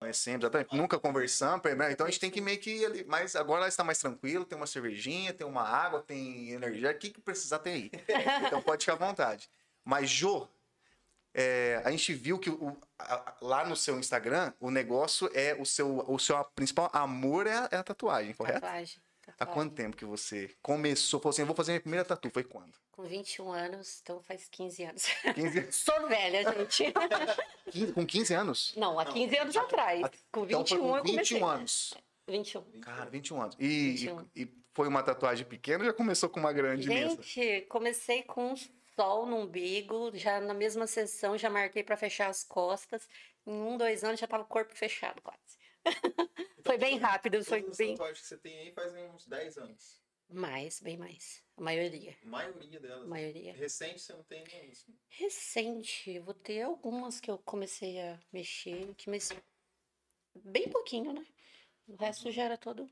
conhecemos, exatamente. Nunca conversamos, né? Então a gente tem que meio que... Mas agora ela está mais tranquilo, tem uma cervejinha, tem uma água, tem energia. O que precisar tem aí. Então pode ficar à vontade. Mas, Jô, a gente viu que lá no seu Instagram, o negócio é o seu principal amor é a tatuagem, correto? Tatuagem. Há quanto tempo que você começou? Falou assim, eu vou fazer minha primeira tatu. Foi quando? Com 21 anos, então faz 15 anos. 15 anos? Sou velha, gente. Com 15 anos? Não, há 15 anos atrás. Com 21 então foi com eu comecei. 21 anos. 21. Cara, 21 anos. 21. E foi uma tatuagem pequena ou já começou com uma grande mesmo? Gente, comecei com um sol no umbigo, já na mesma sessão, já marquei para fechar as costas. Em 2 anos já tava o corpo fechado quase. Foi bem rápido, foi bem... As tatuagens que você tem aí fazem uns 10 anos. Mais, bem mais. A maioria. A maioria delas. A maioria. Recente você não tem nenhum. Recente, vou ter algumas que eu comecei a mexer, mas bem pouquinho, né? O resto já era todo...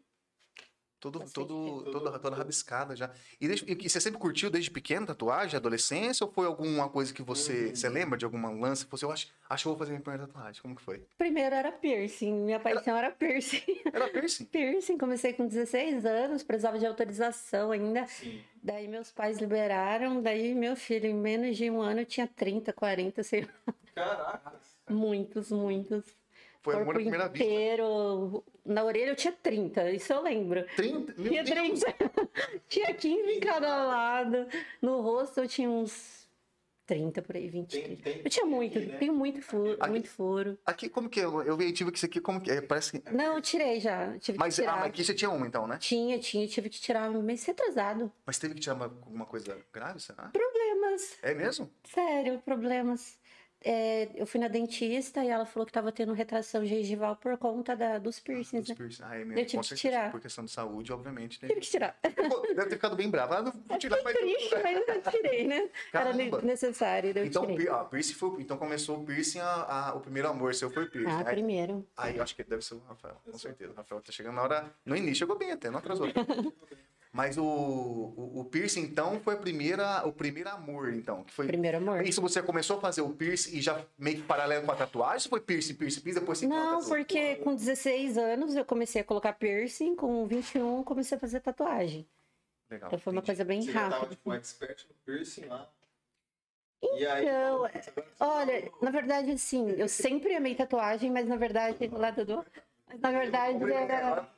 Toda rabiscada já. E você sempre curtiu desde pequeno tatuagem, adolescência? Ou foi alguma coisa que você lembra de alguma lance? Você, eu acho que eu vou fazer minha primeira tatuagem. Como que foi? Primeiro era piercing. Minha paixão era piercing. Era piercing? Piercing. Comecei com 16 anos, precisava de autorização ainda. Sim. Daí meus pais liberaram. Daí meu filho, em menos de 1 ano, tinha 30, 40, sei lá. Caraca. Muitos. Foi amor à primeira vista. Inteiro. Na orelha eu tinha 30, isso eu lembro. 30? Meu Tinha Deus. 30. Tinha 15 em cada lado. No rosto eu tinha uns 30 por aí, 20. Eu tinha muito, né? tenho muito furo. Aqui, como que é? Eu vi, tive que isso aqui, como que é? Parece que... Não, eu tirei já. Tive Mas que tirar. aqui você tinha uma então, né? Tive que tirar mês retrasado. Mas teve que tirar alguma coisa grave, será? Problemas, É mesmo? sério, problemas. Eu fui na dentista e ela falou que tava tendo retração gengival por conta dos piercings, né? Ah, é mesmo. Eu tive Com que certeza, tirar. por questão de saúde, obviamente. Né? Tive que tirar. Deve ter ficado bem brava. Ah, não vou tirar mais. Triste, mas eu tirei, né? Caramba. Era necessário, eu Então, tirei. piercing foi, então começou o piercing, o primeiro amor seu foi o piercing. Ah, primeiro. Aí eu acho que deve ser o Rafael, com certeza. O Rafael tá chegando na hora. No início chegou bem até, não atrasou. Mas o piercing, então, foi o primeiro amor, então. Que foi... Primeiro amor. Isso você começou a fazer o piercing e já meio que paralelo com a tatuagem? Ou foi piercing, depois você Não, porque com 16 anos eu comecei a colocar piercing, com 21 comecei a fazer tatuagem. Legal. Então foi uma coisa bem Você já tava rápida. tipo um expert no piercing lá. Então, olha, na verdade, assim, eu sempre amei tatuagem, mas na verdade, lá Dudu, mas na verdade era...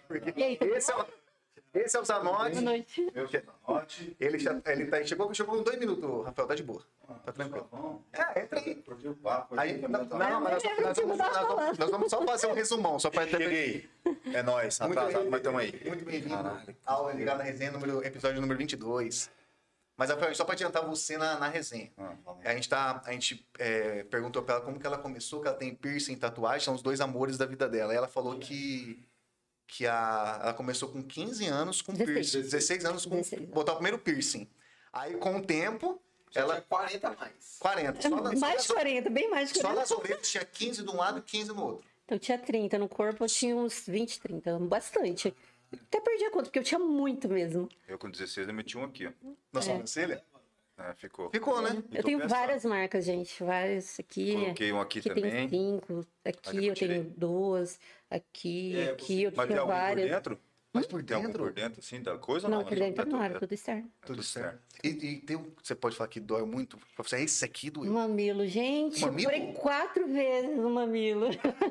Esse é o Zanotti. Boa noite. Ele chegou com 2 minutos, Rafael, tá de boa. Tá tranquilo. Entra aí. Aí, não, mas nós vamos só fazer um resumão, só para Cheguei. É nóis, atrasado, mas estamos aí. Muito bem-vindo ao Ligado na Resenha, episódio número 22. Mas, Rafael, só para adiantar você na resenha. A gente perguntou para ela como que ela começou, que ela tem piercing e tatuagem, são os 2 amores da vida dela. E ela falou que ela começou com 15 anos com 16. piercing, 16 anos com 16. botar o primeiro piercing. Aí, com o tempo, ela... Tinha 40 a mais. 40. Mais de 40, bem mais de Só 40. nas orelhas tinha 15 de um lado e 15 no outro. Então eu tinha 30, no corpo eu tinha uns 20, 30, bastante. Até perdi a conta, porque eu tinha muito mesmo. Eu com 16 eu meti um aqui, ó. Na sobrancelha? Ficou. Ficou, né? Eu tenho várias marcas, gente, várias aqui. Coloquei um aqui Aqui também. tem 5, aqui eu tenho 2, aqui eu Mas tem tenho algum por várias. dentro? Mas por Tem algum dentro? por dentro, assim, da coisa? Não, por dentro não, era É tudo externo. Tudo certo. E tem você pode falar que dói muito? Pra você, esse aqui doeu. Mamilo, gente, Mamilo? eu furei 4 vezes no mamilo.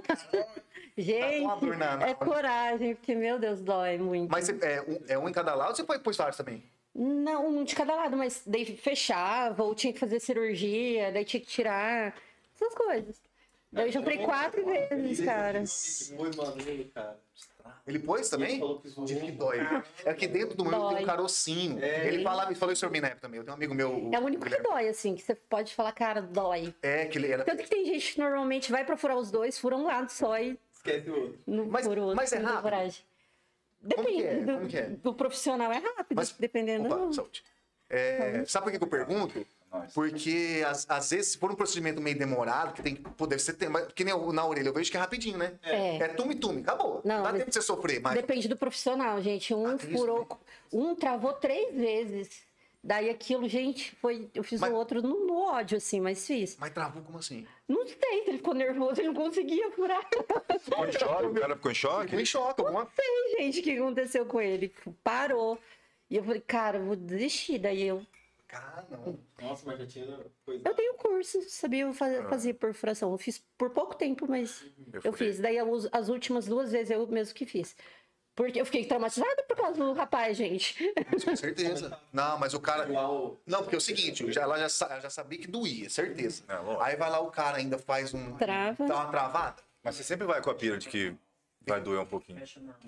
Gente, Tá com uma dor na é coragem, porque, meu Deus, dói muito. Mas é um em cada lado ou você pôs vários também? Não, um de cada lado, mas daí fechava, ou tinha que fazer cirurgia, daí tinha que tirar, essas coisas. Daí eu já furei 4 vezes, cara. Foi maneiro, cara. Ele pôs também? Ele falou que zoou. Diz que dói. É que dentro do meu tem um Dói. carocinho. Ele falou isso pra mim na época também. Eu tenho um amigo meu. É o único que dói, assim, que você pode falar, cara, dói. Que ele era. Tanto que tem gente que normalmente vai pra furar os 2, fura um lado só e Esquece o outro. não Mas- fura o outro. mas é não tem rápido? coragem. Como que Depende é? Como que é? do profissional, é rápido, Mas- dependendo. Opa, saúde. Sabe por que eu pergunto? Nós. Porque às vezes, se for um procedimento meio demorado, que tem que poder ser tempo. Que nem na orelha, eu vejo que é rapidinho, né? É. Tume-tume, acabou. Não, Dá mas- tempo de você sofrer, mas. Depende do profissional, gente. Um tem isso furou, um travou 3 vezes. Daí aquilo, gente, eu fiz Mas- o outro no ódio, assim, mas fiz. Mas travou como assim? Não sei, ele ficou nervoso, ele não conseguia furar. Ficou em choque? O cara ficou em choque? Ficou em choque. Gente, o que aconteceu com ele? Parou. E eu falei, cara, eu vou desistir. Daí Cara, não. Nossa, mas já tinha coisa. eu tenho curso, sabia fazer perfuração. Eu fiz por pouco tempo, mas eu furei. fiz. Daí as últimas 2 vezes eu mesmo que fiz. Porque eu fiquei traumatizada por causa do rapaz, gente. Com certeza. Não, mas o cara. Igual. Não, porque é o seguinte, ela já sabia que doía, certeza. É, lógico. Aí vai lá o cara ainda faz um. Trava. Dá uma travada. Mas você sempre vai com a pira de que vai doer um pouquinho.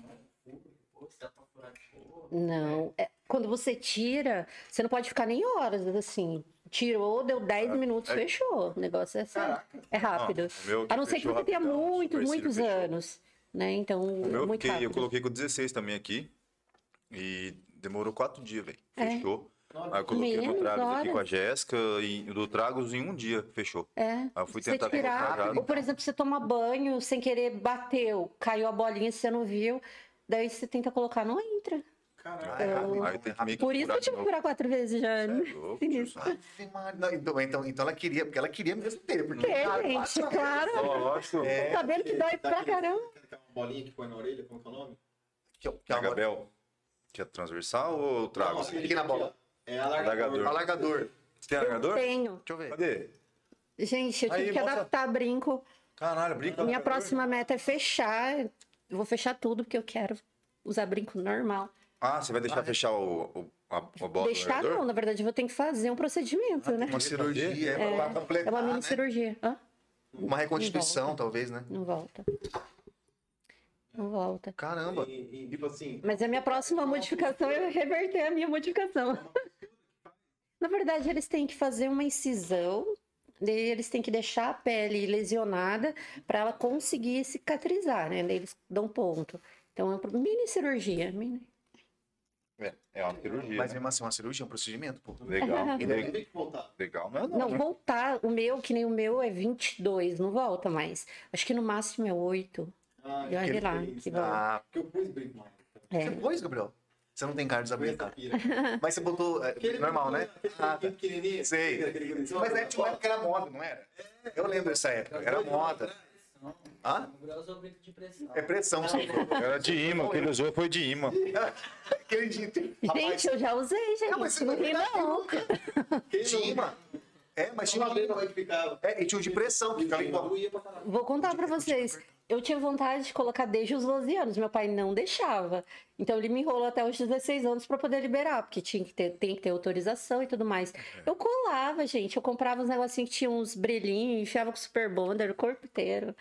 Não. Quando você tira, você não pode ficar nem horas, assim. Tirou, deu 10 minutos, fechou. O negócio é sério. É rápido. Não, o meu que A não ser que fechou você tenha rapidão, muitos Supercílio fechou. anos. Né? Então, O meu muito eu rápido. coloquei com 16 também aqui. E demorou 4 dias, velho. É. Fechou. Aí eu coloquei Menos do Tragos aqui horas. com a Jéssica e o do Tragos em um dia, fechou. É. Aí eu fui Você tentar tirar, colocar. ou por exemplo, você toma banho sem querer, bateu, caiu a bolinha, você não viu, daí você tenta colocar, não entra. Caraca. Aí tem que meio que Por isso que eu tive que furar curar 4 vezes já. de novo. Cê é louco, Sinistro. tiozão. Ave Maria. Não, então ela queria, porque ela queria mesmo ter. Porque, É, cara, gente, passa- claro. Lógico. Sabendo que dói pra caramba. Aquela bolinha que põe na orelha, como que é o nome? que é uma- Gabel, que é transversal ou Tragos? Não, Aqui na bola. É Alargador. alargador. Alargador. Você tem alargador? Tenho. Deixa eu ver. Cadê? Gente, eu tive Aí, que mostra. adaptar brinco. Caralho, brinca. Minha próxima meta é fechar. Eu vou fechar tudo, porque eu quero usar brinco normal. Ah, você vai deixar fechar a bola do Deixar alargador? não, na verdade eu vou ter que fazer um procedimento, né? Uma cirurgia, é pra completar, É uma mini né? cirurgia. Hã? Uma reconstituição, talvez, né? Não volta. Não volta. Caramba. E tipo assim, Mas a minha próxima modificação é reverter a minha modificação. Na verdade, eles têm que fazer uma incisão, daí eles têm que deixar a pele lesionada para ela conseguir cicatrizar, né? Daí eles dão ponto. Então é uma mini cirurgia. É uma cirurgia. Mas né? mesmo assim, uma cirurgia, um procedimento, pô. Legal. ainda vai ter que voltar. Legal, não é Não, né? voltar, o meu, que nem o meu, é 22, não volta mais. Acho que no máximo é 8. Ah, E olha lá, que bom. Ah, Porque eu pus brinco mais. É. você pôs, Gabriel? Você não tem cara de saber, Pus essa cara. pira. Mas você botou normal, né? Ah, tá. Pequenininho. Sei. Aquele gurizinho. Mas é tipo uma época que era moda, não era? Eu lembro dessa época. Era moda. Hã? O Gabriel usou brinco de pressão. É pressão. Era de imã, o que ele usou foi de imã. Aquele de... Gente, eu já usei, gente. Não, mas você não não ri, não. Tinha imã. É, mas tinha Uma vez como é que ficava. É, e tinha o de pressão, que ficava igual. Doía pra caralho. Vou contar pra vocês. Eu tinha vontade de colocar desde os 12 anos. Meu pai não deixava. Então ele me enrolou até os 16 anos pra poder liberar, porque tem que ter autorização e tudo mais. Eu colava, gente. Eu comprava uns negocinhos que tinham uns brilhinhos, enfiava com super bonder o corpo inteiro.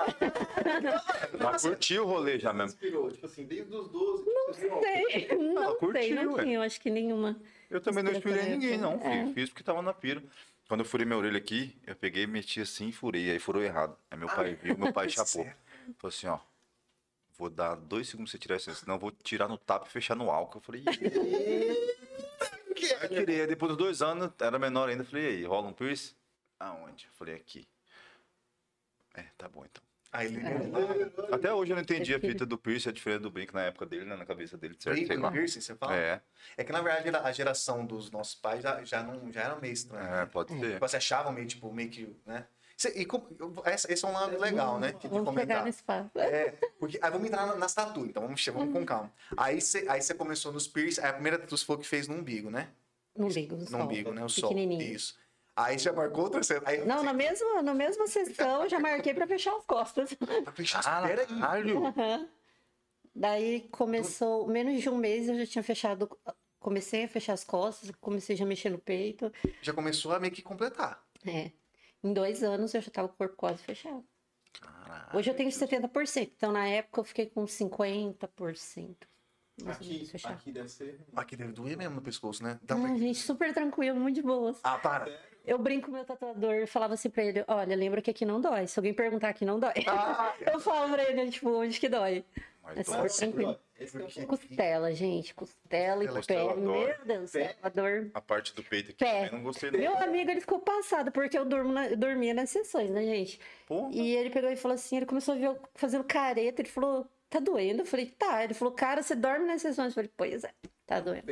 Mas curtiu o rolê já mesmo. Inspirou, tipo assim, desde os 12. Não sei, não curtiu, sei, não ué. tinha, eu acho que nenhuma. Eu também não Inspiração inspirei ninguém, não, é. filho. Fiz porque tava na pira. Quando eu furei minha orelha aqui, eu peguei, meti assim e furei. Aí furou errado. Aí meu pai viu, meu pai chapou. Falou assim, ó. Vou dar 2 segundos pra você tirar isso, senão eu vou tirar no tapa e fechar no álcool. Eu falei, "Ih." Aí eu tirei. Aí depois dos 2 anos, era menor ainda. Falei, e aí, rola um piercing? Aonde? Eu falei, aqui. É, tá bom então. Aí ele... Até hoje eu não entendi a fita do piercing, a diferença do brinco na época dele, né? Na cabeça dele, certo? Sei Bacon lá. piercing, você fala? É, É que na verdade a geração dos nossos pais já era meio estranha. é, pode ser. Tipo, você achava meio, tipo, meio que, né? Esse é um lado legal, né? De Vamos pegar comentar. no espaço. É, porque aí vamos entrar nas tatu, então vamos com calma. Aí você começou nos piercing, aí a primeira tatu você falou que fez no umbigo, né? No umbigo, no No sol. umbigo, né? O sol. Pequenininho. Isso. Aí você já marcou outra cena. Aí, Não, na mesma sessão eu já marquei pra fechar as costas. Pra fechar, espera aí. Caralho! Daí começou, menos de um mês eu já tinha fechado, comecei a fechar as costas, comecei já a mexer no peito. Já começou a meio que completar. É. Em 2 anos eu já tava com o corpo quase fechado. Caralho. Hoje eu tenho 70%, então na época eu fiquei com 50%. Mais ou menos Aqui, fechado. aqui deve ser. Aqui deve doer mesmo no pescoço, né? Dá Ah, pra... gente, super tranquilo, muito de boas. Ah, para. Eu brinco com o meu tatuador, eu falava assim pra ele, olha, lembra que aqui não dói. Se alguém perguntar aqui não dói. Ah, Eu falo pra ele, tipo, onde que dói? Mas É dói. super tranquilo. Esse que é o Porque- Costela, gente, costela e Costela, pé. eu adoro. Meu Deus, é uma dor. A parte do peito aqui Pé. também não gostei não. Meu amigo, ele ficou passado, porque eu dormia nas sessões, né, gente? Porra. E ele pegou e falou assim, ele começou a ver eu fazendo careta, ele falou, tá doendo? Eu falei, tá. Ele falou, cara, você dorme nas sessões? Eu falei, pois é, tá doendo. pé.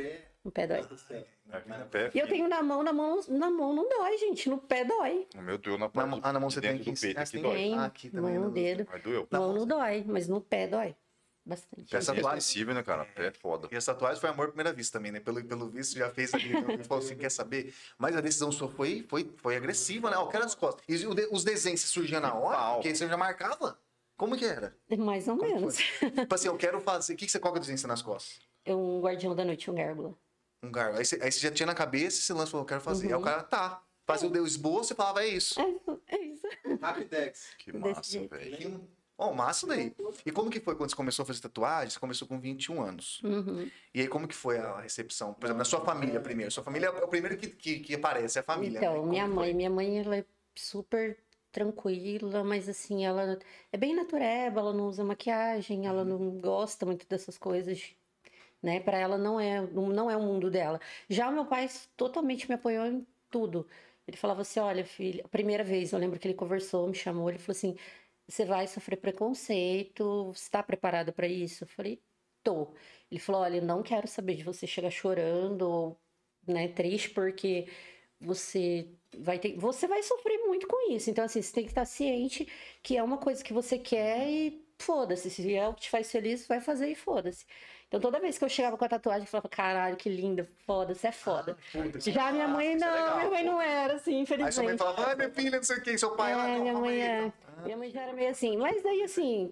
No pé dói. Aqui no pé, E eu filho. tenho na mão não dói, gente. No pé dói. O meu doeu na parte Na mão você de tem dentro que... do peito, Ah, aqui tem- dói. Tem, aqui também, mão, no- dedo. Mas doeu. Mão não dói, mas no pé dói. Bastante. Essa É tatuagem- sensível, né, cara? Pé é foda. E essa tatuagem foi amor à primeira vista também, né? Pelo visto, já fez ali. Ele falou assim: quer saber? Mas a decisão sua foi agressiva, né? Eu quero as costas. E os desenhos se surgiam na hora, Pau. porque você já marcava? Como que era? Mais ou Como menos. Tipo assim, eu quero fazer. Qual que é o desenho que você tem nas costas? É um guardião da noite, um gárgula. Um gargo. Aí você já tinha na cabeça esse lance, falou: eu quero fazer. Uhum. Aí o cara, tá. Fazia o esboço e falava: é isso. É isso. Rapidex. Que Desse massa, jeito. velho. Ó, massa daí. E como que foi quando você começou a fazer tatuagem? Você começou com 21 anos. Uhum. E aí, como que foi a recepção? Por exemplo, na sua família primeiro. Sua família é o primeiro que aparece, é a família. Então, né? Como minha que foi? mãe, ela é super tranquila, mas assim, ela é bem natureba, ela não usa maquiagem, ela não gosta muito dessas coisas, né? Para ela não é o mundo dela. Já o meu pai totalmente me apoiou em tudo. Ele falava assim: olha, filha, a primeira vez eu lembro que ele conversou, me chamou, ele falou assim: você vai sofrer preconceito, você está preparada para isso? Eu falei: tô. Ele falou: olha, eu não quero saber de você chegar chorando, ou, né, triste, porque você vai sofrer muito com isso. Então, assim, você tem que estar ciente que é uma coisa que você quer e foda-se. Se é o que te faz feliz, vai fazer e foda-se. Então, toda vez que eu chegava com a tatuagem, eu falava: caralho, que linda, foda, você é foda. Puta, Já minha mãe isso é não, legal, minha mãe pô. não era assim, Aí sua mãe infelizmente. falava: ai, minha filha, não sei o que, seu pai. É, não, minha calma mãe aí, é. então. Minha mãe já era meio assim. Mas daí, assim,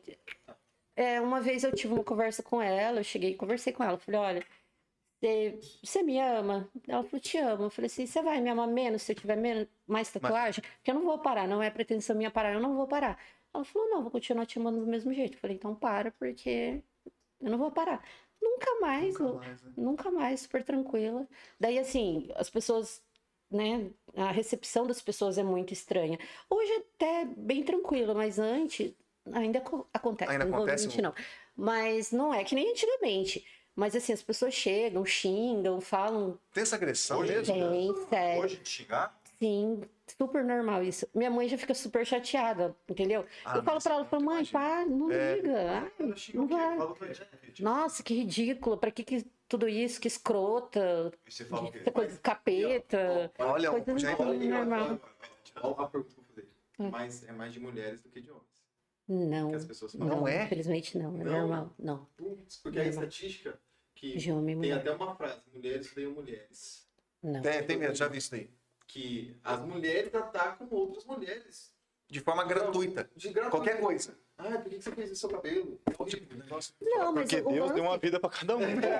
uma vez eu tive uma conversa com ela, eu cheguei e conversei com ela. Falei: olha, você me ama? Ela falou: te amo. Eu falei assim: você vai me amar menos se eu tiver mais tatuagem? Porque eu não vou parar, não é pretensão minha parar, eu não vou parar. Ela falou: não, vou continuar te amando do mesmo jeito. Eu falei: então para, porque eu não vou parar. Nunca mais, Nunca mais, né? nunca mais, super tranquila. Daí, assim, as pessoas, né, a recepção das pessoas é muito estranha. Hoje é até bem tranquilo, mas antes ainda acontece. Ainda não vou acontece? mentir, não. Mas não é que nem antigamente. Mas assim, as pessoas chegam, xingam, falam. Tem essa agressão Hoje- mesmo? Tem, sério. Hoje, te xingar? Sim, super normal isso. Minha mãe já fica super chateada, entendeu? Ah, Eu falo mas pra ela, eu falo: mãe, imagino. pá, não liga. Ai, Ela xinga não o quê? vai. Fala o quê? Nossa, que ridículo. Pra que tudo isso? Que escrota. E você fala o quê? Essa coisa de capeta. Olha, Coisa já assim, normal. Olha a pergunta que eu vou Hum. fazer. Mas é mais de mulheres do que de homens. Não, Que as pessoas falam. Não é? infelizmente não, é Não? normal, não. Putz, porque a Normal. estatística que De homem e tem mulher, até uma frase: mulheres odeiam mulheres. não. Tem mesmo, já vi isso daí. Que as mulheres atacam outras mulheres. De forma gratuita. De gratuito. Qualquer coisa. Ah, por que você fez isso no seu cabelo? É horrível. Não, mas Porque o Deus deu uma lance... vida pra cada um.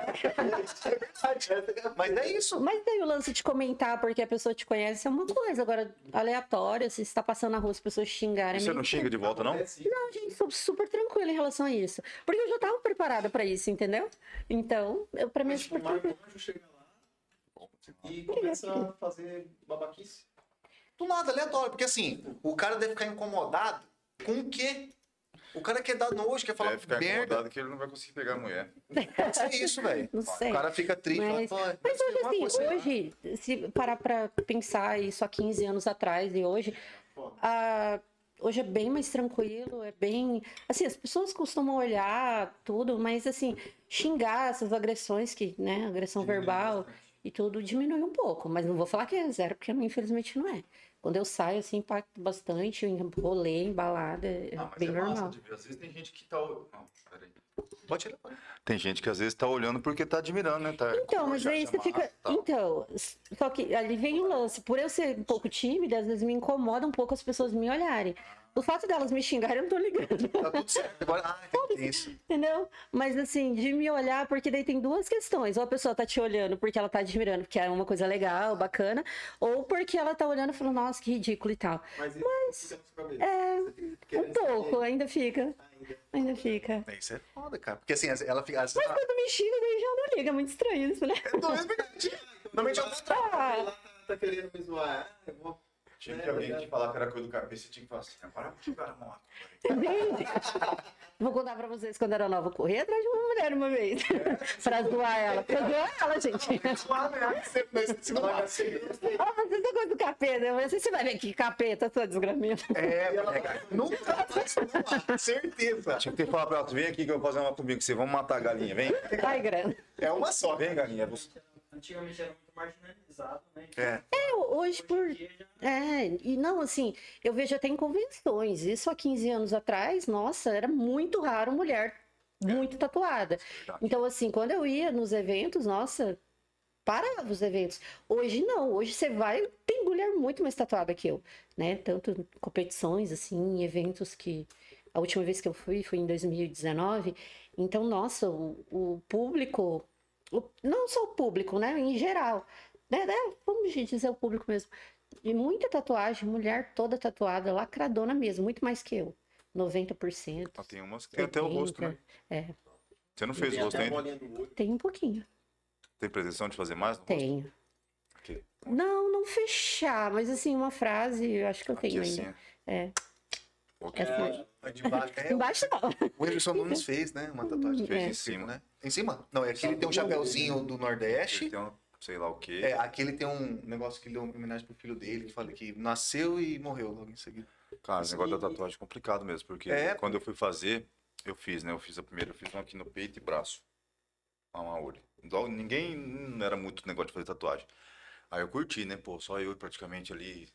Mas é isso. Mas daí o lance de comentar porque a pessoa te conhece é uma coisa. Agora, aleatória, se você tá passando na rua, as pessoas xingarem. Você não xinga de volta, não? Acontece Não, gente, sou super tranquila em relação a isso. Porque eu já tava preparada pra isso, entendeu? Então, pra mim é Mas, tipo, super o tranquilo. Marco chega lá e começa a fazer babaquice. Do nada, aleatório. Porque assim, o cara deve ficar incomodado com o quê? O cara quer dar nojo, quer falar Deve ficar merda. incomodado que ele não vai conseguir pegar a mulher. Pode ser isso, velho. Não sei. O cara fica triste. Mas, fala, "Pô, mas deve ser hoje, alguma assim, coisa, sei lá." hoje, se parar pra pensar isso há 15 anos atrás e hoje, Foda. hoje é bem mais tranquilo, é bem... Assim, as pessoas costumam olhar tudo, mas, assim, xingar essas agressões que, né, agressão verbal e tudo diminui um pouco. Mas não vou falar que é zero, porque infelizmente não é. Quando eu saio, assim, impacto bastante, em rolê, em balada, é bem normal. de ver. Às vezes tem gente que tá... Não, peraí. Pode tirar, pode. Tem gente que às vezes tá olhando porque tá admirando, né? Tá, Então, mas já aí você chama fica. raça e tal. Então, só que ali vem o lance. Por eu ser um pouco tímida, às vezes me incomoda um pouco as pessoas me olharem. O fato delas me xingarem, eu não tô ligando. Tá tudo certo. Agora, tem isso. Entendeu? Mas assim, de me olhar, porque daí tem duas questões. Ou a pessoa tá te olhando porque ela tá admirando, porque é uma coisa legal, bacana, ou porque ela tá olhando e falando: nossa, que ridículo e tal. Mas fica na sua cabeça. É, Você fica um querendo pouco, saber ainda fica. ainda. Ainda fica. Isso é foda, cara. Porque assim, ela fica. Mas quando me xinga, daí já não liga. É muito estranho isso, né? É dois, verdade. Normalmente é o contrário. Ah, Tá querendo me zoar. Ah, eu vou. Tinha que alguém que falar que era coisa do capeta, você tinha que falar assim, agora eu vou jogar a mão lá. vou contar pra vocês quando era nova. Eu corri atrás de uma mulher uma vez. pra zoar ela. Pra zoar ela, gente. Ah, mas essa coisa do capeta. Eu falei assim: você vai ver que capeta, sua desgramenta. Nunca mais certeza. Tinha que ter falado pra ela, vem aqui que eu vou fazer uma comigo, você vamos matar a galinha, vem. Ai, grana. É uma só. Vem, galinha. Antigamente era muito marginalizado, né? Hoje por... e não, assim, eu vejo até em convenções. Isso há 15 anos atrás, nossa, era muito raro mulher muito tatuada. Verdade. Então, assim, quando eu ia nos eventos, nossa, parava os eventos. Hoje não, hoje você vai, tem mulher muito mais tatuada que eu, né? Tanto em competições, assim, em eventos que... A última vez que eu fui foi em 2019. Então, nossa, o público... não só o público, né? Em geral. Vamos dizer o público mesmo. E muita tatuagem, mulher toda tatuada, lacradona mesmo, muito mais que eu. 90%. Tem umas que tem até o rosto, né? Você não fez o rosto ainda? Tem um pouquinho. Tem pretensão de fazer mais no rosto? Tenho. Aqui. Não fechar, mas assim, uma frase, eu acho que eu tenho Aqui assim. ainda. Ok. A de baixo. Embaixo não. O Whindersson Nunes fez, né? Uma tatuagem. Fez É. em cima. Né? Em cima? Não, é que ele tem um chapéuzinho do Nordeste. Ele tem um, sei lá o quê. Aqui ele tem um negócio que ele deu uma homenagem pro filho dele, que fala que nasceu e morreu logo em seguida. Cara, o negócio da tatuagem é complicado mesmo, porque quando eu fui fazer, eu fiz a primeira, eu fiz uma aqui no peito e braço. Uma olho. Logo, ninguém não era muito negócio de fazer tatuagem. Aí eu curti, né? Pô, só eu praticamente ali.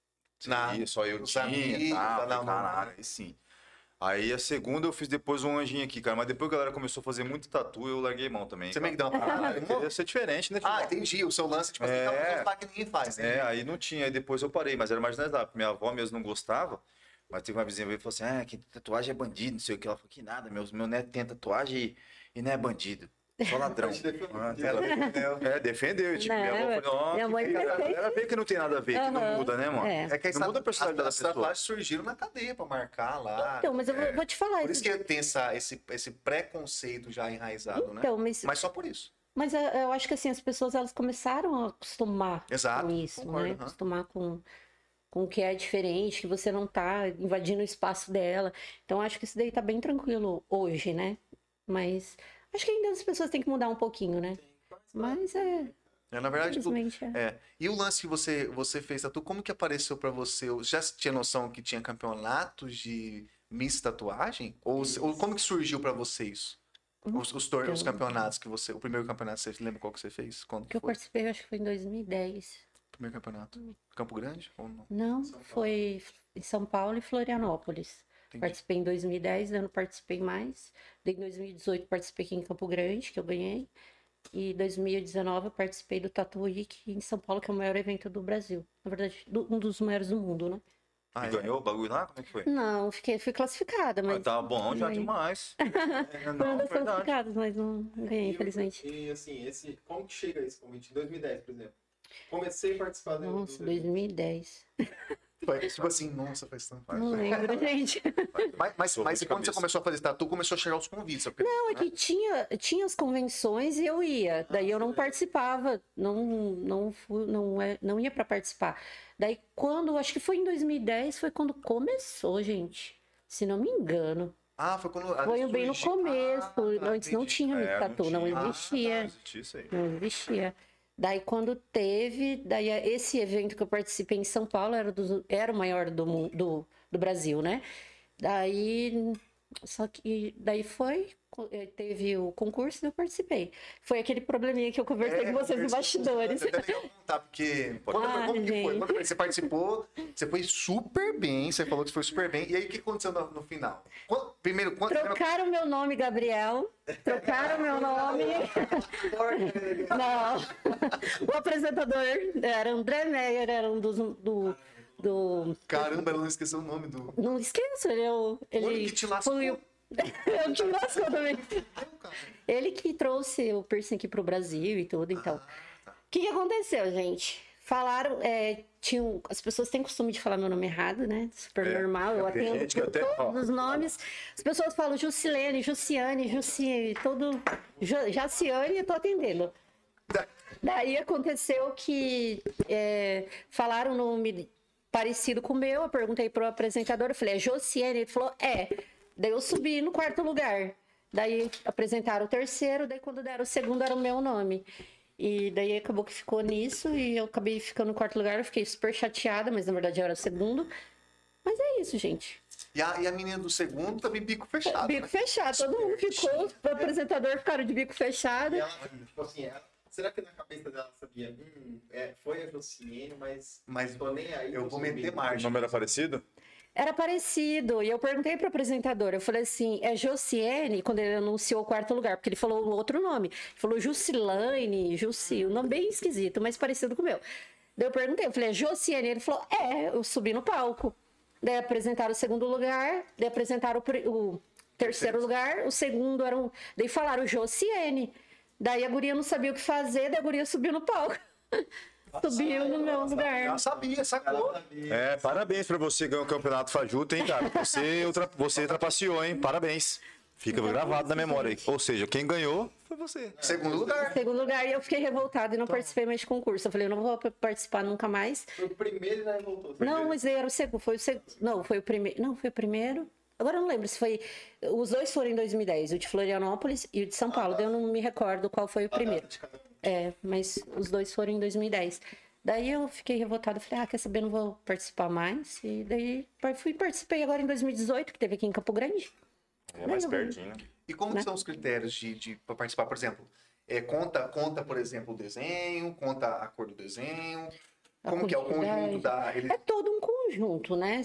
Só eu os tinha, amigos, caralho, aí sim. Aí a segunda eu fiz depois um anjinho aqui, cara. Mas depois que a galera começou a fazer muito tatu, eu larguei mão também. Você meio que dá uma parada. Queria ser diferente, né? Entendi. O seu lance, tipo assim, tá que ninguém faz, né? Aí não tinha, aí depois eu parei, mas era marginalizado. Minha avó mesmo não gostava, mas teve uma vizinha que falou assim: quem tem tatuagem é bandido, não sei o que. Ela falou que nada, meu neto tem tatuagem e não é bandido. Só ladrão. Ela defendeu. Tipo, minha avó falou: minha mãe ela vê que não tem nada a ver, que não muda, né, mano? É que não muda a personalidade da as pessoa. tatuagens surgiram na cadeia pra marcar lá. Então, mas eu vou te falar Por isso que tem esse preconceito já enraizado, então, né? Mas só por isso. Mas eu acho que assim, as pessoas elas começaram a acostumar com isso, concordo, né? Acostumar com o que é diferente, que você não tá invadindo o espaço dela. Então, acho que isso daí tá bem tranquilo hoje, né? Mas acho que ainda as pessoas têm que mudar um pouquinho, né? Mas na verdade, infelizmente, E o lance que você fez tatu, como que apareceu pra você? Já tinha noção que tinha campeonatos de Miss Tatuagem? Ou como que surgiu pra você isso? Os campeonatos que você... O primeiro campeonato, você lembra qual que você fez? Quando que eu participei, eu acho que foi em 2010. Primeiro campeonato? Campo Grande ou não? Não, foi em São Paulo e Florianópolis. Entendi. Participei em 2010, eu não participei mais. Em 2018 participei aqui em Campo Grande, que eu ganhei. E em 2019 eu participei do Tattoo Week em São Paulo, que é o maior evento do Brasil. Na verdade, um dos maiores do mundo, né? E ganhou o bagulho lá? Como é que foi? Não, fui classificada, mas... Tá bom já demais. Foi uma das classificadas, mas não ganhei, infelizmente. E assim, como que chega esse convite? Em 2010, por exemplo. Comecei a participar do... Nossa, 2010. Foi tipo assim, nossa, faz tanto. Não lembro, gente. Mas quando você começou a fazer tatu, começou a chegar os convites. Não, é que tinha as convenções e eu ia. Daí eu não participava, não ia pra participar. Daí acho que foi em 2010, foi quando começou, gente. Se não me engano. Foi quando... Foi bem no começo. Antes não tinha tatu, não existia. Não existia. Daí quando teve, esse evento que eu participei em São Paulo era o maior do Brasil, né? Só que daí teve o concurso e eu participei. Foi aquele probleminha que eu conversei com vocês nos bastidores. É legal contar, porque como que foi? Quando você participou, você foi super bem, você falou que foi super bem. E aí, o que aconteceu no final? Trocaram meu nome, Gabriel. Trocaram meu nome. Não. O apresentador era André Meyer, era um do... Caramba, ela não esqueceu o nome do... Não esqueço, ele que te lascou. Eu que me lascou também. Ele que trouxe o piercing aqui pro Brasil e tudo, então. O que aconteceu, gente? Falaram, as pessoas têm costume de falar meu nome errado, né? Super normal, eu atendo todos os nomes. As pessoas falam Jusilene, Jussiane, Jaciane, eu tô atendendo. Daí aconteceu que falaram um nome parecido com o meu, eu perguntei pro apresentador, eu falei, é Josiane? Ele falou, Daí eu subi no quarto lugar. Daí apresentaram o terceiro, daí quando deram o segundo era o meu nome. E daí acabou que ficou nisso e eu acabei ficando no quarto lugar, eu fiquei super chateada, mas na verdade eu era o segundo. Mas é isso, gente. E a menina do segundo também bico fechado. Bico fechado, todo mundo ficou, o apresentador ficaram de bico fechado. E ela, tipo assim, será que na cabeça dela sabia? Foi a Josiane, mas tô nem aí. Eu vou meter O margem. nome era parecido? Era parecido, e eu perguntei pro apresentador, eu falei assim, é Josiane, quando ele anunciou o quarto lugar, porque ele falou um outro nome, ele falou Jusilane, Jussi, um nome bem esquisito, mas parecido com o meu. Daí eu perguntei, eu falei, é Josiane? Ele falou, eu subi no palco. Daí apresentaram o segundo lugar, daí apresentaram o terceiro lugar, o segundo era um... Daí falaram Josiane. Daí a guria não sabia o que fazer, daí a guria subiu no palco. Subiu no meu lugar. Já sabia, sacou. Parabéns pra você ganhar o campeonato fajuto, hein, cara? Você trapaceou, hein? Parabéns. Fica gravado na memória aí. Ou seja, quem ganhou foi você. Segundo lugar. Segundo lugar, e eu fiquei revoltada e não participei mais de concurso. Eu falei, eu não vou participar nunca mais. Foi o primeiro e já voltou. Não, mas era o segundo, foi o segundo. Não, foi o primeiro. Não, foi o primeiro. Agora eu não lembro se foi. Os dois foram em 2010, o de Florianópolis e o de São Paulo. Daí eu não me recordo qual foi o primeiro. Mas os dois foram em 2010. Daí eu fiquei revoltada, falei, quer saber, não vou participar mais. E daí participei agora em 2018, que teve aqui em Campo Grande. É mais pertinho, né? E como que são os critérios para participar? Por exemplo, conta, por exemplo, o desenho, conta a cor do desenho. Como que é o conjunto da... É todo um conjunto, né?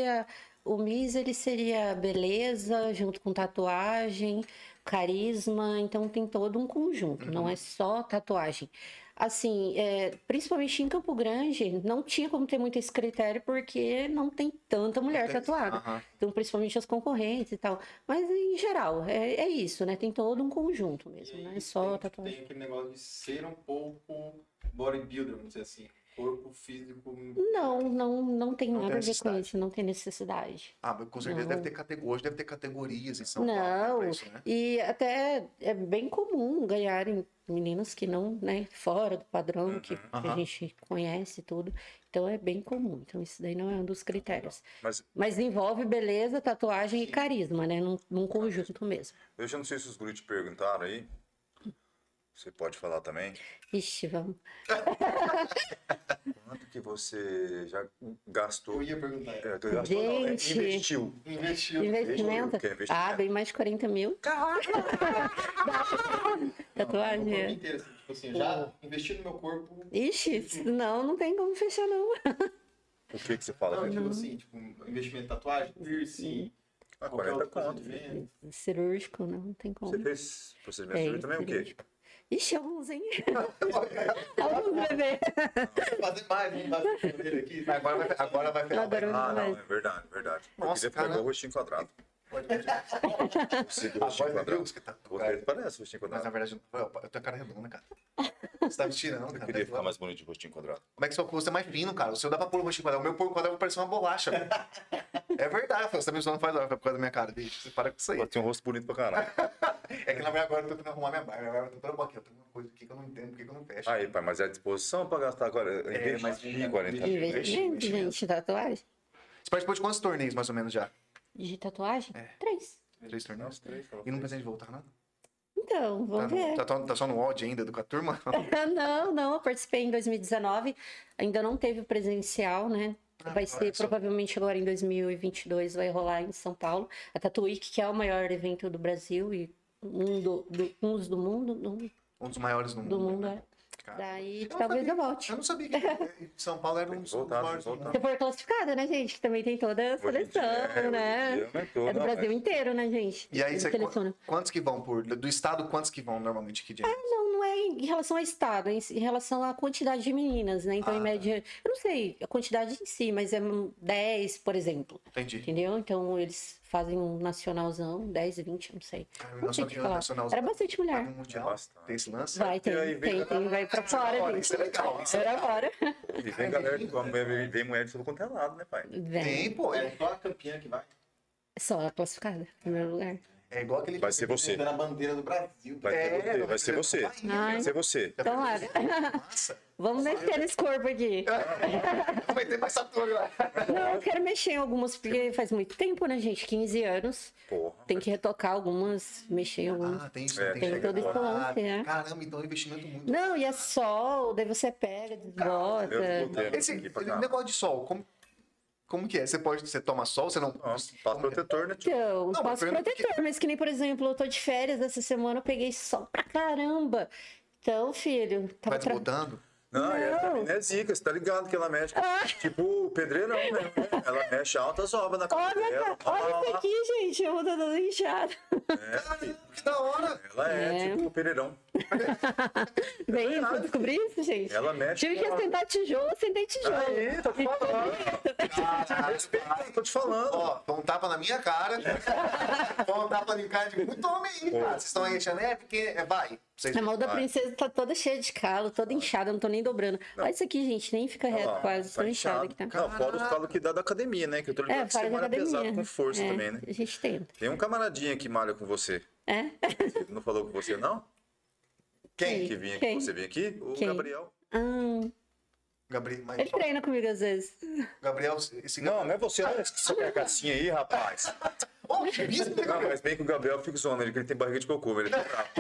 O Miss, ele seria beleza, junto com tatuagem, carisma, então tem todo um conjunto, não é só tatuagem. Assim, principalmente em Campo Grande, não tinha como ter muito esse critério, porque não tem tanta mulher tatuada. Então, principalmente as concorrentes e tal. Mas, em geral, é isso, né? Tem todo um conjunto mesmo, não é só tatuagem. Tem aquele negócio de ser um pouco bodybuilder, vamos dizer assim. Corpo físico... Não tem nada a ver com necessidade. isso, não tem necessidade. Mas com certeza deve ter categorias em São Não, Paulo pra isso, né? e até é bem comum ganharem meninas que não, né, fora do padrão que a gente conhece e tudo. Então é bem comum. Então isso daí não é um dos critérios. Mas envolve beleza, tatuagem e carisma, né? Num conjunto mesmo. Eu já não sei se os guris te perguntaram aí. Você pode falar também? Ixi, vamos. Quanto que você já gastou? Eu ia perguntar. Gente. Investiu. Investimento? Que é investimento. Bem mais de 40 mil. Tatuagem. Meu corpo inteiro, assim, tipo assim, já investi no meu corpo. Ixi, não tem como fechar, não. O que você fala? Não, Gente? tipo assim, tipo, investimento em tatuagem, piercing. 40 conto. Cirúrgico, não tem como. Você fez procedimento cirúrgico também o quê? cirúrgico. Ixi, alguns, hein? Alguns, bebê. Fazer mais, vamos dar o dele aqui. Agora vai ferrar. Agora eu Ah, não não, vai. é verdade, verdade. Nossa, Eu queria pegar cara. o rostinho quadrado. Esse Agora rostinho viu quadrado. que tá... Você parece rostinho Mas na quadrado. verdade, eu tenho a cara redonda, cara. Você tá me tirando, Eu cara. queria ficar mais bonito de rostinho quadrado. Como é que seu rosto é mais fino, cara? O seu dá pra pôr o rostinho quadrado. O meu pôr quadrado parece uma bolacha, velho. É verdade, você também só não faz hora por causa da minha cara, bicho. Você para com isso aí. Ela tem um rosto bonito pra caralho. É que na verdade agora eu tô tentando arrumar minha barba. Minha barba tá toda boa aqui. Eu tenho uma coisa aqui que eu não entendo, por que eu não fecho. Aí, pai, mas é a disposição pra gastar agora. mas Investir 40 mil. Investimento, gente, tatuagem. Você participou de quantos torneios, mais ou menos, já? De tatuagem? 3. 3 torneios? Nossa, 3, E não pretende voltar, nada? Então, vamos ver. Tá só no odd ainda com a turma? Não, eu participei em 2019. Ainda não teve o presencial, né? Vai ser provavelmente agora em 2022, vai rolar em São Paulo. A Tattoo Week, que é o maior evento do Brasil e um dos do mundo. Um dos maiores no Do mundo. mundo, né? é. Cara, Daí eu não talvez sabia. eu volte. Eu não sabia que São Paulo era um dos maiores do mundo. Você foi classificada, né, gente? Que também tem toda a seleção, né? É do Brasil inteiro, né, gente? E aí, Ele você, seleciona. quantos que vão do estado, quantos que vão normalmente aqui de Não é em relação ao estado, é em relação à quantidade de meninas, né? Então, em média, eu não sei a quantidade em si, mas é 10, por exemplo. Entendi. Entendeu? Então, eles fazem um nacionalzão, 10, 20, eu não sei. Não sei o que falar. nacionalzão. Era bastante mulher. No Mundial. Bastante. Tem esse lance? Vai, tem, vai pra fora, Isso é gente. legal. Isso é Era fora. E vem galera, vem mulher de todo quanto é lado, né, pai? Vem. Tem, pô. É só a campeã que vai. Só a classificada, em primeiro lugar. É igual aquele... Vai ser você. Tá na bandeira do Brasil. Vai ser você. Ai. Vai ser você. Então, lá. Nossa. Vamos mexer nesse corpo aqui. Vai ter mais Saturno lá. Não, eu quero mexer em algumas, porque faz muito tempo, né, gente? 15 anos. Porra. Tem que retocar algumas, mexer em algumas. Tem isso. É, tem todo esse lance, né? Caramba, então é um investimento muito... Não, e é sol, daí você pega, desbota. Eu botei Esse aqui pra cá. negócio de sol, como que é? Você toma sol, você não... Nossa, passa protetor, né, tio? Então, Não, passo mas protetor, mas que nem, por exemplo, eu tô de férias essa semana, eu peguei sol pra caramba. Então, filho, Vai desbotando? Não, e essa menina é zica, você tá ligado que ela mexe. Tipo, pedreirão mesmo, né? Ela mexe altas obras na casa dela. Olha isso aqui, gente. Eu vou dando inchada. Que da hora! Ela é tipo pedreirão. Bem, eu descobri isso, gente. Ela mexe. Tive que assentar tijolo, assentei tijolo. Aí, tô te falando. Respeita, tô te falando. Ó, foi um tapa na minha cara. Foi um tapa na cara de muito homem aí, cara. Vocês estão aí achando, porque vai. Vocês... A mão da princesa tá toda cheia de calo, toda inchada, eu não tô nem dobrando. Olha isso aqui, gente, nem fica reto quase, tô inchada aqui, tá? Não, fora os calos que dá da academia, né? Que eu tô ligado que fora você da malha academia. pesado com força também, né? A gente tenta. Tem um camaradinha que malha com você. É? Ele não falou com você, não? Quem? Que vinha Quem? que você vinha aqui? O Quem? Gabriel. Gabriel, mas... Ele treina comigo às vezes. Gabriel, esse Não, não é você, não. Essa carcassinha aí, rapaz. Ô, que isso, Não, mas bem que o Gabriel fica zoando ele, que ele tem barriga de cocô, ele fica bravo.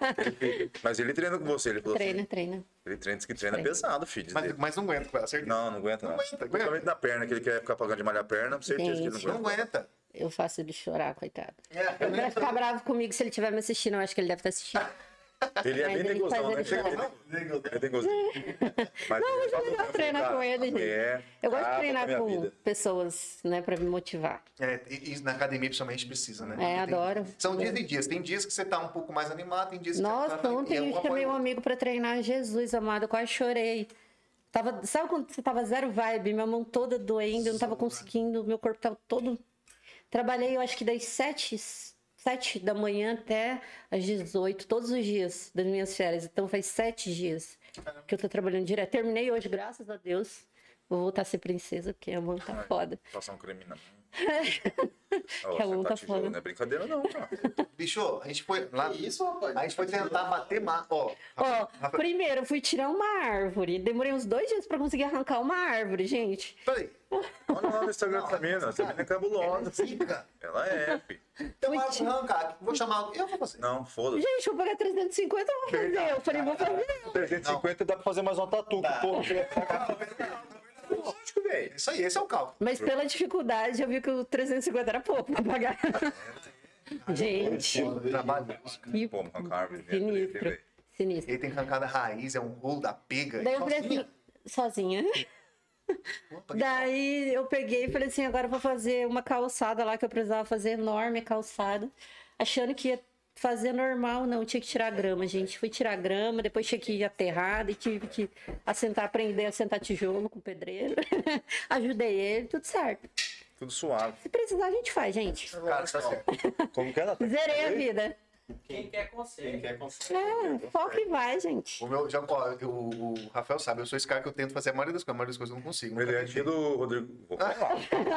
Mas ele treina com você, ele falou assim. Treina. Ele treina, diz que treina pesado, filho. diz ele. mas não aguenta com ela, certeza. Não aguenta, não. aguenta. Principalmente na perna, que ele quer ficar pagando de malhar a perna, certeza que ele Gente. não Não aguenta. aguenta. Eu faço ele chorar, coitado. É, Ele vai ficar bravo comigo se ele estiver me assistindo, eu acho que ele deve estar assistindo. Ele é Mas bem ele negozão, faz né? ele Ele tem gostoso. Mas Não, mas é legal treinar com ele, gente. Eu gosto de treinar com vida. pessoas, né, pra me motivar. e na academia, principalmente, precisa, né? É, adoro. São dias e dias. Tem dias que você tá um pouco mais animado, tem dias que Nossa, você tá... ontem eu chamei um amigo pra treinar. Jesus amado, eu quase chorei. Sabe quando você tava zero vibe, minha mão toda doendo, eu não tava conseguindo, meu corpo tava todo... Trabalhei, eu acho que das 7 da manhã até às 18, todos os dias das minhas férias. Então faz 7 dias que eu tô trabalhando direto. Terminei hoje, graças a Deus. Vou voltar a ser princesa, porque a mão tá foda. Passar um creme na mão. Que a mão tá foda. Não é brincadeira, não, cara. Bicho, a gente foi lá... Isso, rapaz. A gente foi tentar bater... Ó, Ó, primeiro eu fui tirar uma árvore. Demorei uns 2 dias pra conseguir arrancar uma árvore, gente. peraí. Olha lá no Instagram dessa mina. Essa mina é cabulosa. Fica. Ela é, fi. Então, arrancar. Vou chamar alguém. Eu vou fazer. Não, foda-se. Gente, vou pagar 350, eu vou fazer. Eu falei, vou fazer. 350 dá pra fazer mais uma tatu, que porra. Lógico, velho. Isso aí, esse é o cálculo. Mas pela dificuldade, eu vi que o 350 era pouco pra pagar. Gente, Trabalho. que Pô, arrancar a árvore. sinistro. Sinistro. Ele tem que arrancar da raiz, é um rolo da pega. Daí eu falei assim, sozinha. Daí eu peguei e falei assim, agora eu vou fazer uma calçada lá que eu precisava fazer, enorme a calçada. Achando que ia fazer normal, não, tinha que tirar grama, gente. Fui tirar grama, depois tinha que ir aterrada e tive que aprender a assentar tijolo com o pedreiro. Ajudei ele, tudo certo. Tudo suave. Se precisar, a gente faz, gente. Cara, tá certo. Como que é, Natália? Zerei a vida. Quem quer consegue. Foca e vai, gente. O meu, já, ó, o Rafael sabe, eu sou esse cara que eu tento fazer a maioria das coisas eu não consigo. Ele nunca é tentei. dia do Rodrigo. Vou falar.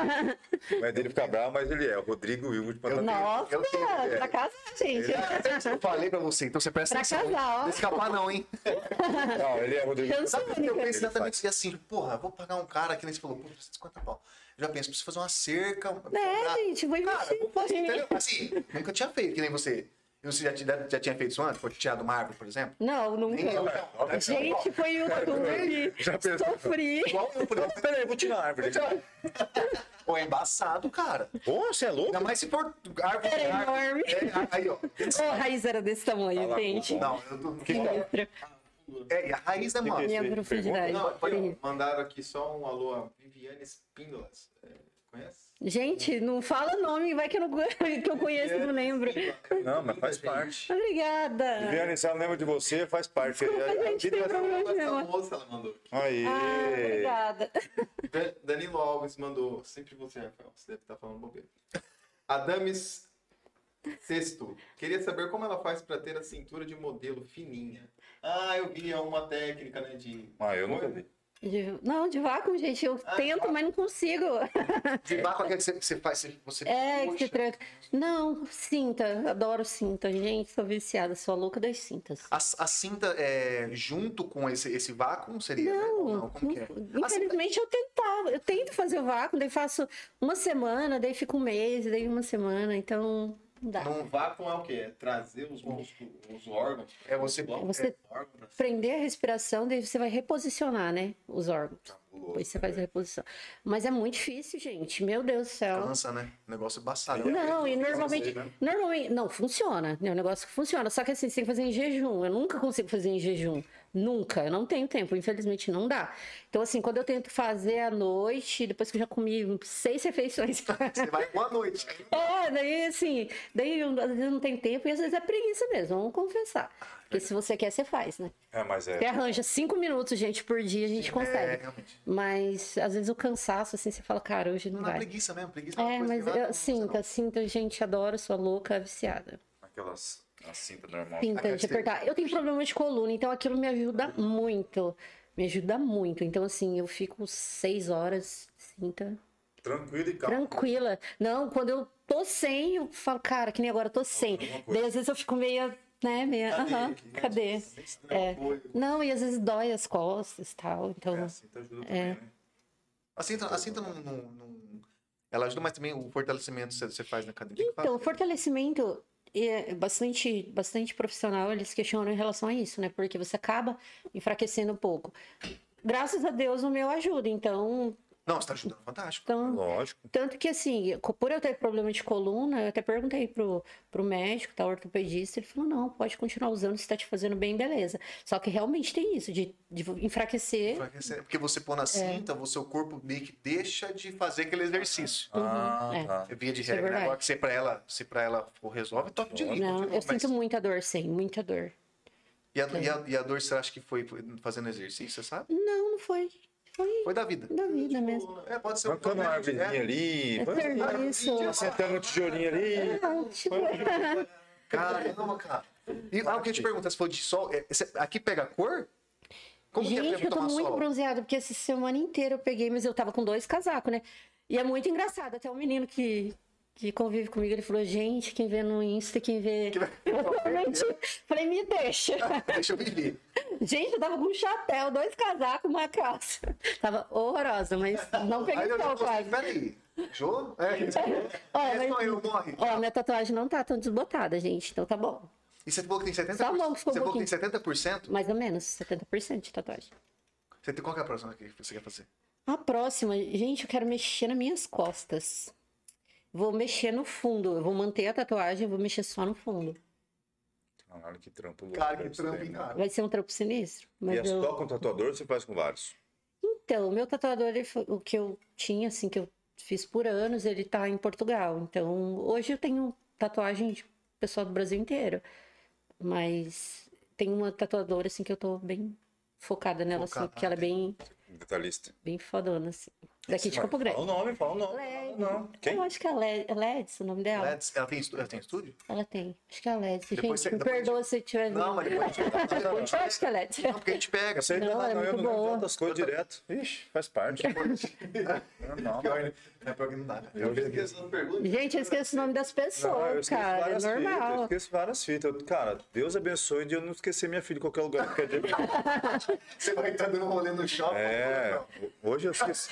Mas dele fica bravo, mas ele é. O Rodrigo Wilgo de Pantanal. Nossa, eu tenho- pra casar, gente. Eu falei pra você, então você presta Pra atenção. casar, ó. Não escapar não, hein? Não, ele é Rodrigo. Eu Sabe o que eu Ele penso exatamente assim? Porra, vou pagar um cara que nem você falou, pô, 350 pau. Eu já penso, preciso fazer uma cerca. É, gente, vou Cara, investir. vou fazer, entendeu? Assim, nunca tinha feito, que nem você. Você já tinha feito isso antes? Foi tirado uma árvore, por exemplo? Não, nunca. Nem eu. Gente, foi um clube. Já pensou? Sofri. Igual eu, por exemplo. Peraí, vou tirar a árvore. Pô, é embaçado, cara. Pô, você é louco? Ainda mais se for árvore. Era árvore. enorme. É, aí, ó. Ô, a raiz era desse tamanho, lá, gente. Não, eu tô... Sinistro. É, e a raiz da mano. Minha profundidade. Não, aqui, ó, Sim. mandaram aqui só um alô a Viviane Espíndolas. Conhece? Gente, não fala nome, vai que eu, não, que eu conheço e não lembro. Não, mas faz parte. Obrigada. Viviane, se ela lembra de você, faz parte. A gente tem problema. Essa moça ela mandou. Aí. Ah, obrigada. Danilo Alves mandou. Sempre você, Rafael. Você deve estar falando bobeira. Adames Sexto. Queria saber como ela faz para ter a cintura de modelo fininha. Ah, eu vi uma técnica, né? Eu nunca vi. Não, de vácuo, gente. Eu tento, mas não consigo. De vácuo aquele que você faz, você É, puxa. que tranca. Não, cinta. Adoro cinta. Gente, sou viciada. Sou a louca das cintas. A cinta é junto com esse vácuo seria? Né? Ou não, como que é? Infelizmente eu tentava. Eu tento fazer o vácuo, daí faço uma semana, daí fico um mês, daí uma semana. Então, não dá. Um vácuo é o quê? É trazer os músculos, os órgãos. É você- Você prender a respiração, daí você vai reposicionar, né? Os órgãos. Depois você faz a reposição. Mas é muito difícil, gente. Meu Deus do céu. Cansa, né? Negócio embaçado. Não, e normalmente, não, funciona, né? O negócio que funciona, só que assim, você tem que fazer em jejum, eu nunca consigo fazer em jejum, nunca, eu não tenho tempo, infelizmente não dá. Então assim, quando eu tento fazer à noite, depois que eu já comi 6 refeições... Você vai boa noite. daí assim, às vezes não tem tempo e às vezes é preguiça mesmo, vamos confessar. Porque se você quer, você faz, né? Mas Você arranja 5 minutos, gente, por dia, a gente consegue. Realmente. Mas às vezes o cansaço, assim, você fala, cara, hoje não Não é vai. preguiça mesmo, preguiça. uma coisa Mas que vai- eu sinto, gente, adoro, sou louca, viciada. Aquelas a cinta normal. Cinta de apertar. Eu tenho problema de coluna, então aquilo me ajuda muito. Me ajuda muito. Então, assim, eu fico 6 horas, cinta, Tranquilo e calmo. tranquila. Não, quando eu tô sem, eu falo, cara, que nem agora eu tô sem. Daí, às vezes, eu fico meia, né, cadê? Não, e às vezes dói as costas e tal. Então, A cinta ajuda também, né? A cinta ela ajuda, mas também o fortalecimento você faz na academia. então, o fortalecimento é bastante profissional, eles questionam em relação a isso, né? Porque você acaba enfraquecendo um pouco. Graças a Deus o meu ajuda, então Não, você tá ajudando, fantástico. Lógico. tanto que assim, por eu ter problema de coluna, eu até perguntei pro médico, tá, ortopedista, ele falou, não, pode continuar usando, se tá te fazendo bem, beleza. Só que realmente tem isso, de enfraquecer. Porque você põe na cinta, o seu corpo meio que deixa de fazer aquele exercício. é. Via de Isso é regra, né? verdade. Agora que se pra ela for resolve, top de linha. Não, continua, eu sinto muita dor, sim, muita dor. E a dor, você acha que foi fazendo exercício, você sabe? Não foi. Foi da vida. Da vida mesmo. Pode ser Bancando uma árvorezinha É. ali. É serviço. Sentando no tijolinho ali. Caramba, cara. E algo que eu te pergunto, você falou de sol, aqui pega cor? Como que é Gente, pra eu tô tomar muito sol? bronzeada, porque essa semana inteira eu peguei, mas eu tava com 2 casacos, né? E é muito engraçado, até o menino que convive comigo, ele falou, gente, quem vê no Insta, quem vê... Eu falei, me deixa. Deixa eu viver. Gente, eu tava com um chapéu, 2 casacos, uma calça. Tava horrorosa, mas não peguei Aí eu já sol gostei. quase. Peraí. Jô? Ó, É só mas- eu, morre. Ó, minha tatuagem não tá tão desbotada, gente, então tá bom. E você falou que tem 70%? Só a mão que ficou Você um falou que tem 70%? Mais ou menos, 70% de tatuagem. Qual que é a próxima que você quer fazer? A próxima, gente, eu quero mexer nas minhas costas. Vou mexer no fundo. Eu vou manter a tatuagem, vou mexer só no fundo. Caralho, que trampo louco. Cara, que deve trampo, ser, hein, né? cara? Vai ser um trampo sinistro. E Mas é só com tatuador ou você faz com vários? Então, o meu tatuador, o que eu tinha, assim, que eu fiz por anos, ele tá em Portugal. Então, hoje eu tenho tatuagem de pessoal do Brasil inteiro. Mas tem uma tatuadora, assim, que eu tô bem focada nela, assim, Focada, porque ela é bem, Detalhista. bem fodona, assim. Daqui de Campo Grande. Fala o nome, fala o nome. Led. Não. Quem? Eu acho que é Leds, o nome dela. Leds, ela tem estúdio? Ela tem. Acho que é a Leds. Depois Gente, você- me depois perdoa se eu tiver... Não, mas depois Eu acho que é Leds. Não, porque a gente pega. Você Não, ela é eu muito não boa. lembro das coisas direto. Ixi, faz parte. Não. Pior, né? Não é pior que não dá. Eu esqueci uma pergunta. Gente, eu esqueço o nome das Não, pessoas, eu esqueço cara. É várias fitas, eu normal. esqueço várias fitas. Cara, Deus abençoe de eu não esquecer minha filha em qualquer lugar. Quer dizer, Você vai estar dando um rolê no shopping. é, hoje eu esqueci.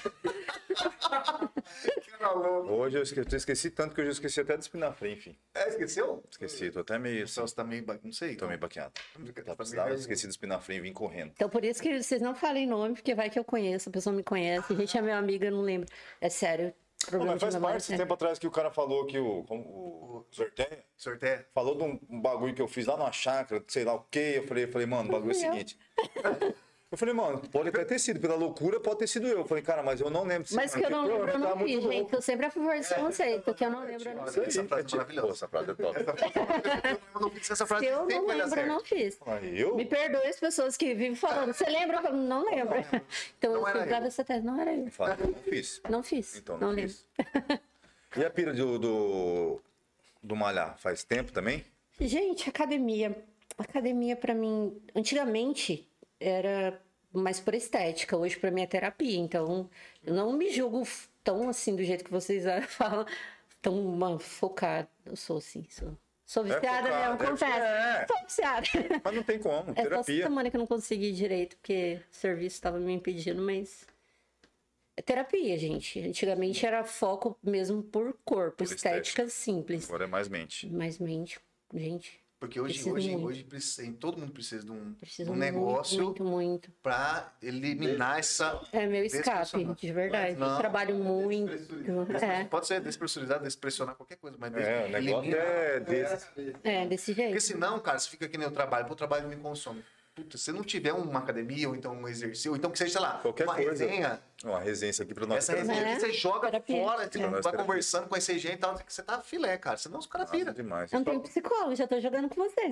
Que louco. Hoje eu esqueci tanto que eu já esqueci até de espinafre, enfim. Esqueceu? Esqueci, tô até meio. O Celso tá meio... Não sei. Tô meio baqueado. Tá Precisava, esqueci do espinafre e vim correndo. Então, por isso que vocês não falem nome, porque vai que eu conheço, a pessoa me conhece. A gente é meu amigo, eu não lembro. É sério. Pô, Problema mas faz de memória. parte esse sério. tempo atrás que o cara falou que o sorteio Sorteio. falou de um bagulho que eu fiz lá numa chácara, sei lá o quê. Eu falei, mano, o bagulho é o seguinte. Eu falei, mano, pode até ter sido, pela loucura pode ter sido eu. Eu falei, cara, mas eu não lembro. Mas que eu não lembro, eu não vi, fiz, gente. Eu sempre a favor desse conceito, que eu não lembro, eu não fiz. Essa frase é maravilhosa. Essa frase é top. Eu não fiz essa frase. Se eu sempre não vai dar lembro, eu certo. não fiz. Aí eu? Me perdoe as pessoas que vivem falando. Você lembra? Eu falo, não lembro. Então, Não eu era fui pra eu. essa tese. Não era eu. Fala, eu não fiz. Não fiz. Então não não lembro. fiz. E a pira do malhar? Faz tempo também? Gente, academia. Academia pra mim, antigamente era mais por estética, hoje pra mim é terapia. Então, eu não me julgo tão assim do jeito que vocês falam, tão focada. Eu sou assim, sou viciada focada, mesmo, confesso. Sou viciada. Mas não tem como, É só essa terapia. semana que eu não consegui ir direito, porque o serviço estava me impedindo, mas é terapia, gente. Antigamente era foco mesmo por corpo, Por estética simples. Agora é mais mente. Mas mente, gente. Porque hoje todo mundo precisa de um Preciso negócio muito. para eliminar essa. É meu escape, de verdade. Não. Trabalho muito. Pode ser despressurizado, despressionar qualquer coisa, mas O negócio elimina. é desse. Desse jeito. Porque senão, cara, você fica que nem o trabalho. Pô, o trabalho me consome. Puta, se não tiver uma academia, ou então um exercício, ou então que seja, sei lá, Qualquer uma coisa. resenha. Uma resenha isso aqui pra nós. Essa resenha Né? que você joga Terapia. fora, tipo, É. vai Terapia. conversando com esse gente e tal, que você tá filé, cara. Senão os caras piram. Demais. Eu não tenho psicólogo, já tô jogando com você.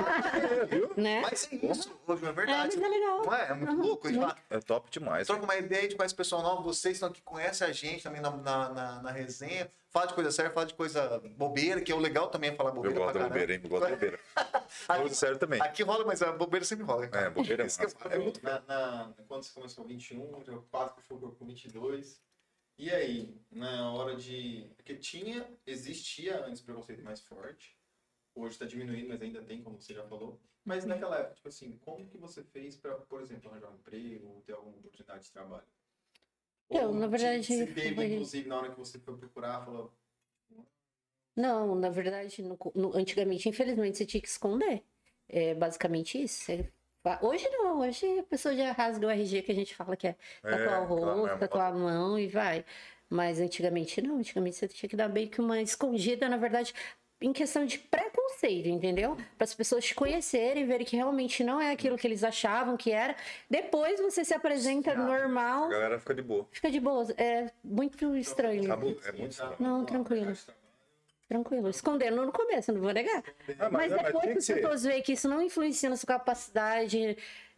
Né? Mas é isso, hoje é verdade. mas é legal. Não é? É muito louco. A gente fala, É top demais. troca uma ideia, a gente conhece pessoal novo, vocês estão aqui, conhecem a gente também na resenha. Fala de coisa séria, fala de coisa bobeira, que é o legal também é falar Eu bobeira. gosto pra da caramba. bobeira, hein? Eu gosto da bobeira. Muito sério também. Aqui rola, mas a bobeira sempre rola. Cara. Bobeira é Isso que eu massa. falo, é muito Quando você começou com 21, já quase puxou com 22. E aí, na hora de... Porque existia antes preconceito mais forte. Hoje está diminuindo, mas ainda tem, como você já falou. Mas naquela época, tipo assim, como que você fez para, por exemplo, arranjar um emprego ou ter alguma oportunidade de trabalho? Na verdade, Se teve, foi- inclusive, na hora que você foi procurar, falou... Não, na verdade, antigamente, infelizmente, você tinha que esconder. É basicamente isso. Hoje não, hoje a pessoa já rasga o RG que a gente fala que é tatuar o rosto, tatuar a mão e vai. Mas antigamente não, antigamente você tinha que dar meio que uma escondida, na verdade, em questão de preconceito, entendeu? Para as pessoas te conhecerem, verem que realmente não é aquilo que eles achavam que era. Depois você se apresenta normal, A galera fica de boa. fica de boa. É muito estranho. É muito estranho. Não, tranquilo. Tranquilo. Escondendo no começo, não vou negar. Mas depois tem que as pessoas veem que isso não influencia na sua capacidade,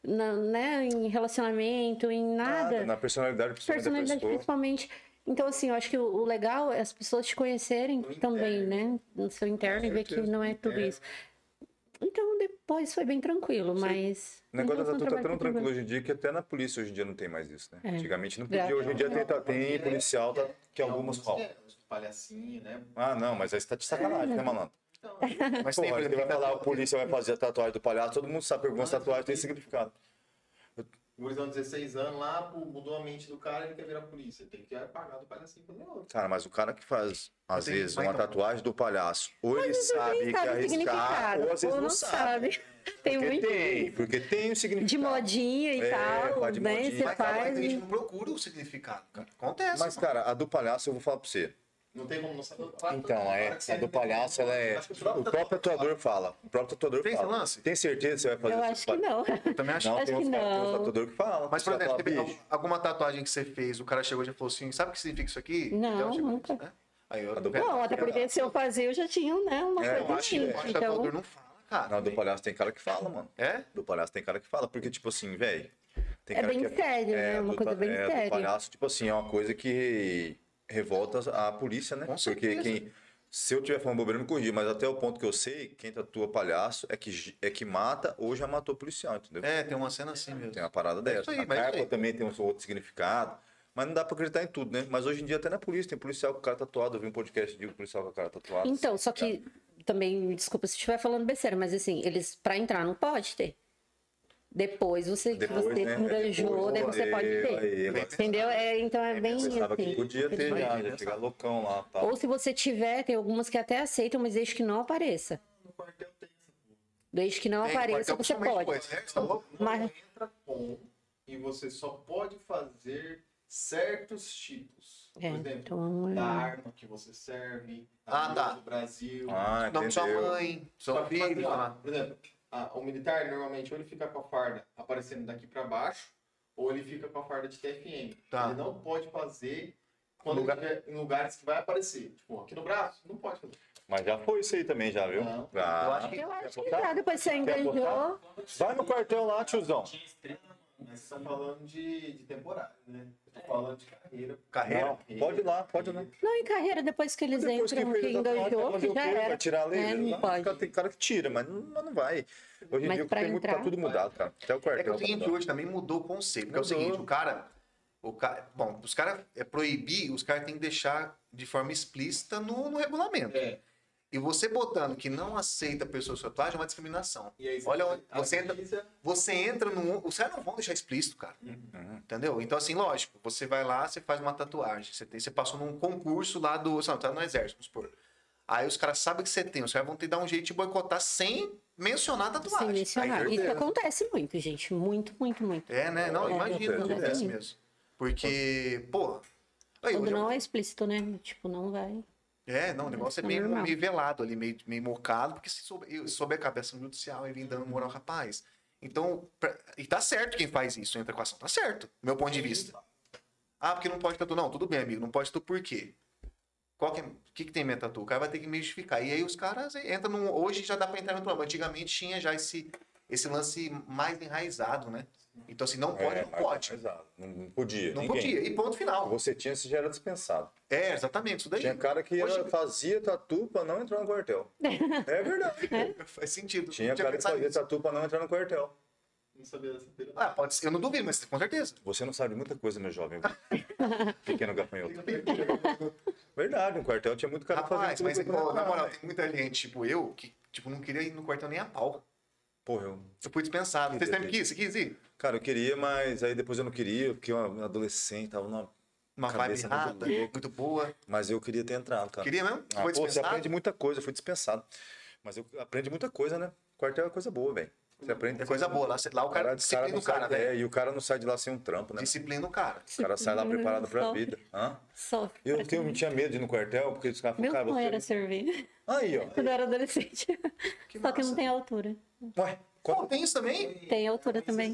né, em relacionamento, em nada. Na personalidade, Personalidade da pessoa. principalmente. Então, assim, eu acho que o legal é as pessoas te conhecerem também, né? No seu interno e ver que não é tudo isso. Então, depois foi bem tranquilo, mas... O negócio em relação da ao tatu tá trabalho, tão tranquilo hoje em dia que até na polícia hoje em dia não tem mais isso, né? É. Antigamente não podia, hoje em dia tem policial que algumas falam. Palhacinho, né? Ah, não, mas aí você tá de sacanagem, né, malandro? Mas Pô, tem, por aí você exemplo, vai falar, o polícia vai fazer a tatuagem do palhaço, todo mundo sabe que algumas tatuagens têm significado. O gurizão de 16 anos lá, pô, mudou a mente do cara, ele quer virar polícia. Tem que pagar do palhacinho fazer outro. Cara, mas o cara que faz, às Tem- vezes, mas uma não. tatuagem do palhaço, ou ele sabe nem que sabe o arriscar, significado, ou às vezes não sabe. Tem muito Porque tem o significado. de modinha e tal, pá, de né? modinha. Você Mas, cara, faz... a gente não procura o significado, cara. Acontece. Mas, cara, a do palhaço eu vou falar pra você. Não tem como não saber. Então, a do palhaço, ela é. O próprio tatuador fala. O próprio tatuador Tem esse fala. lance? Tem certeza que você vai fazer Eu isso? acho que não. Eu também acho. Não, Acho tem que uns caras, tem uns não. tatuadores que falam. Mas, por Você vai exemplo, falar, teve bicho, alguma tatuagem que você fez, o cara chegou e já falou assim, sabe o que significa isso aqui? Não, Então, tipo, nunca. né? Aí eu, A do Não, até porque se eu fazer, eu já tinha, né, uma É, coisa eu acho que assim. o tatuador Então, não fala, cara. Não, do palhaço tem cara que fala, mano. É? Do palhaço tem cara que fala. Porque, tipo assim, velho. É bem sério, né? Uma coisa bem Do séria. palhaço, tipo assim, é uma coisa que revolta a polícia, né? Com Porque certeza. se eu tiver falando bobeira, eu me corrigir, mas até o ponto que eu sei, quem tatua palhaço é que mata ou já matou policial, entendeu? É, tem uma cena assim mesmo. Tem uma parada dessa. isso aí, A mas é isso carpa aí. também tem um outro significado. Mas não dá pra acreditar em tudo, né? Mas hoje em dia até na polícia tem policial com o cara tatuado. Eu vi um podcast de um policial com a cara tatuada. então, só que também, me desculpa se estiver falando besteira, mas assim, eles, pra entrar, não pode ter. Depois você né? enganjou, daí você pode ter. Aí, agora Entendeu? Então é bem eu pensava que assim. podia ter Isso aí, já, né? já chegar loucão lá, tá? Ou se você tiver, tem algumas que até aceitam, mas desde que não apareça. No quartel tem essa porra. Desde que não Tem, apareça, quartel, você principalmente pode. com exército, tá louco? Mas- Não entra com e você só pode fazer certos tipos. Por É, exemplo, então, da arma que você serve, Ah, a tá. do Brasil. Ah, Não, sua entendeu? mãe, Só seu que, filho, sei lá. por exemplo, o militar normalmente ou ele fica com a farda aparecendo daqui para baixo, ou ele fica com a farda de TFM. Tá. Ele não pode fazer quando Lugar- ele estiver em lugares que vai aparecer. Tipo, aqui no braço, não pode fazer. Mas já foi isso aí também, já, viu? Não. Já. Eu acho que- Eu acho que tá, depois você enganjou. Vai no quartel lá, tiozão. Mas vocês estão falando de temporada, né? Eu tô falando de carreira. Carreira. Não, pode ir lá, pode ir lá. Não, em carreira, depois que eles Depois entram, fez que a tatuagem, vai enganjou, fazer que o já quê? era. Vai tirar a lei? É, não pode. Tem cara que tira, mas não vai. Hoje em Mas dia pra tem muito, tá entrar- tudo mudado, cara. Até o É que é quartel. o seguinte, tá mudado. hoje também mudou o conceito. Porque é o Mudou. seguinte, bom, os caras proibir, os caras têm que deixar de forma explícita no regulamento. É. E você botando que não aceita a pessoa sua tatuagem é uma discriminação. E aí Olha, você entra, avisa, você entra num. Os caras não vão deixar explícito, cara. Entendeu? Então, assim, lógico, você vai lá, você faz uma tatuagem. Você passou num concurso lá do. Sei lá, tá no exército, vamos supor. Aí os caras sabem que você tem, os caras vão te dar um jeito de boicotar sem mencionar a Sem tatuagem. mencionar. Aí, Isso acontece muito, gente. Muito, muito, muito. é, né? Não, imagina, acontece acontece muito. mesmo. Porque, pô... Aí, Quando hoje eu- não é explícito, né? Tipo, não vai. o negócio é É meio, normal. meio velado ali, meio mocado, porque se souber a cabeça judicial e vem dando moral, rapaz. Então, e tá certo quem faz isso, entra com a ação, tá certo, meu ponto de vista. Ah, porque não pode tatu. Não, tudo bem, amigo, não pode tatu por quê? O que tem minha tatu? O cara vai ter que me justificar. E aí os caras entram num... Hoje já dá pra entrar no problema. Antigamente tinha já esse lance mais enraizado, né? Então, assim, não pode, não pode. Exato. Não podia. Não ninguém. podia. E ponto final. Você tinha, se já era dispensado. É, exatamente, isso daí. Tinha cara que Hoje- fazia tatu pra não entrar no quartel. É verdade. Faz sentido. Tinha Não cara que pensado fazia nisso. tatu pra não entrar no quartel. Não sabia dessa teoria. Ah, pode ser. Eu não duvido, mas com certeza. Você não sabe muita coisa, meu jovem. Pequeno gafanhoto. Verdade, no quartel tinha muito cara Rapaz, mas fazendo pô, tudo. na moral, tem muita gente, tipo eu, que tipo, não queria ir no quartel nem a pau. Porra, Eu fui dispensado. Vocês sempre quis? Você quis ir? cara, eu queria, mas aí depois eu não queria, porque eu era um adolescente, tava numa Uma vibe cabeça muito rata, louca. muito boa. Mas eu queria ter entrado, cara. Queria mesmo? Ah, Foi pô, você dispensado? aprende muita coisa, eu fui dispensado. Mas eu aprendi muita coisa, né? Quartel é coisa boa, velho. Você aprende. É coisa boa. Lá o cara disciplina não o cara, sai, velho. e o cara não sai de lá sem um trampo, né? Disciplina o cara. O cara sai lá preparado pra Sofre. vida. Hã? Sofre. Eu tinha medo de ir no quartel, porque os caras Meu falaram, sonho cara, era você... servir. Aí, ó. Quando eu era adolescente. Só que não massa. tem altura. Ué, Pô, quanto? tem isso também? Tem altura também.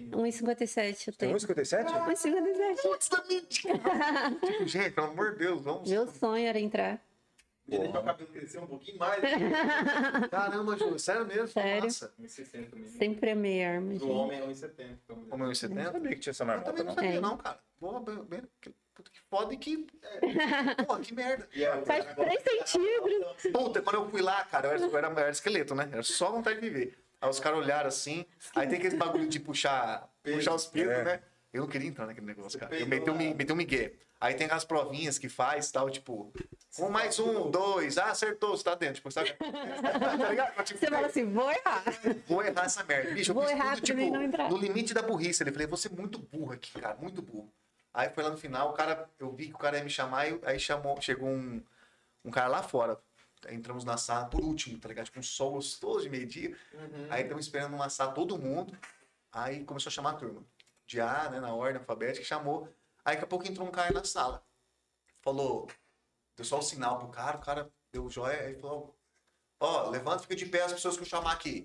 1,60, 1,57 eu Tem tenho. 1,57? 1,57. Putz, da mentira. Tipo, gente, pelo amor de Deus, vamos. Meu sonho era entrar. Ia deixar o cabelo crescer um pouquinho mais. Caramba, Ju, sério mesmo? Sério? Massa. 1,60 mesmo. Sempre amei arma, Do gente. homem é 1,70. Como é Eu 1,70? não sabia que tinha essa Eu marmota, também não não. sabia, É. não, cara. Porra, puta que foda e que. Porra, que merda. Faz 3 centímetros. Puta, quando eu fui lá, cara, eu era esqueleto, né? Era só vontade de viver. Aí os caras olharam assim, aí tem aquele bagulho de puxar os pesos, É. né? Eu não queria entrar naquele negócio, cara. Eu peidou meti um migué. Aí tem aquelas provinhas que faz, tal, tipo, mais um, 2, acertou, você tá dentro, tipo, sabe? Tá ligado? Tipo, Você fala assim, vou errar. vou errar essa merda. Bicho, eu Vou fiz errar tudo, pra mim tipo, não entrar. no limite da burrice. Ele falei, você é muito burro aqui, cara, muito burro. Aí foi lá no final, o cara, eu vi que o cara ia me chamar, aí chegou um cara lá fora. Aí entramos na sala por último, tá ligado? Tipo, um sol gostoso de meio-dia. Aí estamos esperando uma sala, todo mundo. Aí começou a chamar a turma. De A, né, na ordem alfabética, chamou. Aí daqui a pouco entrou um cara na sala. Falou, deu só o sinal pro cara, o cara deu joia, aí falou, ó, levanta e fica de pé as pessoas que eu chamar aqui.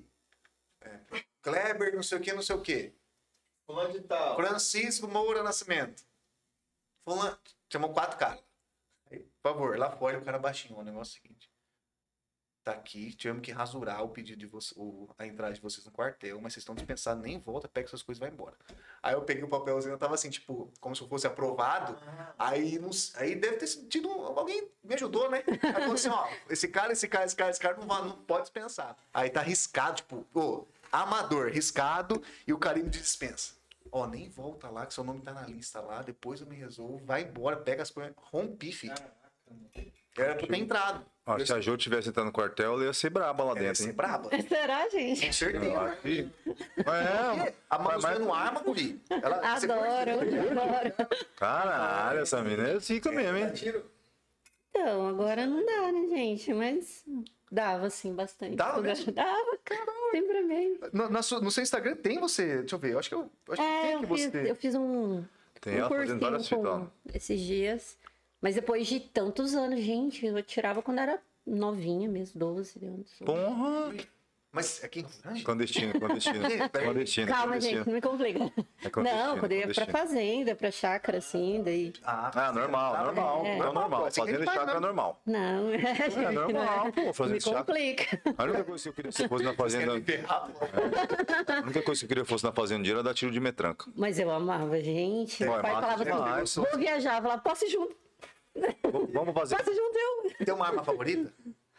Kleber, não sei o que, não sei o que. Fulano de tal. Francisco Moura Nascimento. Fulano, chamou 4 caras. Aí, por favor, lá fora o cara baixinho, o negócio é o seguinte. Tá aqui, tivemos que rasurar o pedido de vocês, a entrada de vocês no quartel, mas vocês estão dispensados, nem volta, pega suas coisas e vai embora. Aí eu peguei o papelzinho, eu tava assim, tipo, como se eu fosse aprovado. Aí, aí deve ter tido alguém me ajudou, né? Aí falou assim, ó, esse cara não pode dispensar. Aí tá riscado, tipo, pô, amador, riscado e o carimbo de dispensa. Ó, nem volta lá, que seu nome tá na lista lá, depois eu me resolvo, vai embora, pega as coisas, rompi, filho. Era pra eu ter entrado. Ó, se a Jo tivesse entrado no quartel, ela ia ser braba lá Ia dentro, ser hein? braba. Será, gente? Com certeza. Eu acho que- É, A manuseando arma, guri. Ela, você Adoro, adoro. caralho, essa menina é zica mesmo, hein? Então, agora não dá, né, gente? Mas dava, sim, bastante. Dava Quando eu- mesmo? Dava, caralho. Sempre amei. No seu Instagram tem você. Deixa eu ver. Eu acho que tem Eu que fiz, você. eu fiz um Tem ela fazendo cursinho várias fitas lá. com esses dias. Mas depois de tantos anos, gente, eu tirava quando era novinha mesmo, 12 anos. Porra! Mas aqui em Rio Grande? Clandestino, clandestino. Clandestino, Calma, clandestino. gente, não me complica. É clandestino, Não, quando eu ia pra clandestino. fazenda, pra chácara, assim, daí... Ah, normal, normal. É. Então, normal. Assim que a Fazenda gente e faz, chácara é né? normal. Não, É normal, pô, me fazenda e chácara. complica. A única coisa que eu queria que fosse na fazenda. A única coisa que eu queria que fosse na fazenda um dia era dar tiro de metranca. Mas eu amava, gente. Meu Ué, pai massa falava demais. assim, vou viajar. Eu falava, posso ir junto? Vamos fazer. Posso ir junto eu? Tem uma arma favorita?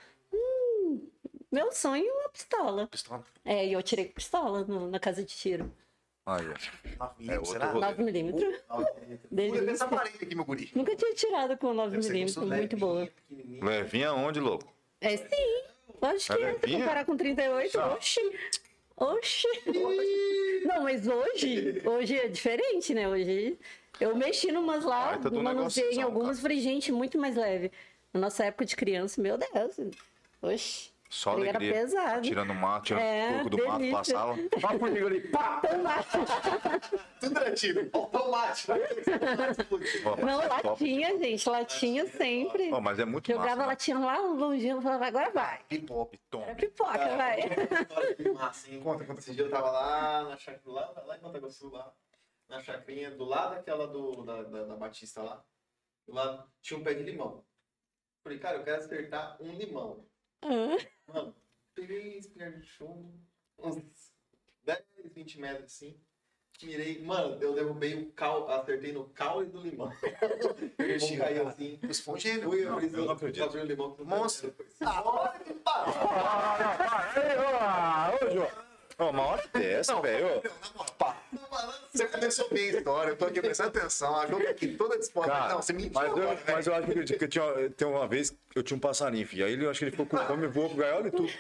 Meu sonho é uma pistola. Pistola. É, e eu tirei com pistola na casa de tiro. Aí, ó. 9mm, outro será? rolê. 9mm. Fui Delícia. dessa parede aqui, meu guri. Nunca tinha tirado com Deve ser 9mm, gostoso, muito boa. Levinha onde, louco? É sim, lógico que É é. Se levinha? comparar com 38, Tá. oxi. Oxi. Não, mas hoje é diferente, né? Hoje eu mexi numas lá, Ai, tá do manuseei em negócio, algumas, falei, gente, muito mais leve. Na nossa época de criança, meu Deus. Oxi. Só Ele era alegria. pesado. Tirando mato, tirando É, pouco do mato, delícia. passava. Vai comigo ali, pá! Tomate. Tudo era tiro. Tomate. Ó, mas Não, é top. latinha, gente. Latinha sempre. Ó, mas é muito Jogava massa, né? latinha lá longinho, falava, agora vai. Pipoca. E toma. Era pipoca, vai. Conta. Esse dia eu tava lá na chacrinha, lá em Ponta Grossa, lá, na chacrinha, do lado daquela da Batista lá. Do lado tinha um pé de limão. Falei, cara, eu quero acertar um limão. Mano, peguei esse colher de chumbo, uns 10, 20 metros assim. Mirei, mano, eu derrubei o cal, acertei no caule do limão. O limão caiu assim. Você foi um gênio. Fui, Não, eu não acredito. abri o limão. Monstro. Ô, João. Ó, uma hora dessa, velho. Você começou bem a história, eu tô aqui prestando atenção. A Jô tá aqui toda disposta. Cara, Não, você mentiu mas agora, velho. eu acho que tem uma vez que eu tinha um passarinho, filho. Aí eu acho que ele ficou com fome, voou pro gaiola e tudo.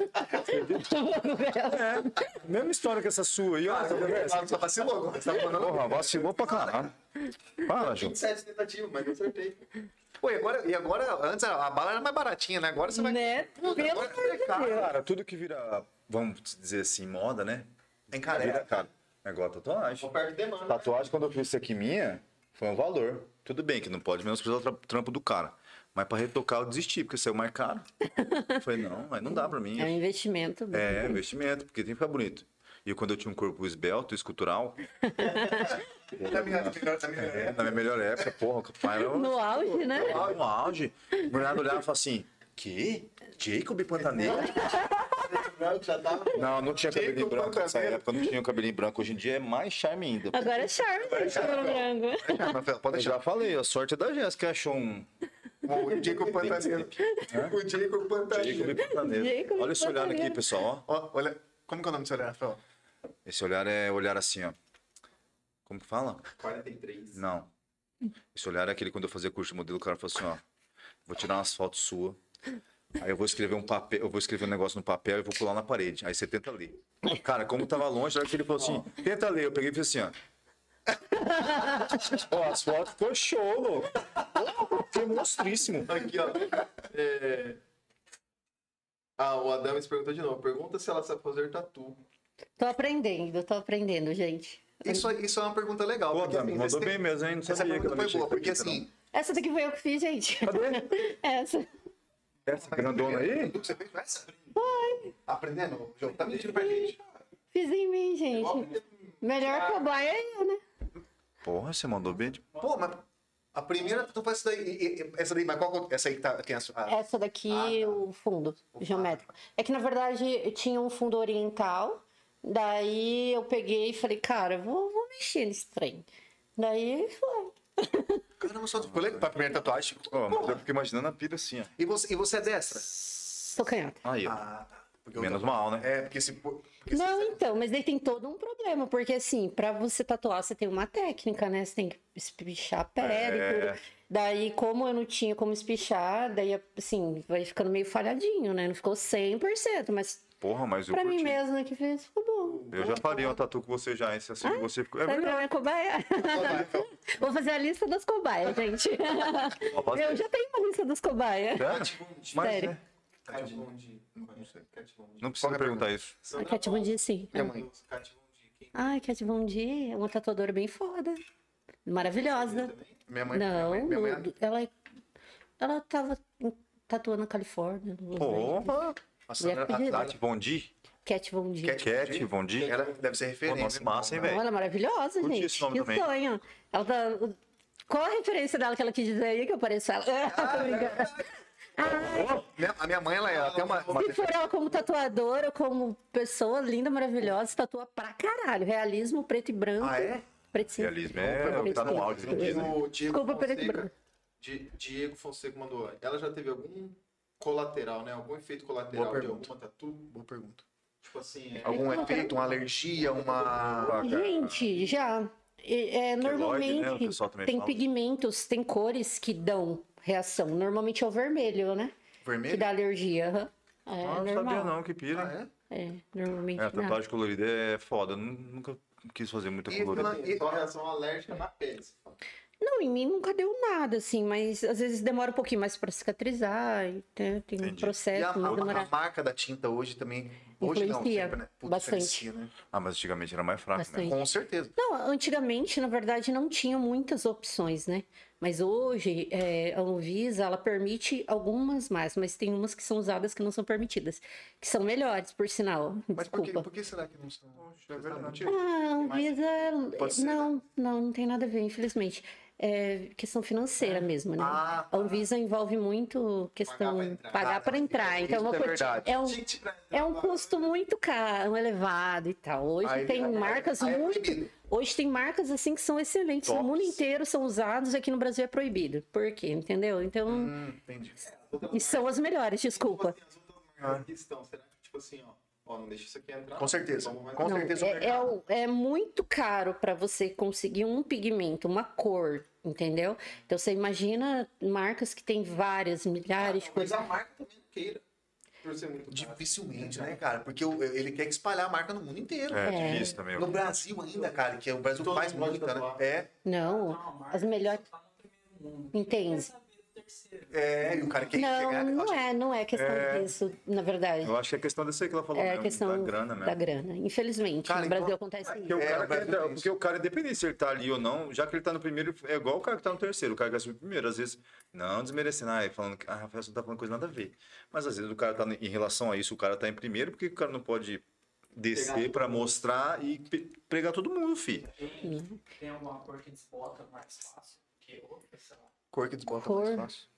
Mesma história que essa sua aí, ó. Tá vendo essa? Só vacilou agora. Você tá falando. Porra, vacilou pra caralho. Para, João. 27 tentativas, mas eu acertei. Pô, e agora, antes a bala era mais baratinha, né? Agora você vai. Né? Puta, Pelo agora amor é caro. Cara, tudo que vira, vamos dizer assim, moda, né? Encarece. Vira caro. É igual a tatuagem. Oferta e demanda. Tatuagem, quando eu fiz isso aqui minha, foi um valor. Tudo bem que não pode menosprezar o trampo do cara. Mas pra retocar eu desisti, porque saiu mais caro. Eu falei, não, mas não dá pra mim. É um investimento. É, investimento, porque tem que ficar bonito. E quando eu tinha um corpo esbelto, escultural, na minha melhor época, porra, o pai era No auge, né? no auge. O Bernardo olhava e falava assim, que? Jacob Pantaneiro? Já tava. Não tinha cabelinho Jacob branco nessa Pantaneiro. época, não tinha cabelinho branco. Hoje em dia é mais charme ainda. Agora é charme, gente, cabelo branco. Pode Eu deixar. já falei, a sorte é da Jéssica, achou um O Jacob Pantaneiro. O Jacob Pantaneiro. Jacob Pantaneiro. Jacob Olha esse olhar aqui, Pantaneiro. pessoal, ó. Ó, olha, como que é o nome do seu olhar, Rafael? Esse olhar é olhar assim, ó. Como que fala? 43. Não. Esse olhar é aquele quando eu fazia curso de modelo, o cara falou assim, ó. Vou tirar umas fotos suas. Aí eu vou escrever um negócio no papel e vou colar na parede. Aí você tenta ler. Cara, como tava longe, aí ele falou assim, tenta ler. Eu peguei e fiz assim, ó. Ó, as fotos ficou show, louco. Foi monstríssimo. Aqui, ó. O Adames perguntou de novo. Pergunta se ela sabe fazer tatu. Tô aprendendo, gente. Isso é uma pergunta legal. Pô, porque, Dami, assim, mandou vocês bem têm- mesmo, hein? Não Essa sabia que pergunta ela foi mexia boa, com porque isso, não. assim. Essa daqui foi eu que fiz, gente. Essa. Essa grandona aí? Você fez essa? Foi. Aprendendo? O jogo tá mentindo pra gente. Fiz em mim, gente. Melhor cobaia é eu, né? Porra, você mandou bem. Pô, mas a primeira tu faz essa daí. Essa daí, mas qual essa aí que tem a sua. Essa daqui, o fundo geométrico. É que, na verdade, tinha um fundo oriental. Daí eu peguei e falei, cara, vou mexer nesse trem. Daí foi. Caramba, só ficou legal pra primeira tatuagem. Ó, mas eu fiquei imaginando a pira assim, ó. E você é destra? Sou canhota. Aí, ó. Ah, tá. Porque Menos mal, né? É, porque se. Porque Não, então, mas daí tem todo um problema, porque assim, pra você tatuar, você tem uma técnica, né? Você tem que espichar a pele e tudo. Daí, como eu não tinha como espichar, daí, assim, vai ficando meio falhadinho, né? Não ficou 100%, mas Porra, mas eu pra mim curti. mesma que fez, ficou bom. Eu já faria uma tatu com você já, hein? Se assim você ficou. É Sabe verdade. pra minha cobaia? Vou fazer a lista das cobaias, gente. Ó, fazer. Eu já tenho uma lista das cobaias. Sério? Mas, Sério. né? Catbondi. Não precisa perguntar isso. A Cat Von D, sim. Minha mãe. Ai, Cat Von D é uma tatuadora bem foda. Maravilhosa. Minha mãe. Não, Minha mãe. ela tava tatuando na Califórnia. no Los Angeles. Porra. Nossa, Ia pedir. Tati Bondi? Cat Von D. Cat Bondi? Ela deve ser Pô, referência. nome massa, hein, então, velho? Ela é maravilhosa, Curti gente. esse nome Que também. sonho. Ela tá... Qual a referência dela que ela quis dizer aí que eu pareço ela? Tô brincando. A minha mãe, ela tem uma. Se for ela como tatuadora, como pessoa linda, maravilhosa, tatua pra caralho. Realismo, preto e branco. Ah, é? Preto e cinza. Realismo é o que tá no áudio, não diz, né? O Diego Desculpa, preto e Fonseca, branco. Diego Fonseca mandou. Ela já teve algum colateral, né? Algum efeito colateral Boa de pergunta. alguma tatu? Boa pergunta. Tipo assim, Algum efeito, uma alergia, uma. Gente, já. Normalmente né? O pessoal também tem fala. pigmentos, tem cores que dão reação. Normalmente é o vermelho, né? Que Vermelho? dá alergia. aham. É Ah, não normal. sabia não, que pira. Ah, é? É, normalmente É, a dá. tatuagem colorida é foda. Nunca quis fazer muita E colorida. pela- tem só reação alérgica na pele. Você fala. Não, em mim nunca deu nada, assim, mas às vezes demora um pouquinho mais pra cicatrizar, e tem um Entendi. E processo, mas a demora marca da tinta hoje também. Hoje não, Influencia sempre, né? bastante. Influencia, né? Ah, mas antigamente era mais fraco, né? bastante. Com certeza. Não, antigamente, na verdade, não tinha muitas opções, né? Mas hoje, a Anvisa, ela permite algumas mais, mas tem umas que são usadas que não são permitidas, que são melhores, por sinal. Mas Desculpa. por que será que não são? é verdade. Ah, a Anvisa, Pode ser, não tem nada a ver, infelizmente. É questão financeira mesmo, né? Ah, A Anvisa envolve muito questão Pagar pra entrar. pagar para entrar. Então, Isso uma é verdade. é um custo muito caro, elevado e tal. Hoje Aí- tem marcas aí é muito. proibido. Hoje tem marcas assim que são excelentes. No mundo inteiro são usados, aqui no Brasil é proibido. Por quê? Entendeu? Então, Entendi. e são as melhores, desculpa. Tipo assim, as outras marcas que estão, será que, tipo assim, ó, não deixa isso aqui entrar. Com certeza. Vamos mais Com Não, certeza o mercado. é muito caro para você conseguir um pigmento, uma cor, entendeu? Então você imagina marcas que tem várias, milhares de Mas cores. a marca também não queira. Por ser muito caro. Dificilmente, né, cara? Porque ele quer espalhar a marca no mundo inteiro. É, difícil também. No Brasil ainda, cara, que o Brasil Todo faz mundo pode muita, né? tatuar. Não, as melhores. Entende? E o cara quer chegar. Não é questão disso, na verdade. Eu acho que é questão dessa aí que ela falou É mesmo, questão da grana mesmo. da grana. Infelizmente, Cara, no Brasil então- acontece Porque isso. o, cara o Brasil quer, tem porque o cara, independente se ele tá ali ou não, já que ele tá no primeiro, é igual o cara que tá no terceiro, o cara que assume o primeiro. Às vezes, não desmerecendo, falando que Rafael, você não tá falando coisa nada a ver. Mas às vezes o cara tá, em relação a isso, o cara tá em primeiro, porque o cara não pode descer pra mostrar e pregar todo mundo, filho. Tem alguma cor que desbota mais fácil que outra, sei lá. Cor que desbota Cor. mais fácil.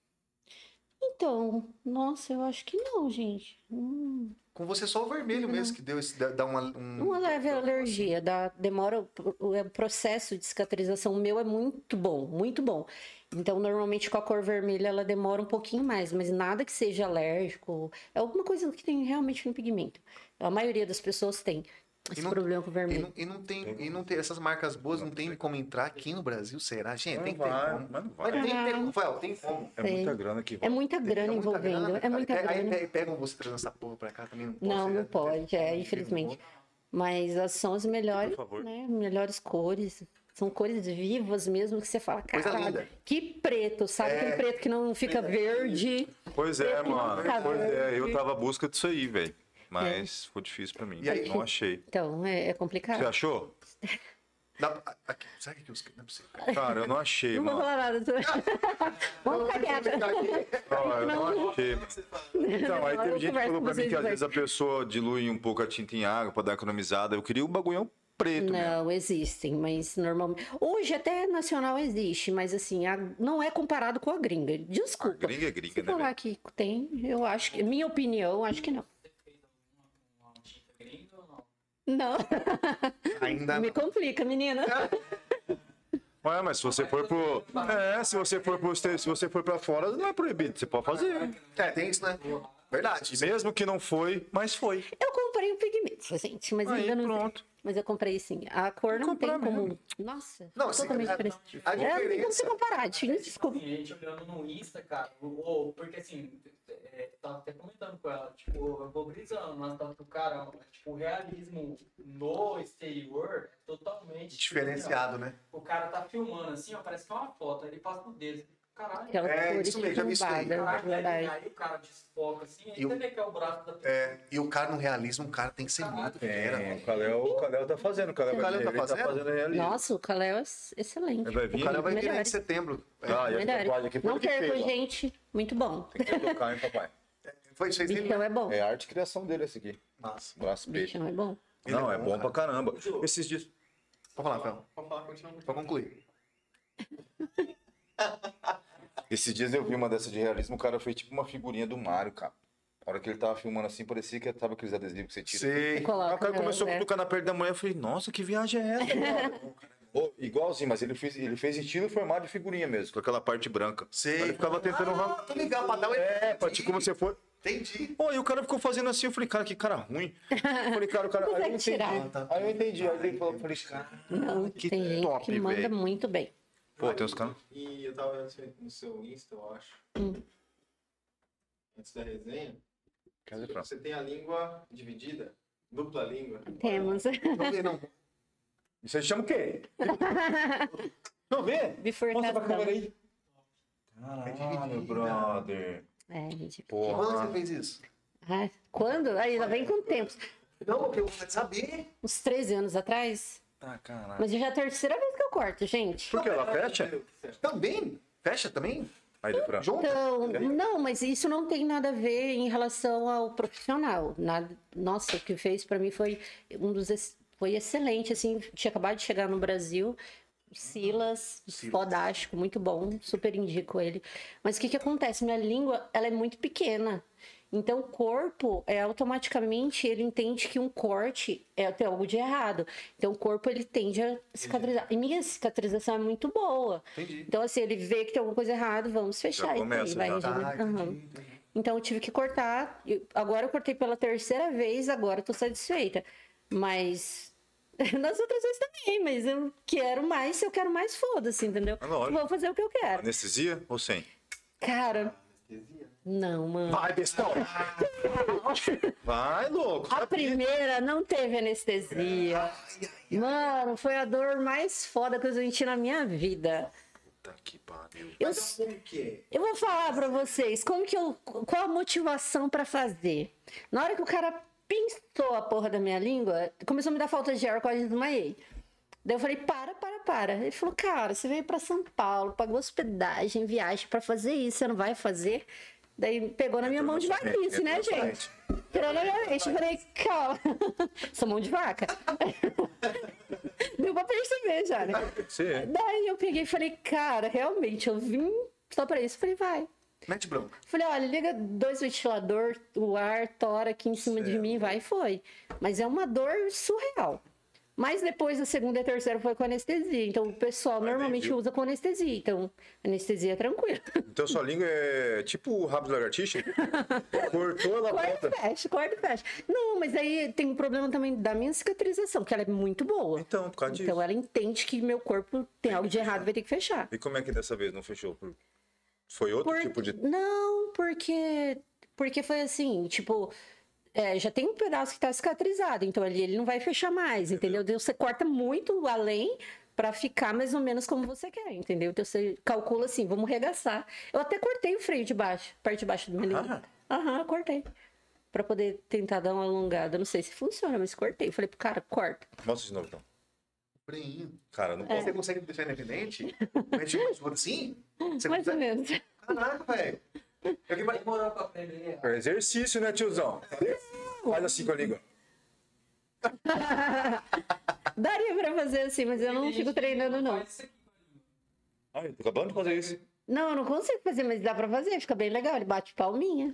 Então, nossa, eu acho que não, gente. Com você só o vermelho mesmo que deu esse. Dá Uma leve alergia, demora, o processo de cicatrização meu é muito bom, muito bom. Então, normalmente com a cor vermelha ela demora um pouquinho mais, mas nada que seja alérgico, é alguma coisa que tem realmente no pigmento. A maioria das pessoas tem esse problema com o vermelho. E não tem essas marcas boas, não tem como entrar aqui no Brasil, será? Gente, Não tem que ter vai, como. mas não Mas vai. tem que ter como, Rafael, tem como. É Sei. muita grana que É muita grana É muita envolvendo, grana, é cara. muita grana. Aí pegam você trazendo essa porra pra cá também. Não pode Não, ser, não né? pode, infelizmente. Mas são as melhores, Por favor. né? Melhores cores. São cores vivas mesmo que você fala, Coisa caralho, linda. que preto, sabe? Aquele preto que não fica verde. Pois é, Preto mano. fica Pois é, eu verde. tava à busca disso aí, velho. Mas ficou difícil pra mim. E aí? Não achei. Então, é Você complicado. achou? Sabe que os. Não é possível. Cara, eu não achei, Não vou mano. falar nada. Vamos ficar quieta. Não, eu não achei. Então, aí Não, teve eu gente que converso falou com pra mim vocês que às depois. vezes a pessoa dilui um pouco a tinta em água pra dar uma economizada. Eu queria um bagulhão preto mesmo. Não, existem, mas normalmente. Hoje até nacional existe, mas assim, não é comparado com a gringa. A Desculpa. gringa é gringa, Se né, falar velho? que tem, eu acho que. Minha opinião, acho que não. Você fez uma tinta gringa ou não? Não. Ainda Me não. complica, menina. Ué, mas se você for pro. Se você for pro. Se você for pra fora, não é proibido. Você pode fazer. Tem isso, né? Verdade. Mesmo que não foi, mas foi. Eu comprei um pigmento, gente, mas Aí, ainda não. pronto. Mas eu comprei sim. A cor não tem comprar como. mesmo. Nossa, Não, assim, totalmente a diferente. a Não tem como se diferença. comparar, gente, desculpa. Tem gente olhando no Insta, cara, ou porque assim, tava até comentando com ela, tipo, eu vou brisando, mas tá do cara, tipo, o realismo no exterior é totalmente Diferenciado, né? O cara tá filmando assim, ó, parece que é uma foto, aí ele passa no dedo. Caralho, Aquela cor isso mesmo, já vi isso aí. chumbada, caralho, verdade. aí o cara desfoca assim, aí E o- você vê que é o braço da pessoa. E o cara no realismo, o cara tem que ser muito fera. O Kalel tá fazendo. O Kalel O Kalel tá fazendo? realismo. Nossa, o Caléu é excelente. Ele vai O vir? cara vai vir aí em Melhores. setembro. Ah, e a Melhores. tatuagem aqui foi Não ele que perco, fez, ó. gente. Muito bom. Tem que tocar, hein, papai? Foi isso aí, Bichão é bom. É a arte e criação dele esse aqui. Massa. Braço preto. Bichão é bom. Não, é bom cara. pra caramba. Esses dias. Pode falar, Rafael. Pode falar, continua. Pra concluir. Esses dias eu vi uma dessa de realismo, o cara fez tipo uma figurinha do Mario, cara. A hora que ele tava filmando assim, parecia que tava aqueles adesivos que você tira. Sei. Aí Coloca, o cara começou a né? cutucar na perna da mulher, eu falei, nossa, que viagem é essa, cara? Ô, igualzinho, mas ele fez estilo e formato de figurinha mesmo, com aquela parte branca. Sei. Aí ele ficava tentando Tô ligado, pra dar um pra tipo, como você for. Entendi. Pô, e o cara ficou fazendo assim, eu falei, cara, que cara ruim. Eu falei, cara, o cara. Aí eu Consegue entendi. tirar. Aí eu entendi. Aí ele falou, eu falei, cara, Não, que tem gente top, que manda velho. muito bem. Pô, tem uns caras. E eu tava vendo no seu Insta, eu acho. Antes da resenha. Quer dizer, Fran? Você tem a língua dividida? Dupla língua? Temos. Não vi, não. Isso aí chama o quê? Não, vê. Mostra pra câmera Bifurcação. aí. Caralho, brother. É, gente. Quando Porra. você fez isso? Ah, quando? Aí ela vem com tempos. Não, porque eu vou saber. Uns 13 anos atrás. Tá, caralho. Mas já é a terceira vez que eu corto, gente. Por que ela fecha? Também? Fecha também? Aí, Defran. Junto? Então, não, mas isso não tem nada a ver em relação ao profissional. Nada, nossa, o que fez pra mim foi foi excelente, assim, tinha acabado de chegar no Brasil. Silas, fodástico, muito bom, super indico ele. Mas o que acontece? Minha língua, ela é muito pequena. Então, o corpo, automaticamente, ele entende que um corte tem algo de errado. Então, o corpo, ele tende a cicatrizar. E minha cicatrização é muito boa. Entendi. Então, assim, ele vê que tem alguma coisa errada, vamos fechar. Já começa, e vai já. regenerar. Ah, entendi, Aham. entendi. Então, eu tive que cortar. Agora, eu cortei pela terceira vez, agora eu tô satisfeita. Mas... nas outras vezes também, mas eu quero mais, se eu quero mais, foda-se, entendeu? É lógico. Vou fazer o que eu quero. Anestesia ou sem? Cara, não, mano. Vai, bestão. Vai, louco. A primeira não teve anestesia. Mano, foi a dor mais foda que eu senti na minha vida. Puta que pariu. Eu, Como que é? eu vou falar pra vocês qual a motivação pra fazer. Na hora que o cara pinçou a porra da minha língua, começou a me dar falta de ar, quase desmaiei. Daí eu falei, para. Ele falou, cara, você veio pra São Paulo, pagou hospedagem, viagem pra fazer isso, você não vai fazer? Daí pegou na minha mão de vaquice, né, gente? Tirou na minha mente. Eu falei, calma, sou mão de vaca. Deu pra perceber já, né? Você. Daí eu peguei e falei, cara, realmente, eu vim só pra isso. Eu falei, vai. Mete bronca. Falei, olha, liga 2 ventilador, o ar tora aqui em cima de mim, vai e foi. Mas é uma dor surreal. Mas depois a segunda e a terceira foi com anestesia. Então o pessoal normalmente usa com anestesia. Então, anestesia é tranquila. Então sua língua é tipo o rabo de lagartixa? Cortou, ela volta. Corta e fecha. Não, mas aí tem um problema também da minha cicatrização, que ela é muito boa. Então, por causa disso. Então ela entende que meu corpo tem algo de errado, vai ter que fechar. E como é que dessa vez não fechou? Foi outro tipo de... Não, porque foi assim, tipo, já tem um pedaço que tá cicatrizado, então ali ele não vai fechar mais, entendeu? Então você corta muito além pra ficar mais ou menos como você quer, entendeu? Então você calcula assim, vamos regaçar. Eu até cortei o freio de baixo, parte de baixo do meu língua. Aham, cortei. Pra poder tentar dar uma alongada. Não sei se funciona, mas cortei. Eu falei pro cara, corta. Mostra de novo, então. Freio. Cara, não Você consegue deixar independente? Mete assim? Você Mais ou consegue? menos. Caraca, velho. Eu que vai... Demorou pra aprender. É exercício, né, tiozão? Faz assim com a língua. Daria pra fazer assim, mas eu não fico treinando, não. Faz isso aqui. Ai, tô acabando de fazer isso. Não, eu não consigo fazer, mas dá pra fazer, fica bem legal. Ele bate palminha.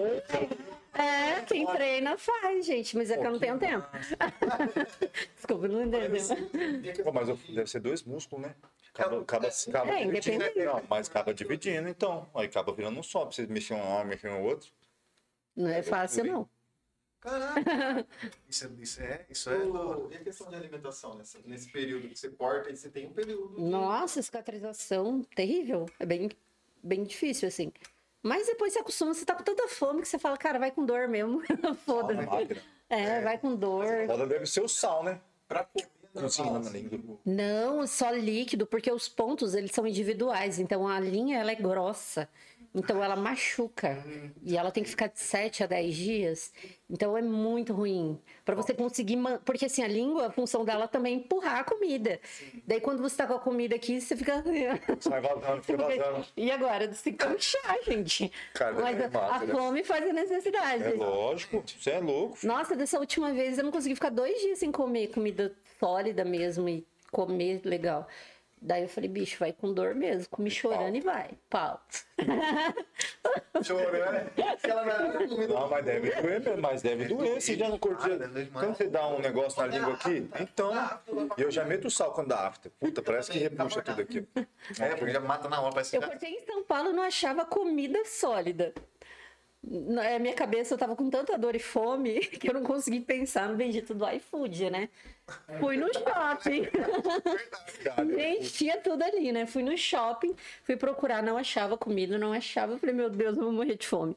Quem treina faz, gente, mas é que eu não tenho tempo. Desculpa, não entendeu. Pô, mas deve ser 2 músculos, né? Acaba independente. Não, mas acaba dividindo, então. Aí acaba virando um só, pra você mexer um lado, mexer no outro. Não é fácil, não. Caraca. Isso é E a questão de alimentação nesse período que você corta e você tem um período. Nossa, cicatrização terrível. É bem difícil, assim. Mas depois você acostuma, você tá com tanta fome que você fala, cara, vai com dor mesmo. Foda-se. Máquina. Vai com dor. Foda deve ser o sal, né? Pra comer Cozinhando normal, na língua. Não, só líquido, porque os pontos, eles são individuais. Então, a linha, ela é grossa. Então, ela machuca. E ela tem que ficar de 7 a 10 dias. Então, é muito ruim. Pra você conseguir... Porque, assim, a língua, a função dela também é empurrar a comida. Daí, quando você tá com a comida aqui, você fica... Sai vazando, fica vazando. E agora? Você tem que puxar, gente. Cara, Mas é massa, a né? fome faz a necessidade. É lógico, você é louco. Nossa, dessa última vez eu não consegui ficar 2 dias sem comer comida sólida mesmo e comer legal. Daí eu falei, bicho, vai com dor mesmo, comi chorando e vai. Pau. chorando. Não, mas deve doer mesmo, mas deve doer. Você já não curtiu. Quando você dá um negócio na língua aqui, então. Eu já meto o sal quando dá after. Puta, parece que repuxa tudo aqui. É, porque já mata na hora, parece que Eu já... cortei em São Paulo e não achava comida sólida. Na minha cabeça eu tava com tanta dor e fome que eu não consegui pensar no bendito do iFood, né? Fui no shopping. Gente, tinha tudo ali, né? Fui no shopping, fui procurar, não achava comida, não achava. Eu falei, meu Deus, eu vou morrer de fome.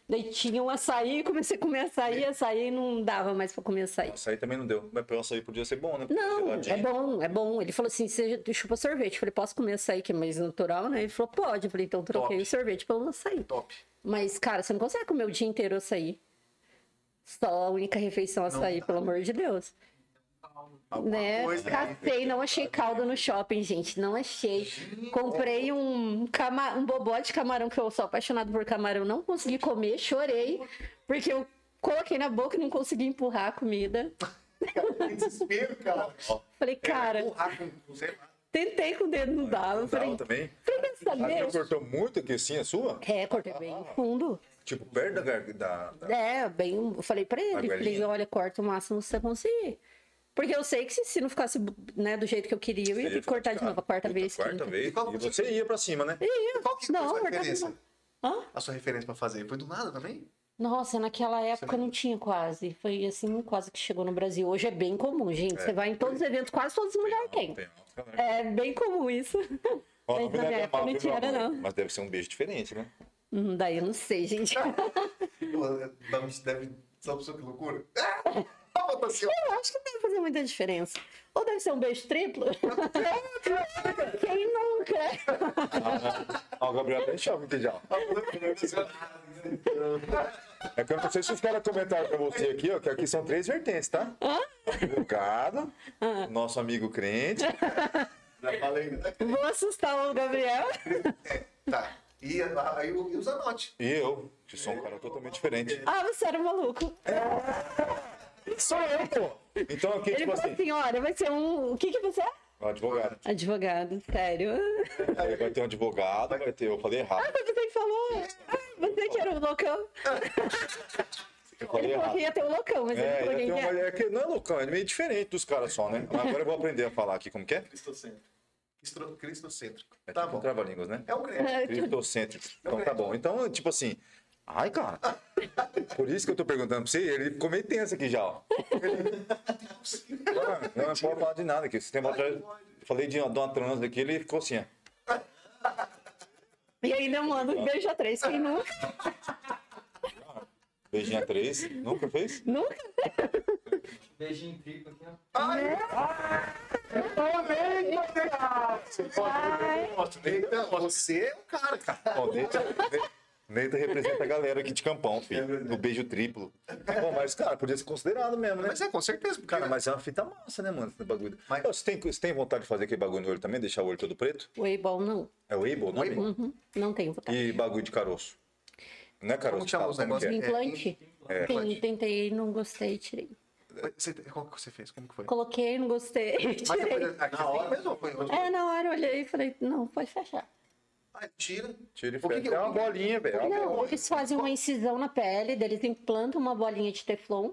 Daí tinha um açaí, comecei a comer açaí não dava mais pra comer açaí. Açaí também não deu. Mas pelo açaí podia ser bom, né? Não, Geladinho. é bom, é bom. Ele falou assim, você chupa sorvete. Eu falei, posso comer açaí, que é mais natural, né? Ele falou, pode. Eu falei, então troquei Top. o sorvete pelo açaí. Top. Mas, cara, você não consegue comer o dia inteiro açaí. Só a única refeição açaí, pelo amor de Deus. Alguma Né? coisa aí. Catei, não achei caldo no shopping, gente. Não achei. Comprei um bobó de camarão, que eu sou apaixonado por camarão. Não consegui comer, chorei. Porque eu coloquei na boca e não consegui empurrar a comida. Que desespero, cara. Falei, cara, Empurrar com, sei lá. tentei com o dedo, não dava. Não Falei, dava também? quer A saber? tua cortou muito aqui assim, a sua? É, cortei bem fundo. Tipo, perto da... É, bem. Eu falei pra ele, falei, goelinha. olha, corta o máximo que você conseguir. Porque eu sei que se não ficasse, né, do jeito que eu queria, eu ia ter que cortar de novo a quarta vez. Quarta quinta. vez. E qual E que você ia pra cima, né? Qual que Não, foi a sua cortava referência? não. Hã? A sua referência pra fazer? Foi do nada também? Nossa, naquela época não tinha quase. Foi assim, quase que chegou no Brasil. Hoje é bem comum, gente. Você vai em todos os eventos, quase todas as mulheres têm. É bem comum isso. Ó, Mas não na me minha leva época mal, não viu, tinha, meu amor? não. Mas deve ser um beijo diferente, né? Daí eu não sei, gente. Deve. Sabe que loucura? Bota assim, ó. Eu acho que não deve fazer muita diferença. Ou deve ser um beijo triplo. Quem nunca? Ó, o Gabriel tá em choque aqui já. É que eu não sei se os caras comentaram pra você aqui, ó, que aqui são 3 vertentes, tá? Advogado, nosso amigo crente. Já falei, né? Vou assustar o Gabriel. Tá. E aí os anote. E eu, que sou um cara totalmente diferente. Ah, você era um maluco. Sou eu, pô! Então aqui, Ele tipo falou assim, assim, olha, vai ser um... O que você é? advogado. Advogado, sério. Aí vai ter um advogado, vai ter. Eu falei errado. Foi você que falou. Você que era o loucão. Eu falei Ele falou errado. que ia ter um loucão, mas ele É, falou ele quem tem que uma, é. é que não é loucão, é meio diferente dos caras só, né? Agora eu vou aprender a falar aqui como que é. Cristocêntrico. É Tá tipo bom. um trava-línguas, né? É o crente. Cristocêntrico. Então tá bom. Então, tipo assim. Ai, cara. Por isso que eu tô perguntando pra você, ele ficou meio tenso aqui já, ó. Não pode falar de nada aqui. Esse tempo atrás, eu falei de uma trans aqui, ele ficou assim, ó. E ainda manda um beijo a 3, quem nunca? Beijinho a 3. Nunca fez? Nunca? Beijinho triplo aqui, ó. Eita, você é o cara, cara. Ó, Neita representa a galera aqui de Campão, filho. No beijo triplo. Bom, mas, cara, podia ser considerado mesmo, né? Mas é, com certeza. Porque... Cara, mas é uma fita massa, né, mano? Esse bagulho. Mas- Ô, você tem vontade de fazer aquele bagulho no olho também? Deixar o olho todo preto? O Eibol não. É o Able, não é? Uhum, não tenho vontade. E bagulho de caroço? Não é caroço? Como chama fala, os como negócios? que é? Implante? É. Sim, tentei, não gostei, tirei. Qual que você fez? Como que foi? Coloquei, não gostei, Mas tirei. depois, na hora mesmo? Foi... É, na hora eu olhei e falei, não, pode fechar. Ah, tira. Tira e O que fecha. que- É uma bolinha, velho. É uma Não, bolinha. eles fazem uma incisão na pele, daí eles implantam uma bolinha de teflon,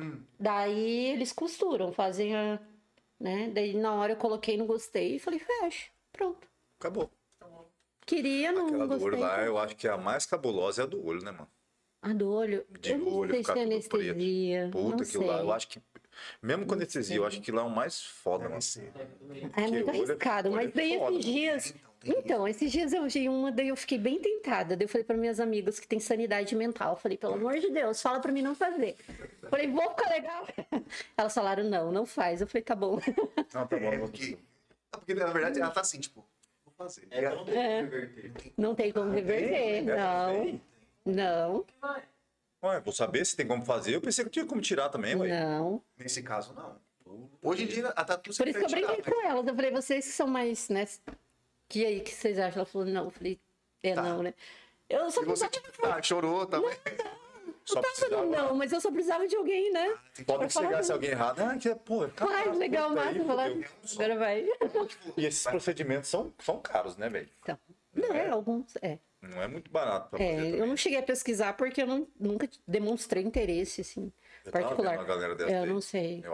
daí eles costuram, fazem a... né? Daí na hora eu coloquei, não gostei e falei, fecha, pronto. Acabou. Queria, não Aquela do gostei. olho lá, eu acho que a mais cabulosa é a do olho, né, mano? A do olho, De eu não olho, sei ficar se é tudo preto. anestesia, Puta, não aquilo lá, sei. eu acho que. Mesmo com anestesia, eu acho que lá é o mais foda, mano. É muito olho é- arriscado, olho mas é daí foda. esses dias... Então, esses dias eu vi uma, daí eu fiquei bem tentada. Daí eu falei para minhas amigas que têm sanidade mental. Falei, pelo amor de Deus, fala para mim não fazer. Falei, vou ficar legal. Elas falaram, não faz. Eu falei, tá bom. Não, tá bom. É porque, na verdade, ela tá assim, tipo, vou fazer. É, não tem que reverter. Não tem como reverter, não. Não, Ué, vou saber se tem como fazer. Eu pensei que tinha como tirar também, ué. não. Nesse caso, não. Hoje em dia, a tatu Por isso que eu brinquei né? com elas. Eu falei, vocês que são mais, né? Que aí, que vocês acham? Ela falou, não. Eu falei, Tá. não, né? Eu só E você, precisava... tipo, chorou também. Só Não tava falando precisava. não, mas eu só precisava de alguém, né? Pode que falar chegasse tudo. alguém errado. Ah, que é, pô, Vai, legal, puta aí, massa. Falar, fudeu. agora vai. E esses procedimentos são caros, né, velho? Então, não, alguns, Não é muito barato pra fazer eu também. não cheguei a pesquisar porque eu nunca demonstrei interesse, assim, Eu tava particular. vendo uma galera dessa Eu aí. não sei.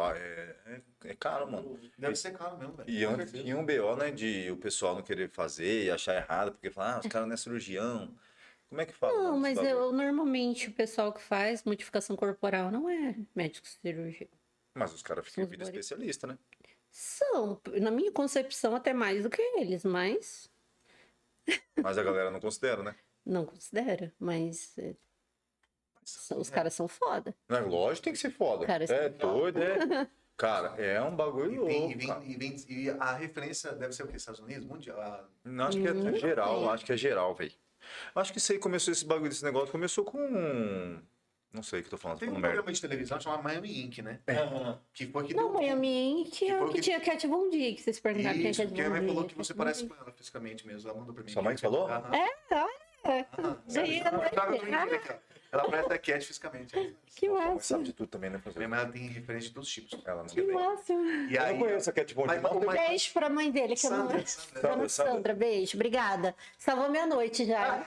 É caro, mano. Deve ser caro mesmo, velho. E antes tinha um BO, né, de o pessoal não querer fazer e achar errado, porque falar, os caras não é cirurgião. Como é que fala? o Não, nome mas desse bagulho? eu normalmente o pessoal que faz modificação corporal não é médico cirurgião. Mas os caras ficam Os vida body- especialista, né? São, na minha concepção, até mais do que eles, mas Mas a galera não considera, né? não considera, mas Os caras são foda. Não, lógico, tem que ser foda. Cara, É doido, é. Cara, é um bagulho E, louco, vem, cara. e a referência deve ser o quê? Estados Unidos? Mundial? Não, acho que é geral, acho que é geral, velho. Acho que isso aí começou, esse bagulho desse negócio, começou com. Não sei o que eu tô falando, tô Teve um falando merda. programa de televisão chamado Miami Ink, né? Que foi que Não, deu... Miami Ink é foi o o que que- tinha Cat Von D, que vocês perguntaram quem é Isso, Cat porque a Von minha mãe D. falou que você Cat Von parece D. com ela fisicamente mesmo. Ela mandou pra mim. Sua mãe que falou? Aham. Daí Sério, ela vai traga ver. pra mim aqui, ó. Ela parece a Cat fisicamente. Que Sua mãe massa. sabe de tudo também, né? Minha mãe ela tem referência de todos os tipos. Ela não Que tem. massa. E Eu aí, não conheço a Cat Von D, Mas- não. mas- Beijo pra mãe dele, que eu não... Sandra. Dona Sandra, beijo, obrigada. Salvou minha noite já.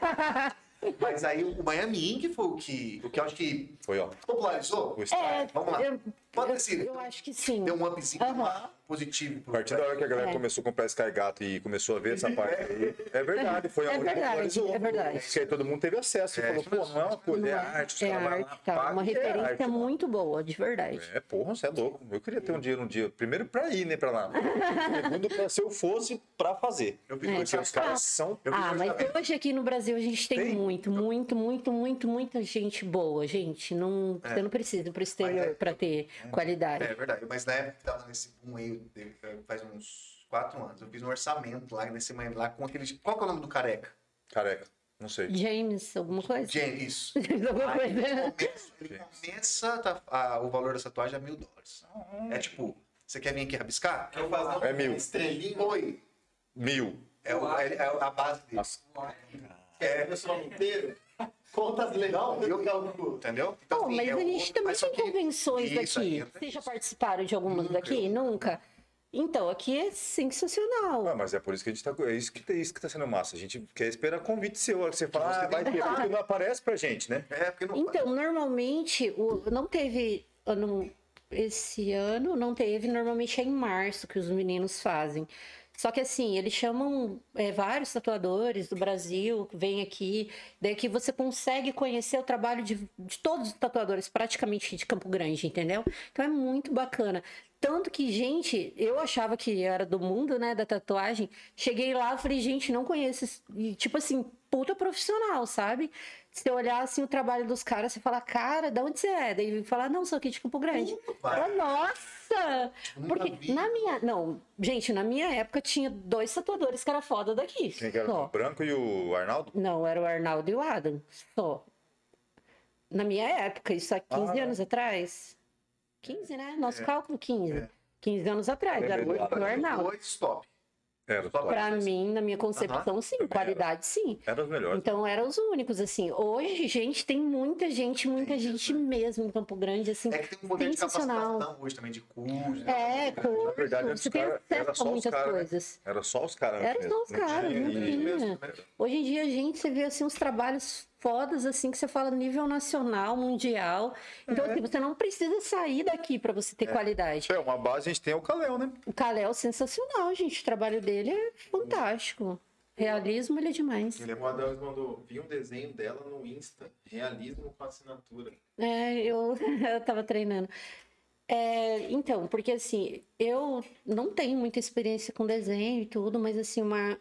Mas aí o Miami Ink foi o que eu acho que Foi, ó. popularizou. O Star. Vamos lá. Pode ter sido. Eu acho que sim. Deu um upzinho Aham. positivo. A partir da hora que a galera começou a comprar Sky Gato e começou a ver essa parte aí, é verdade, foi É onde verdade, popularizou. é verdade. Porque aí todo mundo teve acesso e falou, pô, não é uma coisa, é arte, os É caras vão lá, arte, tá? pagam, Uma é referência arte, mano. muito boa, de verdade. É, porra, você é louco. Eu queria ter um dia. Primeiro pra ir, né, pra lá. Segundo, pra se eu fosse, pra fazer. Eu fiz É. dois Porque os caras são... Eu fiz Ah, dois mas orçamentos. hoje aqui no Brasil a gente tem Tem? muita gente boa, gente. Não, você não precisa ir pro exterior pra ter qualidade. É verdade, mas na época que tava nesse boom aí, faz uns 4 anos, eu fiz um orçamento lá nesse Miami, lá com aquele. Qual que é o nome do careca? Careca, não sei. James, alguma coisa? James, isso. Alguma Aí coisa. ele começa o valor da tatuagem a $1.000. É tipo, você quer vir aqui rabiscar? Quer fazer É 1000. estrelinha? Oi. 1000. É a base dele. Nossa. Quer ver o seu nome inteiro? Contas legal? Eu calculo. Entendeu? Então, Pô, assim, mas é a o gente outro, também mas só tem que- convenções Isso aí, daqui. Vocês já participaram de algumas daqui? Nunca? Então, aqui é sensacional. Ah, mas é por isso que a gente tá. É isso que tá sendo massa. A gente quer esperar convite seu. A hora que você fala, Você vai tem ter, porque não aparece pra gente, né? É, porque não. Então, normalmente, não teve esse ano, não teve, normalmente é em março que os meninos fazem. Só que assim, eles chamam vários tatuadores do Brasil, vêm aqui, daí que você consegue conhecer o trabalho de todos os tatuadores, praticamente de Campo Grande, entendeu? Então é muito bacana. Tanto que, gente, eu achava que era do mundo, né, da tatuagem. Cheguei lá e falei, gente, não conheço. E, tipo assim, puta profissional, sabe? Se você olhar assim o trabalho dos caras, você fala, cara, de onde você é? Daí fala, não, sou aqui de Campo Grande. Fala, nossa! Nunca Porque vi. na minha. Não, gente, na minha época tinha 2 tatuadores que era foda daqui. Quem que era só. o Branco e o Arnaldo? Não, era o Arnaldo e o Adam. Só. Na minha época, isso há 15 anos atrás. 15, né? Nosso cálculo, 15. 15 anos atrás, era Lembrei do o Arnaldo. Dois stop. Era, Pra mim, na minha concepção, sim. Também Qualidade, sim. era os melhores. Então eram os únicos, assim. Hoje, gente, tem muita gente mesmo em Campo Grande, assim, É que tem um poder de sensacional. capacitação hoje também, de curso. É, curso, Na verdade, você tem era acesso só a os muitas caras, né? coisas. Era só os caras. Era mesmo, só os não caras, tinha- não e- tinha. Hoje em dia, gente, você vê, assim, uns trabalhos fodas, assim, que você fala nível nacional, mundial. Então, assim, você não precisa sair daqui pra você ter qualidade. É, uma base a gente tem é o Caléu, né? O Kalel é sensacional, gente. O trabalho dele é fantástico. Realismo, ele é demais. O Adams mandou, vi um desenho dela no Insta, realismo com assinatura. Eu tava treinando. Então, porque assim, eu não tenho muita experiência com desenho e tudo, mas assim,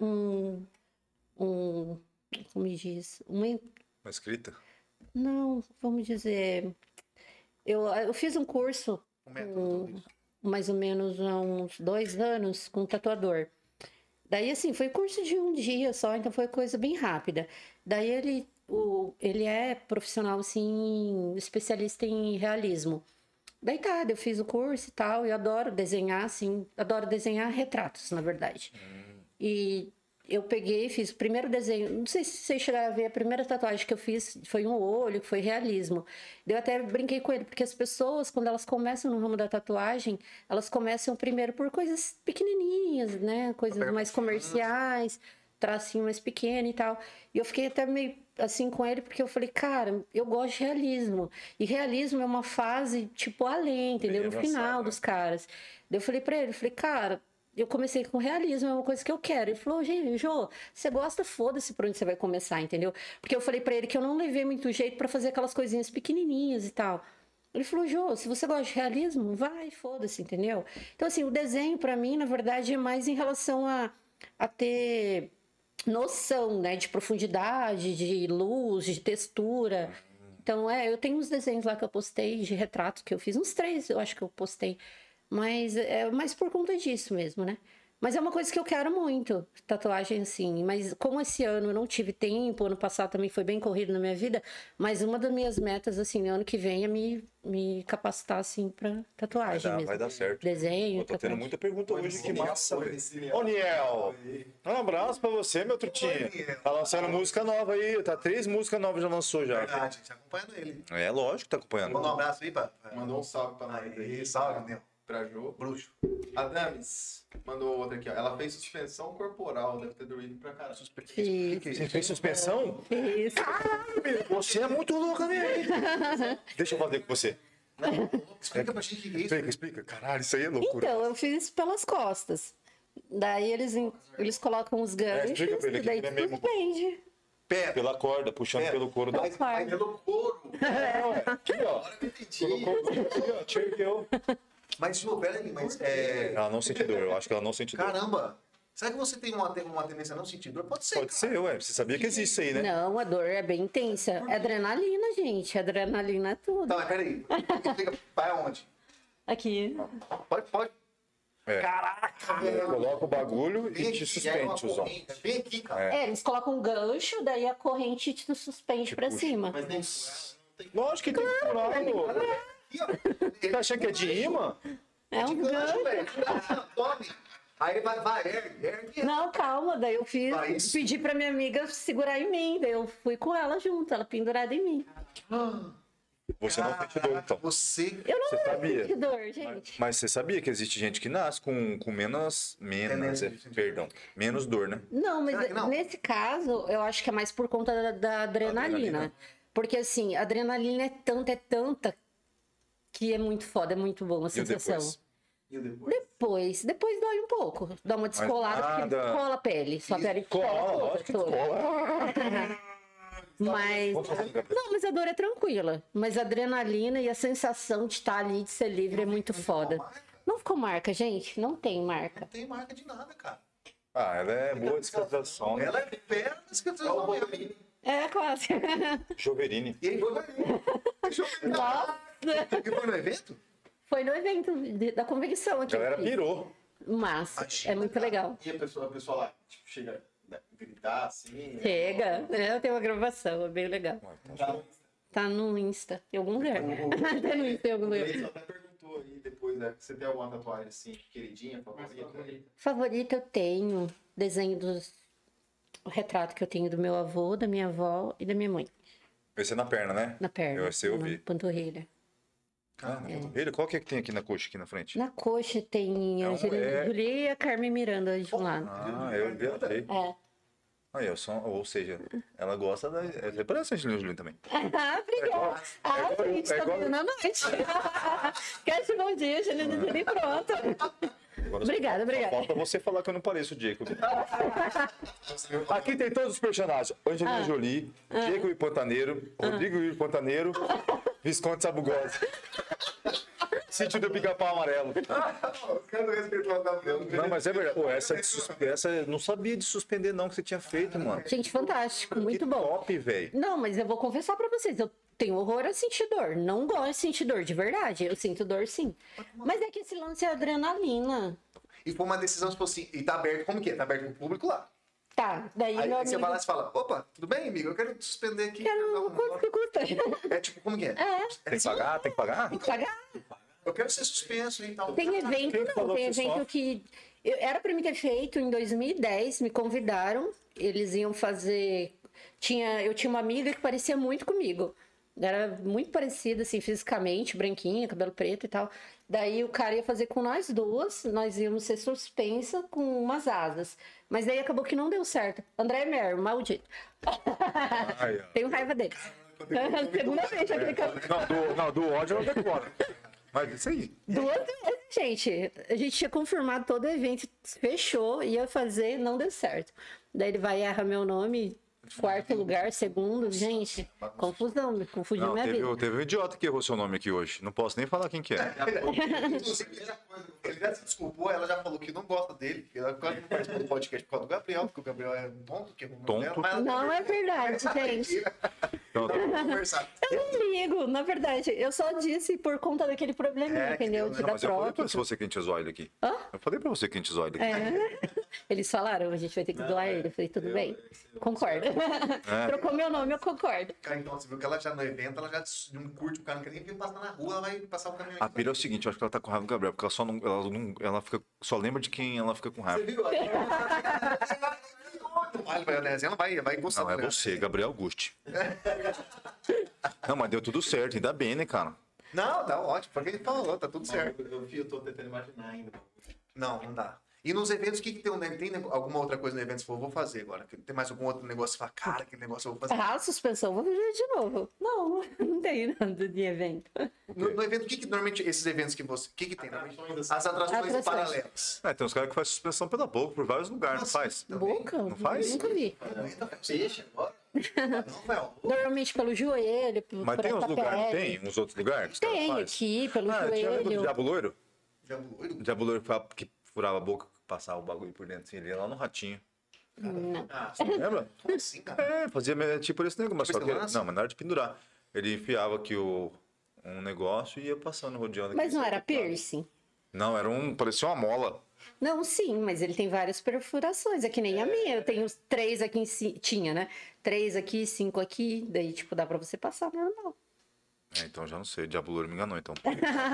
como me diz? Uma escrita. Não, vamos dizer. Eu fiz um curso O método. mais ou menos há uns 2 anos com um tatuador. Daí, assim, foi curso de um dia só, então foi coisa bem rápida. Daí ele é profissional, assim, especialista em realismo. Daí tá, eu fiz o curso e tal, e adoro desenhar, assim, adoro desenhar retratos, na verdade. E eu peguei, fiz o primeiro desenho, não sei se vocês chegaram a ver, a primeira tatuagem que eu fiz foi um olho, que foi realismo. Eu até brinquei com ele, porque as pessoas, quando elas começam no ramo da tatuagem, elas começam primeiro por coisas pequenininhas, né? Coisas mais comerciais, tracinho mais pequeno e tal. E eu fiquei até meio assim com ele, porque eu falei, cara, eu gosto de realismo. E realismo é uma fase, tipo, além, entendeu? Bem No avançado, final né? dos caras. Daí eu falei pra ele, eu falei, cara, eu comecei com realismo, é uma coisa que eu quero. Ele falou, gente, Jô, você gosta, foda-se por onde você vai começar, entendeu? Porque eu falei pra ele que eu não levei muito jeito pra fazer aquelas coisinhas pequenininhas e tal. Ele falou, Jô, se você gosta de realismo, vai, foda-se, entendeu? Então, assim, o desenho pra mim, na verdade, é mais em relação a ter noção, né, de profundidade, de luz, de textura. Então, eu tenho uns desenhos lá que eu postei de retratos que eu fiz, uns 3 eu acho que eu postei. Mas é mais por conta disso mesmo, né? Mas é uma coisa que eu quero muito, tatuagem assim. Mas como esse ano eu não tive tempo, ano passado também foi bem corrido na minha vida, mas uma das minhas metas, assim, no ano que vem é me capacitar, assim, pra tatuagem mesmo. Vai dar certo. Desenho, Eu tô tendo tatuagem. muita pergunta hoje, que massa, velho. Niel. Ô, Niel, um abraço pra você, meu trutinha. Tá lançando música nova aí, tá 3 músicas novas já lançou já. Verdade, a gente tá acompanhando ele. É, lógico que tá acompanhando. Manda um abraço aí, pá. Mandou um salve pra nós aí. Aí, salve, Nel. Pra Jô. Bruxo. A Damis mandou outra aqui, ó. Ela fez suspensão corporal, deve ter dormido pra caralho. Fiz. Você fez suspensão? Fiz. Você é muito louca mesmo. Deixa eu fazer com você. Explica pra gente o que é isso. Explica. Caralho, isso aí é loucura. Então, eu fiz pelas costas. Daí eles colocam os ganchos, explica pra ele e que daí ele é meio- suspende. Pera. Pela corda, puxando pelo couro da... Mas Claro. pelo couro. Aqui, ó. Agora eu entendi. Aqui, ó. Te ergueu. Mas, Jô, peraí, mas Ela não sente dor, eu acho que ela não sente dor. caramba. Será que você tem uma tendência a não sentir dor? Pode ser. Pode ser, ué. Você sabia que existe isso aí, né? Não, a dor é bem intensa. É adrenalina, gente. Adrenalina é tudo. Tá, mas peraí. Explica vai aonde? Aqui. Pode. É. Caraca, velho. Coloca o bagulho Vem e aqui, te aí suspende, uma tiozão. corrente. Vem aqui, cara. Eles colocam um gancho, daí a corrente te suspende pra puxa. cima. Mas nem não tem. Lógico que tem que furar, louco. Aqui, ó. Tá achando que é de imã? É um Gancho, gancho. velho. Tome. Aí ele vai, ergue. Não, calma, daí eu Vai, isso. pedi pra minha amiga segurar em mim, daí eu fui com ela junto, ela pendurada em mim. Você não sente dor, então. Você. Eu não Você sabia? senti dor, gente. Mas você sabia que existe gente que nasce com menos dor, né? Não, mas Será que não? nesse caso, eu acho que é mais por conta da adrenalina. Adrenalina. Porque assim, a adrenalina é tanta, que é muito foda, é muito bom a E o sensação. depois? E depois? Depois dói um pouco. Dá uma descolada, porque nada. descola a pele. Sua pele Cola, descola lógico que toda. descola. Mas. Vamos fazer, Gabriel. Não, mas a dor é tranquila. Mas a adrenalina e a sensação de estar ali, de ser livre, é muito foda. Não ficou marca, gente? Não tem marca. Não tem marca de nada, cara. Ah, ela é boa de cicatrização, né? Ela é perna de cicatrização mesmo. É, quase. Joverini. E aí foi Nossa! E foi no evento? Foi no evento da convicção A aqui. galera pirou. Massa. É muito legal. E a pessoa lá, tipo, chega a gritar assim. Chega. Eu tenho uma gravação, é bem legal. Tá. Tá no Insta, em algum lugar. Tá no Insta, em algum O lugar. Gleison até perguntou aí depois, né? Você tem alguma tatuagem assim, queridinha, favorita? Favorita eu tenho desenho o retrato que eu tenho do meu avô, da minha avó e da minha mãe. Esse é na perna, né? Na perna. Esse eu na vi. panturrilha. Ah, na panturrilha? Qual que é que tem aqui na coxa, aqui na frente? Na coxa tem a Angelina Jolie e a Carmen Miranda de um lado. Ah, eu viajei. É. Aí, ou seja, ela gosta da... Você parece a Angelina Jolie também. Ah, obrigada. Ah, igual eu, gente, tá igual eu. vendo à noite. Quer te bom dia, Angelina Jolie, pronto. Agora, Obrigada, só obrigada. falta você falar que eu não pareço o Jacob. Aqui tem todos os personagens. Angelina Jolie, Jacob Pantaneiro, Rodrigo Yuri Pantaneiro, Visconde Sabugosa. Sítio do Pica-Pau Amarelo. Os caras não respeitam a W. Não, mas é verdade. Pô, essa eu não sabia de suspender não que você tinha feito, mano. Gente, fantástico, muito que bom. top, velho. Não, mas eu vou confessar pra vocês, eu tenho horror a sentir dor. Não gosto de sentir dor, de verdade. Eu sinto dor sim. Mas é que esse lance é adrenalina. E foi uma decisão, tipo assim, e tá aberto, como que é? Tá aberto pro público lá. Tá, daí Aí meu você amigo... vai lá e fala, opa, tudo bem, amigo? Eu quero te suspender aqui. Quero... Quanto que custa? É tipo, como que é? Tem que pagar? Tem que pagar? Tem que pagar? Eu quero ser suspenso, então. Tem evento, Quem não. falou Tem que evento só? que... Era pra mim ter feito em 2010, me convidaram. Eles iam fazer... Eu tinha uma amiga que parecia muito comigo. Era muito parecida, assim, fisicamente, branquinha, cabelo preto e tal. Daí o cara ia fazer com nós duas, nós íamos ser suspensa com umas asas. Mas daí acabou que não deu certo. André Mer, maldito. Aí, ó. Tenho raiva dele. Segunda vez já aplicando. Do ódio eu decoro. Mas isso aí. 2 vezes, gente. A gente tinha confirmado todo o evento, fechou, ia fazer, não deu certo. Daí ele vai e erra meu nome, 4º lugar, 2º, gente. Confusão, confundiu Não, minha vida. teve um idiota que errou seu nome aqui hoje. Não posso nem falar quem que é. Inclusive, ele já se desculpou, ela já falou que não gosta dele. Ela quase não participa do podcast por causa do Gabriel, porque o Gabriel é um tonto, que é um Tonto? Não é verdade, gente. Então, Vamos conversar. Eu não ligo, na verdade. Eu só disse por conta daquele problema, É, que entendeu? deu, né? De não, dar mas eu falei troca. pra você que a gente ia zoar ele aqui. Hã? Eu falei pra você que a gente ia zoar ele aqui. É. Eles falaram, a gente vai ter que doar ele. Eu falei, tudo bem. Concordo. É. Trocou meu nome, eu concordo. Cara, então, você viu que ela já no evento, ela já não curte o cara, não quer nem vir passar na rua, ela vai passar o caminhão. A pira é o seguinte, eu acho que ela tá com raiva do Gabriel, porque ela só lembra de quem ela fica com Você raiva. viu? Ela vai gostar Não, do é cara. você, Gabriel Augusti. Não, mas deu tudo certo, ainda bem, né, cara? Não, tá ótimo. Pra quem falou, tá tudo certo. Eu tô tentando imaginar ainda. Não dá. E nos eventos, o que tem? Tem alguma outra coisa no evento que você falou, vou fazer agora? Tem mais algum outro negócio que você fala, cara, aquele negócio eu vou fazer? Ah, suspensão, vou viver de novo. Não, não tem nada de evento. No evento, o que normalmente, esses eventos que você... O que tem? Normalmente? As atrações Atrações. paralelas. É, tem uns caras que fazem suspensão pela boca por vários lugares, não faz? Boca? Não faz? Nunca vi. Peixe agora? Não, velho. Normalmente pelo joelho, Mas por tem uns essa lugares, pele. tem uns outros lugares que os caras Tem fazem? aqui, pelo Ah, tinha lembra do joelho. Diabo Loiro? Já loiro? O Diabo Loiro que furava a boca, passava o bagulho por dentro, assim, ele ia lá no ratinho. Não. Você não lembra? Como assim, cara? É, fazia tipo esse negócio, mas Tipo só que... esse lance? Não, mas na hora de pendurar. Ele enfiava aqui um negócio e ia passando, rodeando. Mas aqui, não só era que, claro. piercing? Não, parecia uma mola. Não, sim, mas ele tem várias perfurações. É que nem a minha. Eu tenho 3 aqui em cima. Tinha, né? 3 aqui, 5 aqui. Daí, tipo, dá pra você passar normal. É, então já não sei, o Diabo Loiro me enganou, então.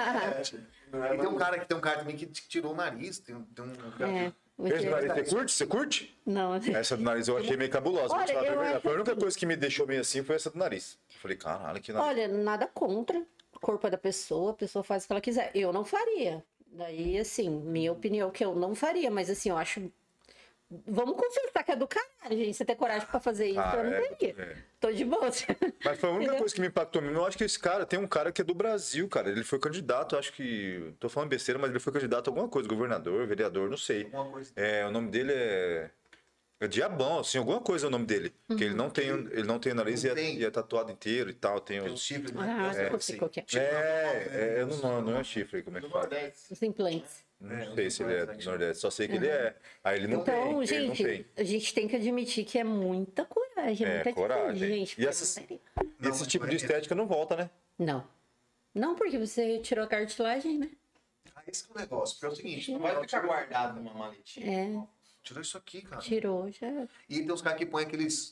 E tem um cara também que tirou o nariz. Tem um... É. Esse nariz, você curte? Você curte? Não, Essa do nariz eu achei meio cabulosa. Olha, Vou te falar a eu verdade. acho- A única coisa que me deixou meio assim foi essa do nariz. Eu falei, caralho, que nariz. olha, nada contra o corpo é da pessoa, a pessoa faz o que ela quiser. Eu não faria. Daí, assim, minha opinião é que eu não faria, mas assim, eu acho. Vamos confessar que é do caralho, gente. Você ter coragem pra fazer isso, eu não teria. Tô de boa. Mas foi a única Entendeu? coisa que me impactou mesmo. Eu acho que esse cara, tem um cara que é do Brasil, cara. Ele foi candidato, acho que. Tô falando besteira, mas ele foi candidato a alguma coisa, governador, vereador, não sei. Alguma coisa. É, o nome dele é Diabão, assim, alguma coisa é o nome dele. Porque ele não tem o nariz Não tem. e é tatuado inteiro e tal. Tem Tem os. os chifres, Ah, né? eu sei qual que é. Eu não é chifre, como é que Do fala? Nordeste. Os implantes. Não sei se ele é do Nordeste, só sei que ele é. Aí ele não Então, tem. Ele não gente, tem. a gente tem que admitir que é muita coragem, É, muita coragem. atitude, gente. E porque essas- não teria. E esse mas tipo não de é estética não volta, né? Não. Não, porque você tirou a cartilagem, né? Ah, esse que é o negócio. Porque é o seguinte, Não vai ficar guardado numa maletinha. É, tirou isso aqui, cara. tirou, já E tem uns caras que põem aqueles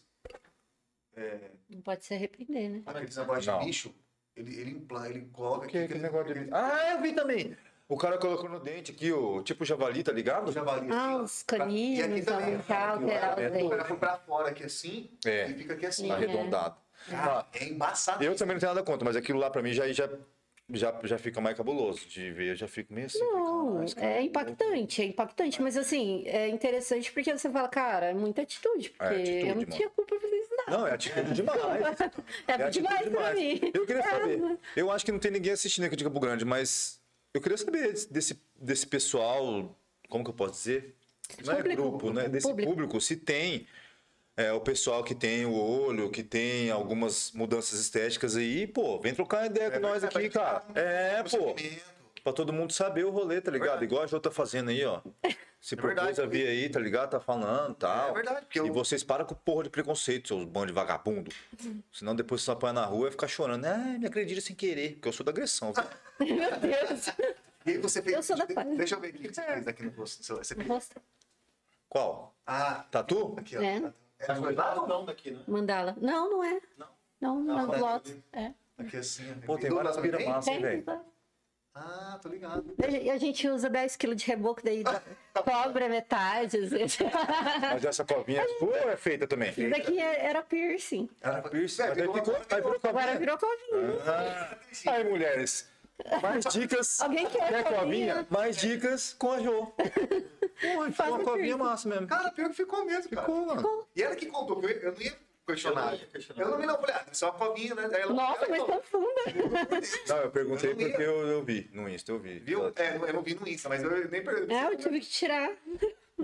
não pode se arrepender, né? negócios Não. de bicho. Ele implanta, ele coloca Que aqui. negócio de... Ah, eu vi também. O cara colocou no dente aqui, o tipo javali, tá ligado? O javali. Ah, assim, ó. os E aqui caninos, também. aumentar, alterar os O cara dentes. foi pra fora aqui assim É. e fica aqui assim. É. Arredondado. Cara, é embaçado. Eu também não tenho nada contra, mas aquilo lá pra mim já fica mais cabuloso de ver. Eu já fico meio assim. Não, esse cara é impactante, mas assim, é interessante porque você fala, cara, é muita atitude, porque atitude, eu não mano. tinha culpa pra fazer isso, não. Não, é atitude demais. É atitude demais pra mim. Eu queria saber. Eu acho que não tem ninguém assistindo aqui de Campo Grande, mas eu queria saber desse pessoal, como que eu posso dizer? Não é Público. grupo, né? Desse público, se tem o pessoal que tem o olho, que tem algumas mudanças estéticas aí, pô, vem trocar ideia com nós aqui, cara. Pô. Pra todo mundo saber o rolê, tá ligado? Igual a Jo tá fazendo aí, ó. Se propôs verdade. a vir aí, tá ligado? Tá falando e tal. É verdade, porque E eu- vocês param com porra de preconceito, seus bandos de vagabundo. Senão depois você apanha na rua e ficar chorando. Ah, me agrediram sem querer, porque eu sou da agressão. Viu? Meu Deus. E aí você fez. Eu sou da paz. Deixa eu ver o que você fez aqui no rosto. Você fez. Mostra. Qual? Ah, Tatu? aqui, ó. É. É, foi lá ou não? Não daqui, né? Mandala. Não, não é. Não, não, mas- Lotus. É. Aqui assim. ó. Pô, tem Dupla várias também? pira massa, hein, Tem, velho? tá? Ah, tô ligado. E a gente usa 10 kg de reboco, daí cobra metade, às vezes. Mas essa covinha é sua ou é feita também? Isso daqui era piercing. Era Piercing. Mas aí virou Agora covinha. virou covinha. Aí, mulheres. Mais dicas. Alguém quer covinha? Mais dicas com a Jo. Porra, ficou uma covinha massa mesmo. Cara, pior que ficou mesmo, cara. Ficou, mano. E ela que contou, que eu não ia questionar. Eu não ia questionar. Eu não vi, não. Falei, ah, só uma covinha, né? Aí ela, Nossa, mas profunda. Não, eu perguntei Eu não ia. porque eu vi. No Insta eu vi. Viu? É, eu não vi no Insta, mas eu nem perguntei. É, eu tive que tirar.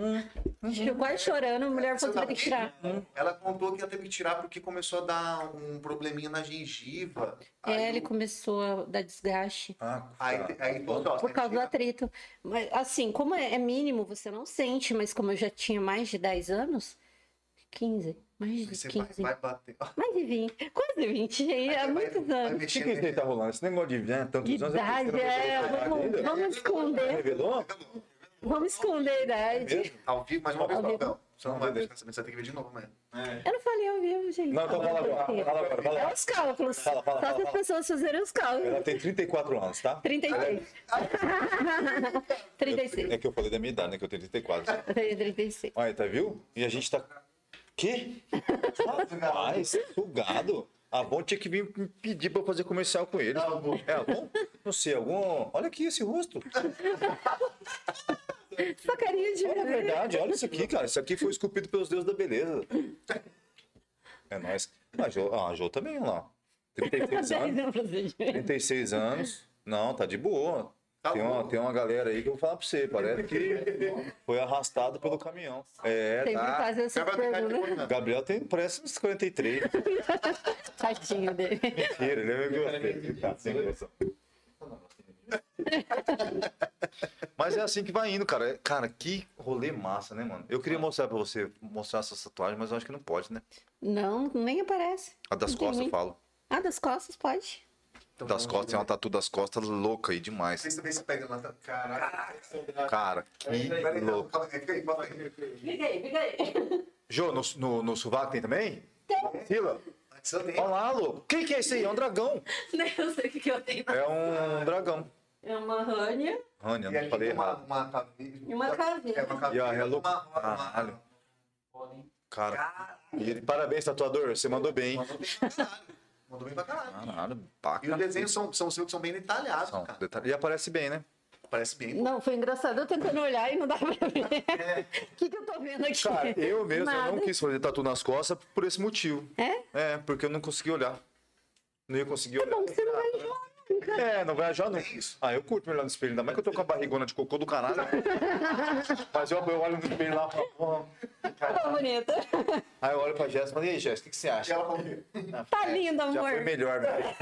Eu quase chorando, a mulher falou que vai ter que tirar. Ela contou que ela teve que tirar porque começou a dar um probleminha na gengiva. É, ele começou a dar desgaste. Aí falou, ó, Por você causa do tira. atrito. Mas, assim, como é mínimo, você não sente, mas como eu já tinha mais de 10 anos, 15, mais de Você 15, vai bater. mais de 20, quase 20, gente, há muitos Vai anos. O mexer que isso aí tá rolando? Esse negócio de tantos anos... Idade, vamos esconder, Revelou? vamos esconder a idade. Mesmo? Ao vivo, mais uma vez, Ao vivo. não. Você não vai Beleza. prestar atenção, você vai ter que ver de novo amanhã. Eu não falei ao vivo, gente. Não, então fala agora. Fala agora, fala. É os cálculos. Fala, Só se as pessoas fazerem os cálculos. Ela tem 34 anos, tá? 36. 36. É que eu falei da minha idade, né? Que eu tenho 34. Eu tenho 36. Olha, tá, viu? E a gente tá... Quê? Rapaz, sugado. A Avon tinha que vir me pedir pra eu fazer comercial com eles. É Avon? Não sei, algum... Olha aqui esse rosto. Sua carinha de É verdade, olha isso aqui, cara. Isso aqui foi esculpido pelos deuses da beleza. É nóis. A Jo também, olha lá. 36 anos. 36 anos. Não, tá de boa. Tá bom. Tem uma galera aí que eu vou falar pra você. Parece que foi arrastado pelo caminhão. É, Sempre tá. faz essa pergunta. Gabriel parece uns 43. Tadinho dele. Mentira, ele é meu gosto. Tá, sem noção. Mas é assim que vai indo, cara. Cara, que rolê massa, né, mano? Eu queria mostrar pra você, mostrar essas tatuagens, mas eu acho que não pode, né? Não, nem aparece. A das Não tem costas eu nem- falo. Ah, das costas pode. Então, Das costas, tem uma tatu das costas louca aí Vê demais. se você pega lá. Tá? Caraca. Cara, que Peraí, não, louco. fala aí, fica aí, fala aí. Fica aí. Jô, no sovaco tem também? Tem. Sila, Você tem? olha lá, louco. O que é esse aí? É um dragão. Eu sei o que eu tenho. É um dragão. É uma rânia Rania, E não ali falei tem uma errado. caveira. e uma caveira. É uma E a caveira. Hello... uma- Caralho. Foda, hein? Cara, parabéns, tatuador. Você mandou bem, hein? Mandou bem pra caralho. Caralho, E paca. os desenhos são que são bem detalhados, São cara. detalhes. E aparece bem, né? Parece bem. Não, foi engraçado. Eu tentando olhar e não dava pra ver. O que eu tô vendo aqui? Cara, eu mesmo eu não Nada. quis fazer tatu nas costas por esse motivo. É? É, porque eu não consegui olhar. Não ia conseguir olhar. Bom, que você não vai enjoar. É, não vai ajudar não. É isso. Ah, eu curto me olhar no espelho, ainda mais que eu tô com a barrigona de cocô do caralho. Mas eu olho no espelho lá e falo, porra. Tá bonita. Aí eu olho pra Jéssica e falo, e aí, Jéssica, o que você E acha? ela falou, Tá lindo, Já amor. foi melhor, né?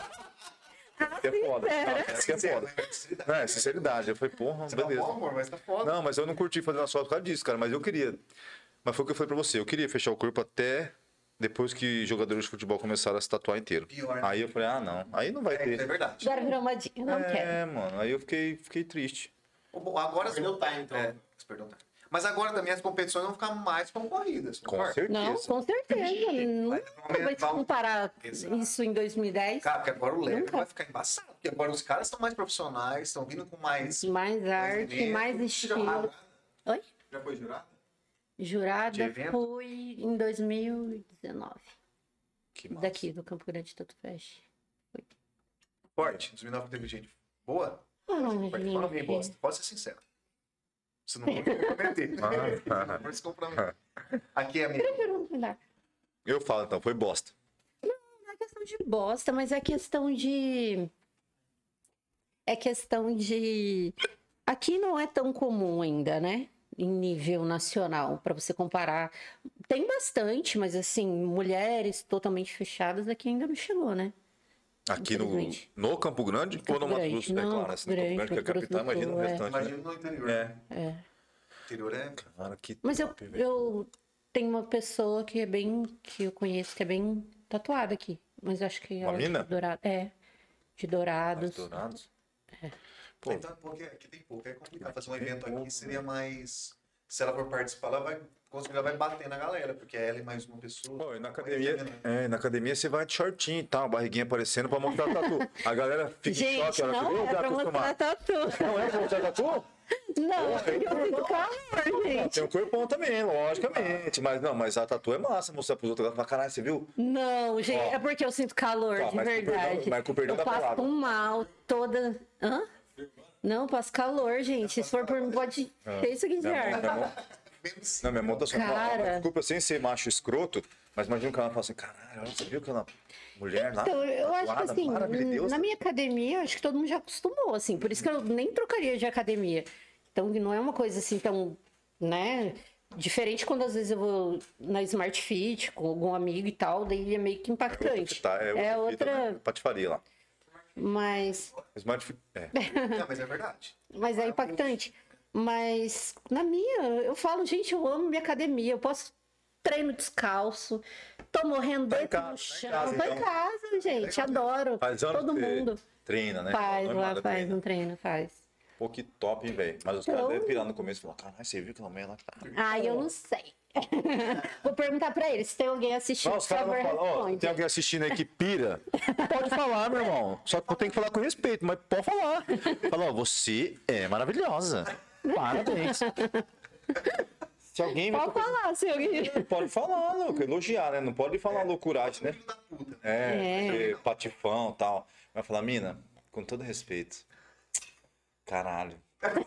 Que é foda. Não, essa que é foda. Não, é sinceridade. Eu falei, porra, Você tá beleza. bom, amor, mas tá foda. Não, mas eu não curti fazer nas fotos por causa disso, cara. Mas eu queria. Mas foi o que eu falei pra você. Eu queria fechar o corpo até depois que jogadores de futebol começaram a se tatuar inteiro. Pior, né? Aí eu falei, ah, não. Aí não vai É ter. verdade. Agora virou uma dica. Não quero. É, mano. Aí eu fiquei triste. Bom, agora Perdeu o time, então. perdão, time. Mas agora também as competições vão ficar mais concorridas. Com concorda? certeza. Não, com certeza. Nunca vai se comparar Exato. isso em 2010. Cara, porque agora o level Nunca. vai ficar embaçado. Porque agora os caras estão mais profissionais, estão vindo com mais. Mais arte, evento. mais estilo. Oi? Já foi jurado? De Jurada evento? fui em 2019. Que massa. Daqui, do Campo Grande Tatu Fest. Forte. 2009 teve gente boa. Ah, Fala bem, gente. bosta. Pode ser sincero. Você não pode se comprometer. Não pode se comprometer. Aqui, amigo. Prefiro não dar. Eu falo, então, foi bosta. Não é questão de bosta, mas é questão de. É questão de. Aqui não é tão comum ainda, né? Em nível nacional, para você comparar. Tem bastante, mas assim, mulheres totalmente fechadas aqui ainda não chegou, né? Aqui Infelizmente. no Campo Grande ou no Mato Grande, Grosso? É não, claro, assim, no Campo Grande, Grande, que é a Mato Grosso capital, do imagina o Sul, é. restante, né? Imagina no interior. É. É. Interior é. Cara, que Mas top, velho. eu tenho uma pessoa que é bem. Que eu conheço que é bem tatuada aqui. Mas eu acho que Uma ela é mina? de Dourado. É. De Mais Dourados. dourados. Pô. Então, porque aqui tem pouco. É complicado fazer um evento aqui. Seria mais. Se ela for participar, ela vai conseguir, ela vai bater na galera, porque é ela e mais uma pessoa. Pô, e na academia você vai de shortinho e tal, barriguinha aparecendo pra mostrar a tatu. A galera fica em Gente, choque, ela não fica, é pra mostrar tatu. Não é pra mostrar tatu? Não, porque eu sinto calor, gente. Tem um corpão também, logicamente. Mas a tatu é massa mostrar pros outros. Ela fala, caralho, você viu? Não, gente, Ó. é porque eu sinto calor, Tá, de mas com verdade. perdão- mas com perdão eu da passo palavra. um mal toda. Hã? Não, passo calor, gente. Se for por mim, pode ter isso aqui de ar. Não, minha mão tá só. Cara. Desculpa sem ser macho escroto, mas imagina que ela fala assim, caralho, olha, você viu aquela mulher lá? Então, eu acho que tatuada, assim, maravilhosa? na minha academia, eu acho que todo mundo já acostumou, assim. Por isso que eu nem trocaria de academia. Então, não é uma coisa assim tão né? Diferente quando às vezes eu vou na Smart Fit com algum amigo e tal, daí é meio que impactante. É outra. Patifaria lá. Mas. Smart Fit. É. Não, mas é verdade. Mas é impactante. Mas na minha, eu falo, gente, eu amo minha academia. Eu posso treino descalço. Tô morrendo Tá em dentro casa, do tá em chão. casa, Tô em então. casa, gente. Adoro. Faz anos Todo que você mundo treina, né? faz Não é lá, nada faz treina. um treino, faz. Pô, que top, hein, velho. Mas os Então- caras devem pirar no começo e falar, caralho, você viu aquela mulher lá? Ah, eu não sei. Vou perguntar pra ele se tem alguém assistindo. Não, os por caras não favor, falam, ó, responde. tem alguém assistindo aí que pira? Pode falar, meu irmão. Só que eu tenho que falar com respeito, mas pode falar. Fala, ó, você é maravilhosa. Parabéns. Se alguém vai Pode falar, se alguém. pode falar, louco, elogiar, né? Não pode falar loucuragem, né? Filho da puta, né? É. Ser patifão e tal. Vai falar, mina, com todo respeito. Caralho.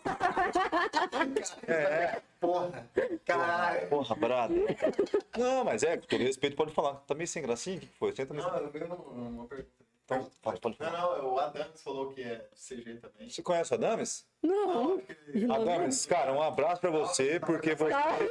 Porra. Caralho. Porra, brother. Não, mas com todo respeito pode falar. Tá meio sem gracinha? O que foi? Senta nesse... Não, eu tenho uma pergunta. Então, pode Não, falar. não, o Adams falou que é CG também. Você conhece o Adames? Não. Adames, cara, um abraço pra você, porque você...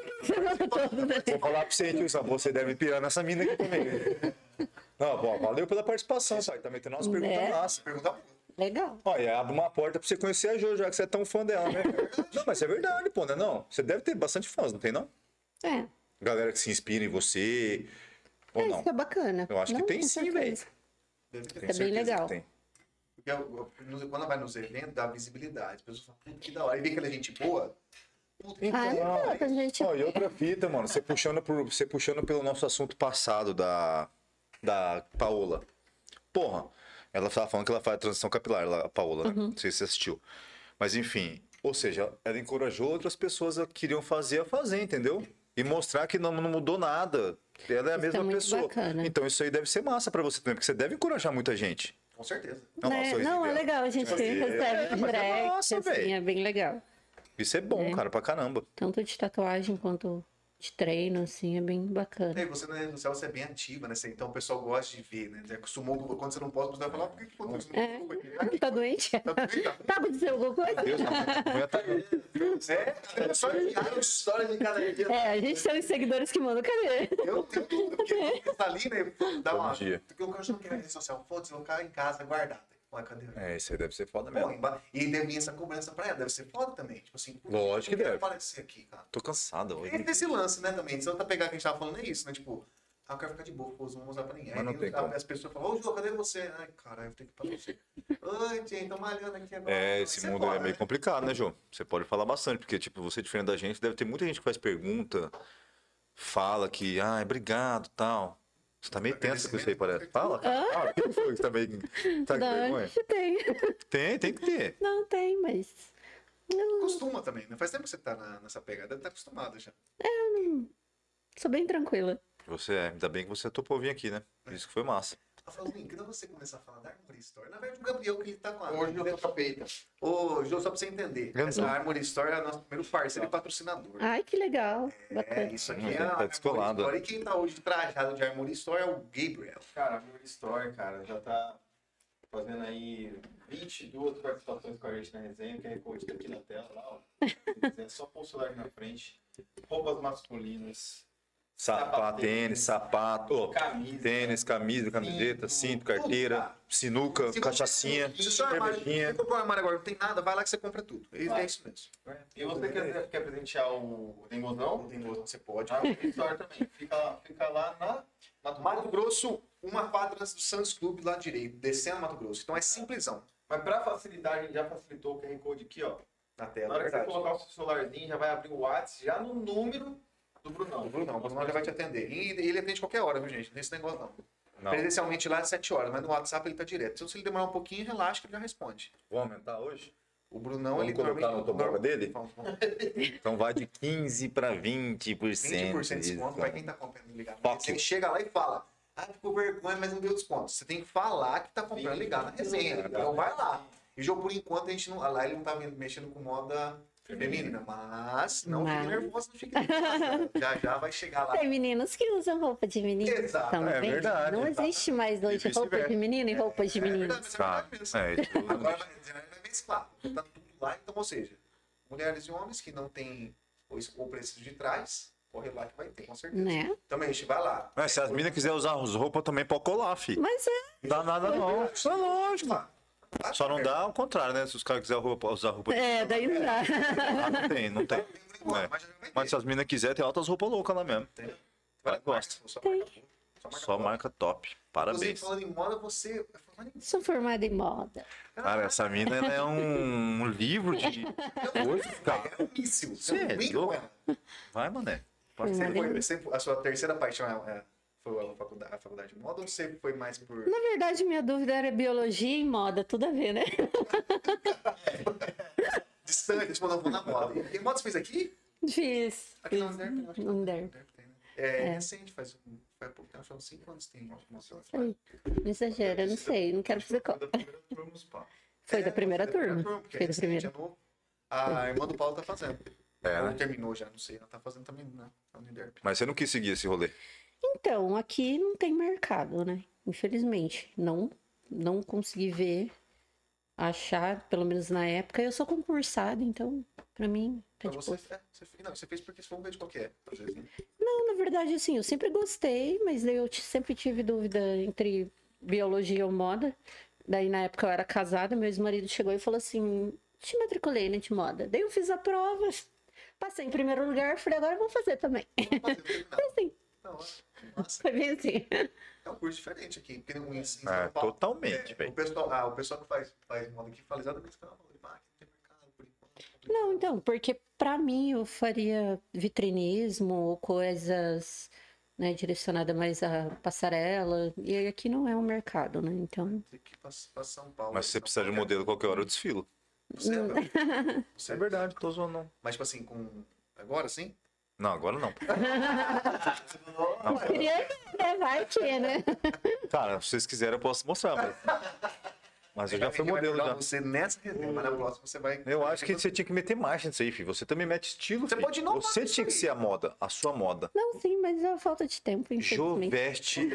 Vou falar pra você, tiozão, você deve pirar nessa mina aqui também. Não, bom, valeu pela participação, pai. Tá metendo umas perguntas Né? massas. Pergunta puta. Legal. Olha, abre uma porta pra você conhecer a Jo, já que você é tão fã dela, né? Não, mas é verdade, pô, né? Não, você deve ter bastante fãs, não tem não? É. Galera que se inspira em você, ou não? Isso é bacana. Eu acho que Não, tem com sim, certeza. velho. Deve ter. Tenho É bem certeza legal. que tem. Porque quando vai nos eventos, dá visibilidade. As pessoas falam, puta, que da hora. E vê que ela é gente boa. Puta, que Ah, da hora. não importa, gente. Ó, e outra fita, mano, você puxando pelo nosso assunto passado da Paola. Porra, ela tava falando que ela faz transição capilar, a Paola, né? Não sei se você assistiu. Mas enfim, ou seja, ela encorajou outras pessoas a queriam fazer a fazer, entendeu? E mostrar que não mudou nada. Ela é a Isso é mesma muito pessoa. bacana. Então isso aí deve ser massa pra você também, porque você deve encorajar muita gente. Com certeza. Não, Né? sorriso Não, é dela. legal, a gente Mas recebe mas é direct, massa, assim, velho. é bem legal. Isso é bom, cara, pra caramba. Tanto de tatuagem quanto de treino, assim, é bem bacana. E você na rede social você é bem ativa, né? Então o pessoal gosta de ver, né? Você acostumou quando você não posta, você vai falar, por que aconteceu isso? Tá doente? Tá doente, tá? Tá acontecendo alguma coisa? Deus, não ia tá... É só História de cada dia. É, a gente tem os seguidores que mandam, cadê? Eu tenho dúvida, porque tá ali, né? Dá Todo uma. dia. Porque o que eu chamo que é rede social, foda-se, eu vou ficar em casa guardado. Ué, cadê? Isso aí deve ser foda Pô, mesmo. e deve vir essa cobrança pra ela, deve ser foda também. Tipo assim, pô, Lógico que eu quero deve. aparecer aqui, cara. Tô cansado hoje. E desse lance, né, também. Se eu tá pegar que a gente tava falando, é isso, né? Tipo, eu quero ficar de boa, pô, não vou mostrar pra ninguém. Mas não Aí tem como. as pessoas falam, ô, Jô, cadê você? Ai, caralho, eu tenho que ir pra você. Oi, gente, tô malhando aqui agora. Esse Isso mundo foda, é meio né? complicado, né, João? Você pode falar bastante, porque, tipo, você é diferente da gente, deve ter muita gente que faz pergunta, fala que, obrigado, tal. Você tá meio tenso com isso aí, parece. Fala, cara. Fala, o que foi que você tá meio... Tá com Não, vergonha? tem. Tem que ter. Não, tem, mas... Costuma também, né? Faz tempo que você tá nessa pegada, deve estar acostumada já. Sou bem tranquila. Ainda bem que você topou vir aqui, né? Isso que foi massa. Rafaelzinho, quando você começar a falar da Armory Store, na verdade o Gabriel que ele tá com a... Hoje eu tô com a peita. Ô, Jô, só pra você entender, Grandão. essa Armory Store é o nosso primeiro parceiro e patrocinador. Ai, que legal. É, Bacana. isso aqui Tá é a Armory descolado. Store. E quem tá hoje trajado de Armory Store é o Gabriel. Cara, a Armory Store, cara, já tá fazendo aí 22 participações com a gente na resenha, que é recordista aqui na tela, lá, ó. É só pôr o celular na frente. Roupas masculinas, Sapato, tênis, sapato, camisa. tênis, camisa, camiseta, cinto, carteira, sinuca, Se cachaçinha, você só armário, cervejinha. você comprou um armário agora, não tem nada, vai lá que você compra tudo. É isso mesmo. E você quer presentear o Dengozão? Não tem gosto, você pode. A Armory Store também. Fica lá na Mato Grosso, uma quadra do Santos Clube lá direito, descendo Mato Grosso. Então é simplesão. Mas pra facilidade, a gente já facilitou o QR Code aqui, ó. Na Na tela, hora que você verdade. colocar o seu celularzinho, já vai abrir o WhatsApp já no número do Brunão. O Brunão já vai te atender. E ele atende qualquer hora, viu, gente? Não tem esse negócio, não. Não. Presencialmente lá é 7 horas, mas no WhatsApp ele tá direto. Então, se ele demorar um pouquinho, relaxa que ele já responde. Vou aumentar hoje? O Brunão, Vamos ele colocar no toboga dele? Vamos. Então vai de 15 para 20%. 20% de desconto vai quem tá comprando ligado. Fuck Você you. chega lá e fala, ficou vergonha, mas não deu desconto. Você tem que falar que tá comprando ligado na resenha. Então vai lá. E Jô, por enquanto, a gente não. Lá ele não tá mexendo com moda feminina, mas não fique nervoso, não fique nervoso. Já vai chegar lá. Tem meninos que usam roupa de menino Exato, também. é verdade, Não existe mais hoje E roupa vice-versa. de menino e roupa de É menino. verdade, mas é Tá. verdade mesmo. É, isso Agora vai mesclar. Tá tudo lá, então, ou seja, mulheres e homens que não têm ou preciso de trás, corre lá que vai ter, com certeza. Né? Também a gente vai lá. Mas se as minas quiserem usar as roupas também, pode colar, filho. Mas Não dá nada não. É lógico. Só não dá ao contrário, né? Se os caras quiserem usar roupa de... daí não dá. Ah, não tem, não tem. É. Mas se as minas quiserem, tem altas roupas loucas lá mesmo. Vai, gosta. Só marca top. Inclusive, Parabéns. falando em moda, você é formado em Sou formada em moda. Cara, essa mina ela é um livro de coisas, cara. É um míssil. Você é brinca louco? com ela. Vai, mané. A sua terceira paixão foi a faculdade de moda ou você foi mais por. Na verdade, minha dúvida era biologia e moda, tudo a ver, né? Distante, tipo, não vou na moda. E moda você fez aqui? Fiz. Aqui na Anderp, eu acho que No Anderp. tem, né? É recente, faz há pouco tempo, uns 5 anos tem. Não exagera, não sei, não quero fazer conta. Foi da primeira turma. Foi da primeira. A irmã do Paulo tá fazendo. É, Ela né? terminou já, não sei. Ela tá fazendo também na Uniderp. Mas você não quis seguir esse rolê. Então, aqui não tem mercado, né? Infelizmente. Não consegui ver, achar, pelo menos na época. Eu sou concursada, então, pra mim, tá Então de boa. você fez porque você foi um de qualquer, às vezes, né? Não, na verdade, assim, eu sempre gostei, mas daí eu sempre tive dúvida entre biologia ou moda. Daí, na época, eu era casada, meu ex-marido chegou e falou assim, te matriculei, né, de moda. Daí eu fiz a prova, passei em primeiro lugar, falei, agora eu vou fazer também. Vamos fazer, Foi assim, Nossa, foi bem assim. é um curso diferente aqui. Porque em São É, Paulo, totalmente, velho. o pessoal que faz moda aqui fala exatamente isso que ela falou. Não tem mercado, por enquanto. Não, então, porque pra mim eu faria vitrinismo ou coisas, né, direcionada mais à passarela, e aqui não é um mercado, né? Então, Tem que ir pra São Paulo. Mas se você São precisar de Paulo, modelo qualquer hora, eu desfilo. Você é, meu. Você É verdade, tô zoando não. Mas, tipo assim, agora sim? Não, agora não. queria, né, vai que, né? Cara, se vocês quiserem, eu posso mostrar. Mas eu já fui modelo já. Você nessa resenha, mas na próxima você vai. Eu acho que você tinha que meter marcha nisso aí, filho. Você também mete estilo, Você filho. pode inovar Você nisso tinha que aí. ser a moda, a sua moda. Não, sim, mas é falta de tempo, infelizmente. Joveste.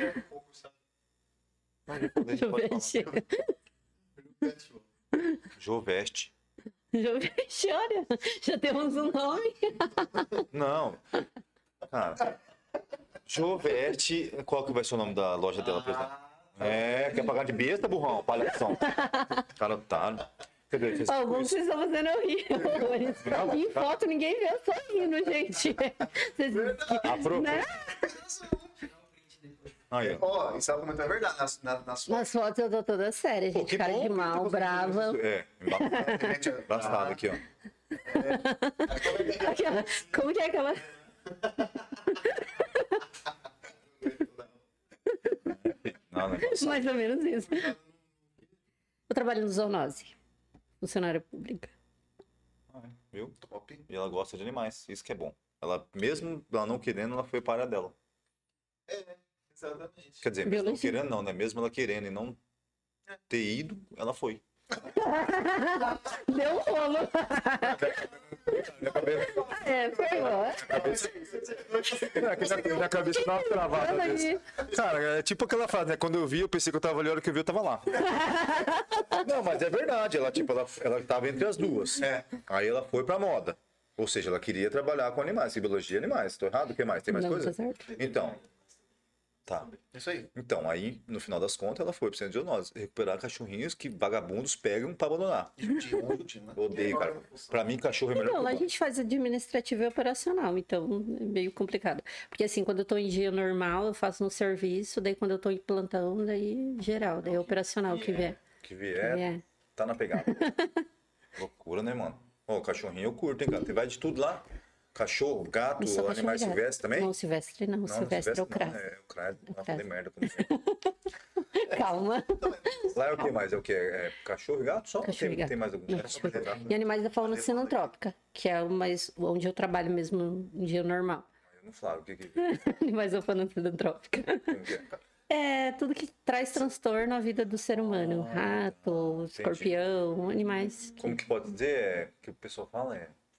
Deixa eu ver, chega. Joveste. Joveste, olha, já temos um nome. Não. Cara. Joveste. Qual que vai ser o nome da loja dela, por exemplo? Quer pagar de besta, burrão? Palhação. Cara otário. Cadê? Vocês- Alguns vocês estão fazendo eu rir. Em foto ninguém vê, eu só rindo, gente. Vocês, Afro. né? Aí, ó. Ó, isso é muito é verdade. Na sua. Nas fotos eu tô toda séria, Pô, gente. que Cara bom de que mal, tá conseguindo brava. isso. Bastado aqui, ó. Aquela, como que é aquela? Não, não. Mais ou menos isso. Eu trabalho no zoonose, funcionária pública. Viu? Top. E ela gosta de animais, isso que é bom. Ela, mesmo ela não querendo, ela foi para a área dela. Exatamente. Quer dizer, mesmo não Biologia. querendo, não, né? Mesmo ela querendo e não ter ido, ela foi. Deu um rolo. Foi bom. Minha cabeça tava travada. Olha aí. Cara, é tipo aquela frase, né? Quando eu vi, eu pensei que eu tava ali, a hora que eu vi, eu tava lá. Não, mas é verdade. Ela, tipo, ela tava entre as duas. Aí ela foi pra moda. Ou seja, ela queria trabalhar com animais, biologia e animais. Tô errado? O que mais? Tem mais Não, coisa? tá certo. Então. Tá. Isso aí. Então, aí, no final das contas, ela foi pro centro de zoonose recuperar cachorrinhos que vagabundos pegam pra abandonar. Judio, né? Odeio, cara. Pra mim, cachorro é melhor Então, lá a que gente faz administrativo e operacional, então é meio complicado. Porque assim, quando eu tô em dia normal, eu faço no serviço, daí quando eu tô em plantão, daí geral, daí é operacional que vier. que vier, É. tá na pegada. Loucura, né, mano? Ó, cachorrinho eu curto, hein, cara? Tem vai de tudo lá. Cachorro, gato, Isso, animais cachorro e gato. silvestres também? Não, silvestre não, silvestre é o não, crasso. é o crasso. Ah, crasso. falei merda. Como Calma. Lá é o que mais? É o que? É cachorro e gato só? Cachorro e gato. Tem mais algum? Não, cachorro e gato. E animais da fauna sinantrópica, que é o mais, onde eu trabalho mesmo em dia normal. Eu não falo o que que... Animais da fauna sinantrópica. Como que é? É tudo que traz transtorno à vida do ser humano. Rato, escorpião, animais. Como que pode dizer? Que o pessoal fala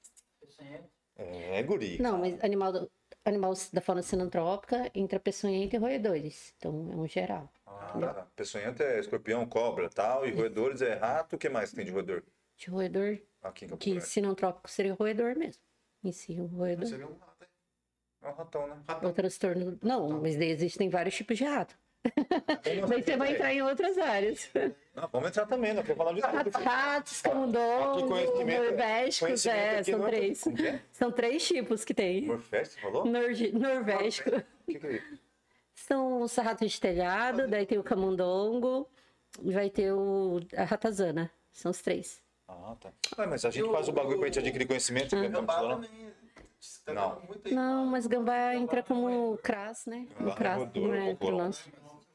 é guri. Não, mas animal da fauna sinantrópica, entre a peçonhenta e roedores. Então, é um geral. Tá. Peçonhenta é escorpião, cobra tal. E roedores é rato. O que mais tem de roedor? De roedor, Aqui em Campo que Grande. sinantrópico seria roedor mesmo. em si, o roedor. Seria um rato, É um ratão, né? O transtorno. Não, mas daí existem vários tipos de rato. Daí você vai entrar em outras áreas. Não, vamos entrar também, não quero falar disso. Ratos, camundongos, conhecimento- norvésticos, conhecimento aqui são não é- 3. Como que é? São 3 tipos que tem. Morfest, falou? Norvéstico. O que é isso? São os ratos de telhado, daí tem o camundongo, e vai ter a ratazana. São os 3. Ah, tá. Ah, mas a gente faz o bagulho pra gente adquirir conhecimento. né? Gambá Vamos também. Não. Não, mas gambá entra como cras, né? O Gambá cras rodou, não é rodou. pro nosso.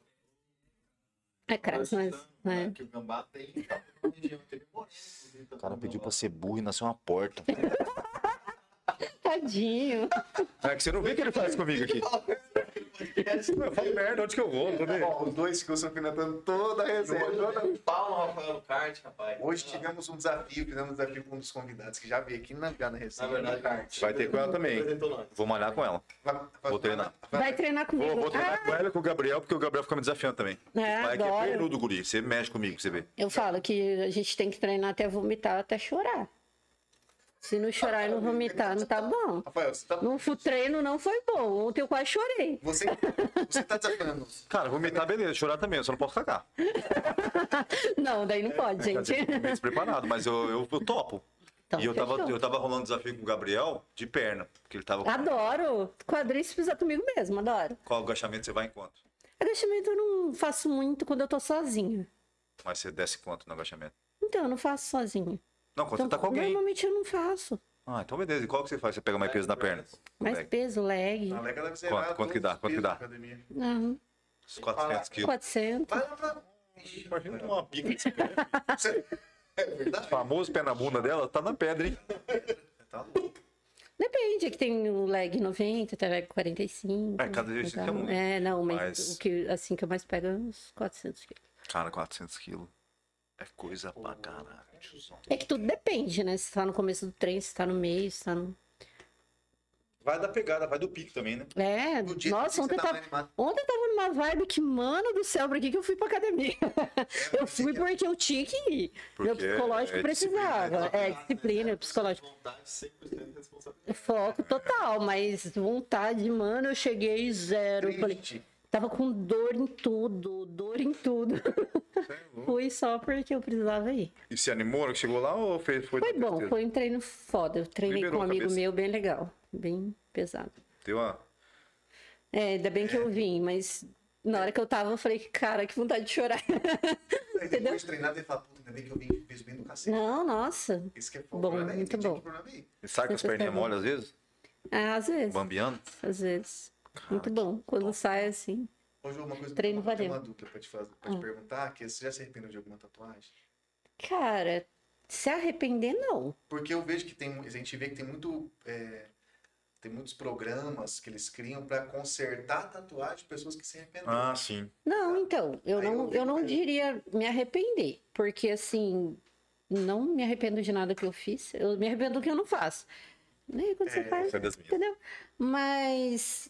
É cras, mas. Né? Que o gambá tem uma região que ele morre. O cara pediu pra ser burro e nasceu uma porta. Tadinho. É que você não vê o que ele faz comigo aqui. Eu falo merda, onde que eu vou? Ó, os dois ficam supinatando toda a resenha. Um pau no Rafael no kart, rapaz. Hoje tivemos um desafio, fizemos um desafio com um dos convidados que já veio aqui na Na resenha. verdade, no kart. Vai ter com ela também. apresentou nós. Vou malhar com ela. Vou treinar. Vai treinar comigo. Vou treinar com ela e com o Gabriel, porque o Gabriel fica me desafiando também. É, Vai que é adoro. pernudo, guri. Você mexe comigo, pra você ver. Eu falo que a gente tem que treinar até vomitar, até chorar. Se não chorar e não vomitar, não tá bom. Rafael, No treino não foi bom. Ontem eu quase chorei. você tá desafiando. Cara, vomitar, beleza. Chorar também, eu só não posso cagar. Não, daí não pode, Quer gente. dizer, meio despreparado, mas eu topo. Então, E eu fechou. tava rolando desafio com o Gabriel de perna. Porque ele tava. Adoro. Quadríceps é comigo mesmo, adoro. Qual agachamento você vai em quanto? Agachamento eu não faço muito quando eu tô sozinha. Mas você desce quanto no agachamento? Então, eu não faço sozinha. Não, quando Então, você tá com alguém. normalmente eu não faço. Ah, então beleza. E qual que você faz? Você pega mais peso na perna? Mais Leg. peso, leg. Na Lega deve zerar Quanto que dá? todos os Quanto que pesos dá? da academia. Aham. Uns 400 quilos. 400. Vai lá pra... Imagina uma pica desse cara. É verdade? O famoso pé na bunda dela tá na pedra, hein? Tá louco. Depende, é que tem o leg 90, tem o leg 45. É, cada exercício então, é um. É, não, mas, Mas- o que, assim, que eu mais pego é uns 400 quilos. Cara, 400 quilos. É coisa pra caralho, tiozão. É que tudo depende, né? Se tá no começo do treino, se tá no meio, se tá no... Vai da pegada, vai do pique também, né? É, No dia nossa, que ontem você eu tava tava... animado. Ontem eu tava numa vibe que, mano do céu, pra que eu fui pra academia? Eu fui porque eu tinha que ir. Meu Porque psicológico é precisava. É, disciplina, psicológico. Vontade, 100% de responsabilidade. Foco total, mas vontade, mano, eu cheguei zero. Eu falei, Triste. tava com dor em tudo, dor em tudo. Fui só porque eu precisava ir. E se animou na hora que chegou lá ou foi Foi da bom, tristeza? foi um treino foda. Eu treinei Liberou com um a amigo cabeça. meu bem legal, bem pesado. Deu uma... É, ainda bem que eu vim, mas na hora que eu tava, eu falei, cara, que vontade de chorar. Aí depois de treinar, ele fala, puta, ainda bem que eu vim peso bem do cacete. Não, nossa. Esse que é foda. Bom, Problema aí, muito tem dia bom. que problema aí. E sai com as perninhas mole às vezes? Às vezes, Bambiando? às vezes. Muito bom. Quando sai assim. Ô, Ju, uma coisa Treino que eu tenho valeu. uma dúvida pra te fazer, pra te perguntar, que você já se arrependeu de alguma tatuagem? Cara, se arrepender, não. Porque eu vejo que tem, a gente vê que tem muito, tem muitos programas que eles criam pra consertar a tatuagem de pessoas que se arrependeram. Ah, sim. Não, então, eu Aí não, eu não diria me arrepender, porque assim, não me arrependo de nada que eu fiz, eu me arrependo do que eu não faço. Né? Quando você faz, Sai das minhas. entendeu? Mas,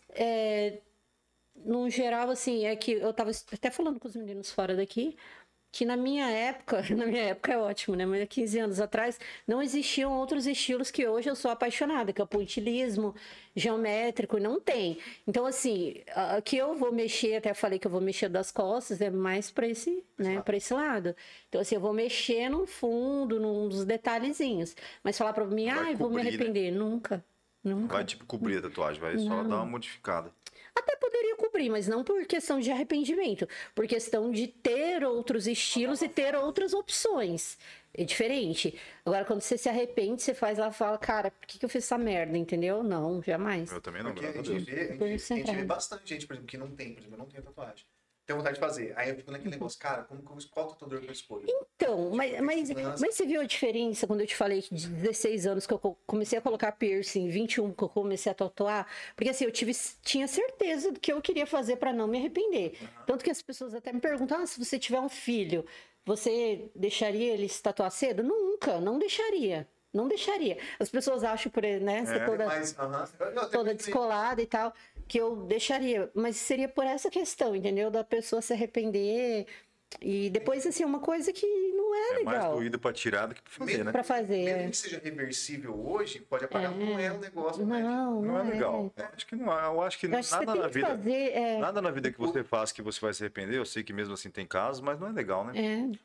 no geral, assim, é que eu tava até falando com os meninos fora daqui, que na minha época é ótimo, né? Mas há 15 anos atrás, não existiam outros estilos que hoje eu sou apaixonada, que é o pontilhismo, geométrico, não tem. Então, assim, que eu vou mexer, até falei que eu vou mexer das costas, é mais para esse, né, para esse lado. Então, assim, eu vou mexer no fundo, nos detalhezinhos. Mas falar para mim, Vai vou me cobrir, né? arrepender, nunca. Nunca. Vai tipo cobrir a tatuagem, vai só dar uma modificada. Até poderia cobrir, mas não por questão de arrependimento, por questão de ter outros estilos e ter outras opções. É diferente. Agora, quando você se arrepende, você faz lá e fala, cara, por que eu fiz essa merda, entendeu? Não, jamais. Eu também não, Porque a graças a gente, Deus. vê, a gente vê bastante gente, por exemplo, que não tem, por exemplo, eu não tenho tatuagem. Tenho vontade de fazer. Aí eu fico naquele negócio, cara, qual tatuador que eu escolho? Então, mas você viu a diferença quando eu te falei que de 16 anos que eu comecei a colocar piercing, 21 que eu comecei a tatuar? Porque assim, tinha certeza do que eu queria fazer pra não me arrepender. Tanto que as pessoas até me perguntam, se você tiver um filho, você deixaria ele se tatuar cedo? Nunca, não deixaria. Não deixaria. As pessoas acham por ele, né? Ser toda, Mas, eu até toda pensei- descolada e tal, que eu deixaria. Mas seria por essa questão, entendeu? Da pessoa se arrepender E depois, assim, uma coisa que não é É mais legal doído pra tirar do que pra fazer, né? pra fazer. Mesmo que seja reversível hoje, pode apagar, não é um negócio, né? Não, Não é legal. Eu acho que não é. Eu acho que Eu acho que você nada tem na que vida. fazer. Nada na vida que você faz que você vai se arrepender. Eu sei que mesmo assim tem casos, mas não é legal, né?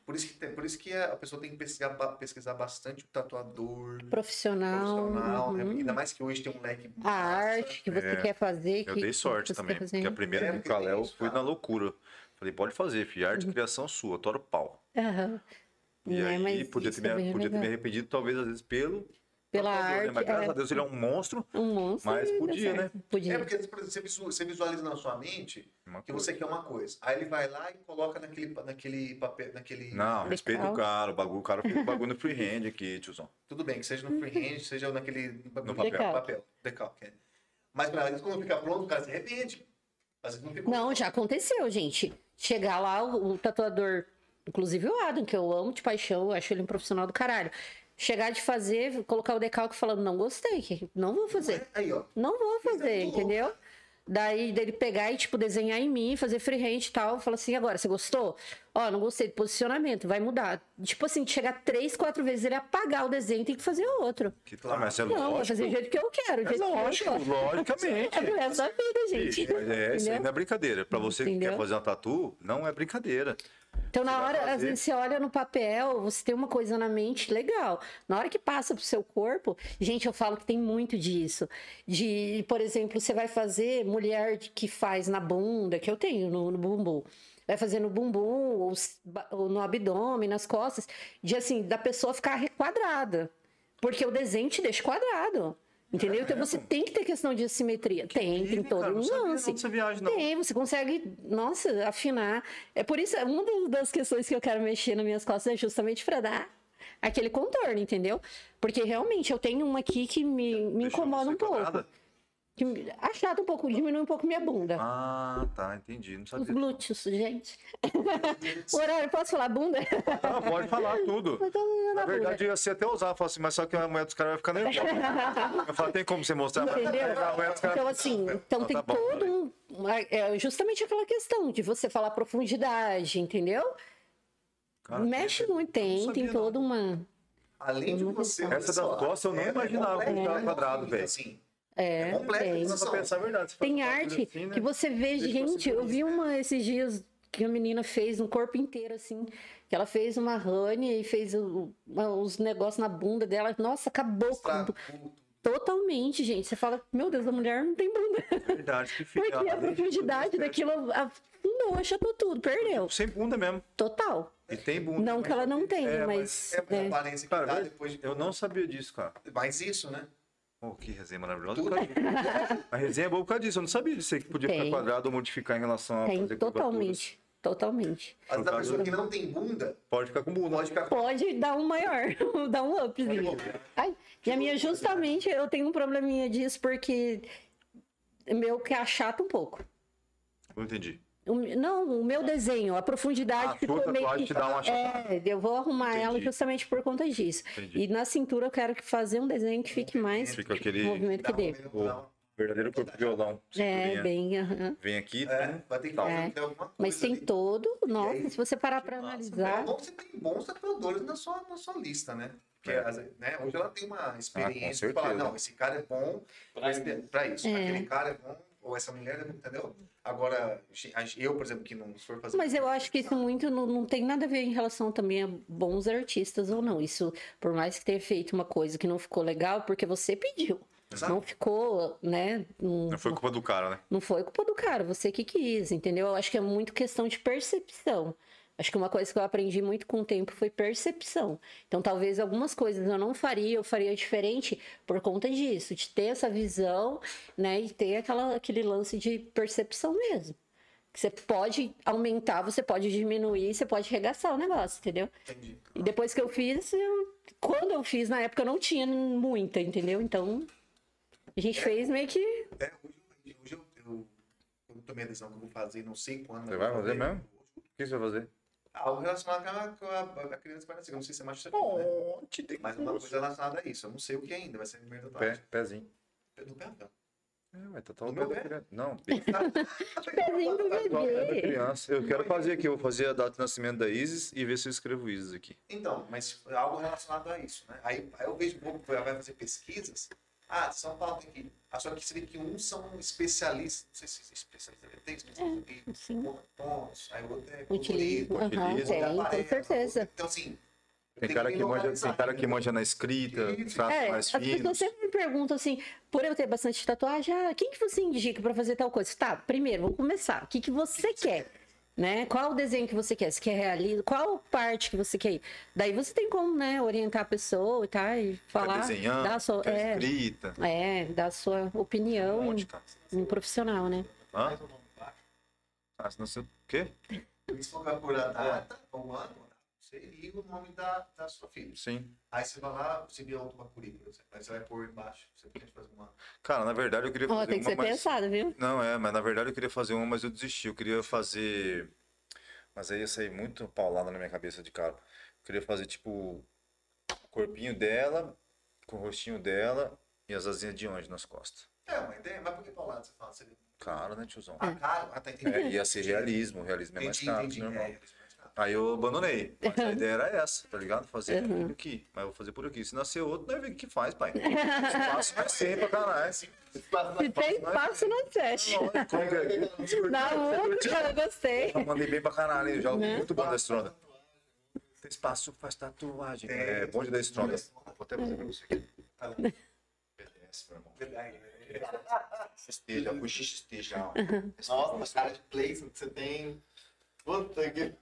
Por isso que a pessoa tem que pesquisar bastante o tatuador profissional. né? Porque ainda mais que hoje tem um leque. A arte que você quer fazer. Eu que dei sorte você também, quer fazer. porque a primeira É, com o porque tem Kalel isso, foi cara. na loucura. Falei, pode fazer, filho, arte e criação sua, tora o pau. Aham. E Né, aí mas podia isso ter, é bem podia ter me legal. arrependido, talvez, às vezes, Pela tatuador, né? arte. Mas graças a Deus ele é um monstro. Um monstro. Mas e deu podia, certo. né? Podia. É porque, por exemplo, você visualiza na sua mente Uma que coisa. você quer uma coisa. Aí ele vai lá e coloca naquele papel, naquele. Não, respeita o Decal. cara, o cara fez o bagulho no freehand aqui, tiozão. Tudo bem, que seja no freehand, seja naquele No papel. papel. Decalque. É. Mas pra isso, quando fica pronto, o cara se arrepende. Às vezes não ficou. Não, já aconteceu, gente. Chegar lá, o tatuador, inclusive o Adam, que eu amo de paixão, eu acho ele um profissional do caralho. Chegar de fazer, colocar o decalque falando, não gostei, não vou fazer. Aí, ó. Não vou fazer, muito entendeu? Daí dele pegar e, tipo, desenhar em mim, fazer freehand e tal. Fala assim, agora, você gostou? Ó, não gostei do posicionamento, vai mudar. Tipo assim, de chegar 3, 4 vezes, ele apagar o desenho, tem que fazer outro. Que tá, mas é Não, vai lógico. fazer do jeito que eu quero, do jeito que eu Lógico, gosto. logicamente. É pro resto da vida, gente. Bicho, mas isso aí Entendeu? não é brincadeira. Pra você que Entendeu? quer fazer uma tatu, não é brincadeira. Então, na Você vai hora, fazer. às vezes você olha no papel, você tem uma coisa na mente legal. Na hora que passa pro seu corpo, gente, eu falo que tem muito disso. De, por exemplo, você vai fazer mulher que faz na bunda, que eu tenho no bumbum. Vai fazer no bumbum, ou no abdômen, nas costas, de assim, da pessoa ficar requadrada. Porque o desenho te deixa quadrado. Entendeu? Então você tem que ter questão de assimetria. Tem todo cara, um não sabia lance. não dessa viagem, não. Tem, você consegue, nossa, afinar. É por isso, uma das questões que eu quero mexer nas minhas costas é justamente para dar aquele contorno, entendeu? Porque realmente eu tenho uma aqui que me Deixou incomoda você um pouco. quadrada? Achata um pouco, diminui um pouco minha bunda. Ah, tá, entendi. Não Os sabia. glúteos, gente. Horário, posso falar bunda? Ah, pode falar tudo. Então, Na verdade, eu ia ser até usar. Falar assim, mas só que a mulher dos caras vai ficar nervosa. Eu falo, tem como você mostrar? Entendeu? A mulher dos caras- Então, assim, Não, tem tá bom, todo falei. é justamente aquela questão de você falar profundidade, entendeu? Cara, Mexe muito, eu não tem sabia, toda uma. Além de você. Essa das costas eu não imaginava como tava quadrado, velho. Assim, É, completa, tem. né? Pra pensar a verdade. você faz Tem um bagulho arte assim, né? que você vê, Deixa gente, você eu vi uma esses dias que a menina fez um corpo inteiro, assim, que ela fez uma honey e fez os negócios na bunda dela. Nossa, acabou com totalmente, gente. Você fala, meu Deus, a mulher não tem bunda. Verdade, que filha. Porque a profundidade daquilo afundou, achatou tudo, perdeu. Sem bunda mesmo. Total. E tem bunda. Não também, que ela só não tenha, É, mas. mas a né. aparência que Cara, dá mas depois de. eu não sabia disso, cara. Mas isso, né? Oh, que resenha maravilhosa. Tudo. por causa disso. A resenha é boa por causa disso. Eu não sabia disso aí, que podia ficar Tem. quadrado ou modificar em relação a Tem fazer curvaturas. totalmente. Totalmente. Às vezes a Por pessoa causa- que não tem bunda Pode ficar com bunda. pode ficar com. Pode dar um maior, dar um upzinho. Ai, e a minha, justamente, eu tenho um probleminha disso, porque meu que achata um pouco. Não entendi. Não, o meu desenho, a profundidade A ficou sua meio tatuagem que... te dá uma achatada. eu vou arrumar ela Entendi. justamente por conta disso. Entendi. E na cintura eu quero fazer um desenho que fique mais Fica aquele movimento que dê. o verdadeiro corpo de violão. É, cinturinha. bem... aham. Vem aqui, Vai ter que Tá. fazer alguma coisa. Mas tem ali. todo... Nossa, aí, se você parar pra É analisar... bom que você tem bons tatuadores na sua lista, né? Porque né, hoje ela tem uma experiência de falar, certeza. não, esse cara é bom pra isso. Aquele cara é bom, ou essa mulher é bom, entendeu? Agora, eu, por exemplo, que não se for fazer. Mas eu acho que isso muito não tem nada a ver em relação também a bons artistas ou não. Isso, por mais que tenha feito uma coisa que não ficou legal, porque você pediu. Exato. Não ficou, né? não foi culpa do cara, né? Não foi culpa do cara, você que quis, entendeu? Eu acho que é muito questão de percepção. Acho que uma coisa que eu aprendi muito com o tempo foi percepção. Então, talvez algumas coisas eu não faria, eu faria diferente por conta disso, de ter essa visão, né? E ter aquele lance de percepção mesmo. Que você pode aumentar, você pode diminuir, você pode regaçar o negócio, entendeu? Entendi. E depois que eu fiz, quando eu fiz, na época eu não tinha muita, entendeu? Então, a gente fez meio que... Hoje eu tomei a decisão que eu vou fazer, não sei quando. Você vai fazer mesmo? O que você vai fazer? Algo relacionado com a criança que vai nascer. Eu não sei se é macho ou né? Mas uma coisa relacionada a isso. Eu não sei o que ainda. Vai ser no meio da tarde. Pezinho. Do pé, não. Mas tá No o meu pé da pé? criança. Não, bem Pezinho do tá o pé da bebê. criança. Eu quero fazer aqui, eu vou fazer a data de nascimento da Isis e ver se eu escrevo Isis aqui. Então, mas é algo relacionado a isso, né? Aí eu vejo o povo que vai fazer pesquisas. Ah, São Paulo tem aqui. Só que você vê que uns são especialistas, não sei se especialistas, tem especialistas em Sim. pontos, aí o outro é Utilizo. colorido, Aham, utiliza, tem, com amarelo, certeza. Então, assim, Tem cara que manja na escrita, Isso. traços É, mais as pessoas finos. sempre me perguntam assim, por eu ter bastante tatuagem, quem que você indica pra fazer tal coisa? Tá, primeiro, vamos começar. O que que você quer? Né? Qual o desenho que você quer? Você quer realismo? Qual parte que você quer ir? Daí você tem como, né, orientar a pessoa e tal, e falar, Quer desenhando, dar a sua, quer escrita. dar a sua opinião Um monte, cara. em um profissional, né? Hã? Mais um nome embaixo. Ah, senão você... O quê? Isso colocar por a data, o ano, você e o nome da sua filha. Sim. Aí você vai lá, você vira uma Bacuri, por exemplo. Aí você vai pôr embaixo. Você pode fazer uma. Cara, na verdade eu queria Ó, fazer tem que uma, ser mas... pensado, viu? Não, mas na verdade eu queria fazer uma, mas eu desisti. Eu queria fazer... Mas aí ia sair muito paulada na minha cabeça de cara. Eu queria fazer, tipo, o corpinho dela, com o rostinho dela e as asinhas de anjo nas costas. É, uma ideia, mas por que Paulado você fala? Você... Caro, né, tiozão? Caro? Ah, tá entendendo. É, ia ser realismo. O realismo é mais caro, Entendi. normal. É, Aí eu abandonei. Mas a ideia era essa, tá ligado? Fazer por aqui. Mas eu vou fazer por aqui. Se nascer outro, nós vemos o que faz, pai. Espaço vai ser pra caralho. Se tem espaço, não fecha. Como que é? Na outra, eu gostei. Eu mandei bem pra caralho. Eu já ouvi muito bom da Stronda. Tem espaço, faz tatuagem. É bonde da Stronda. Vou até fazer pra você aqui. BDS, meu irmão. Esteja, bochicha esteja. Nossa, cara de placement que você tem. Puta que.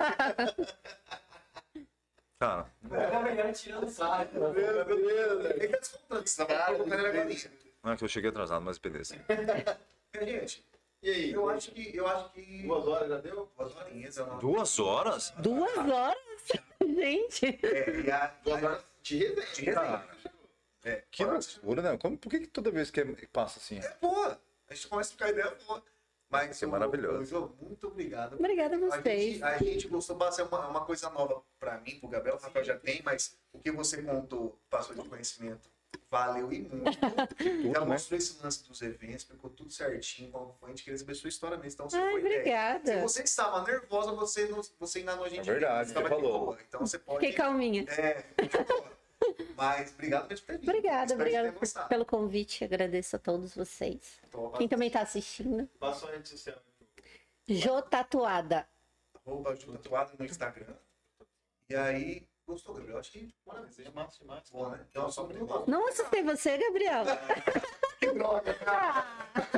Cara, É melhor tirando sarro. Meu Deus, velho. Ele tá descontando, senão vai colocar ele agora. não é que eu cheguei atrasado, mas beleza. Gente, E aí? eu acho que 2 horas já deu? 2 horinhas. 2 horas? 2 horas? Gente. E a 2 horas de resenha. de resenha. Que loucura, né? Por que toda vez que passa assim? É boa. A gente começa a ficar ideia boa. Mas Isso é maravilhoso. Jô, muito obrigado. Obrigada a vocês. A gente gostou bastante, é uma coisa nova pra mim, pro Gabriel, o Rafael já tem, mas o que você contou, passou de conhecimento, valeu e muito. Já né? mostrou esse lance dos eventos, ficou tudo certinho, como foi, a gente queria saber a sua história mesmo. Então, você Ai, foi ideia. obrigada. Se você estava nervosa, você enganou a gente. É verdade, Você estava você de falou. boa. Então você pode. Fiquei calminha. Fiquei de boa. Mas obrigado mesmo por ter vindo. Obrigada, Espero que obrigada tenha gostado. pelo convite. Agradeço a todos vocês. Quem também tá assistindo. Passou a rede social. Jô Tatuada. Arroba Ju Tatuado no Instagram. E aí, gostou, Gabriel? Acho que bora ver. Seja massa demais. Bom, né? Então, só tem uma. Não assustei você, Gabriel. Que droga, cara.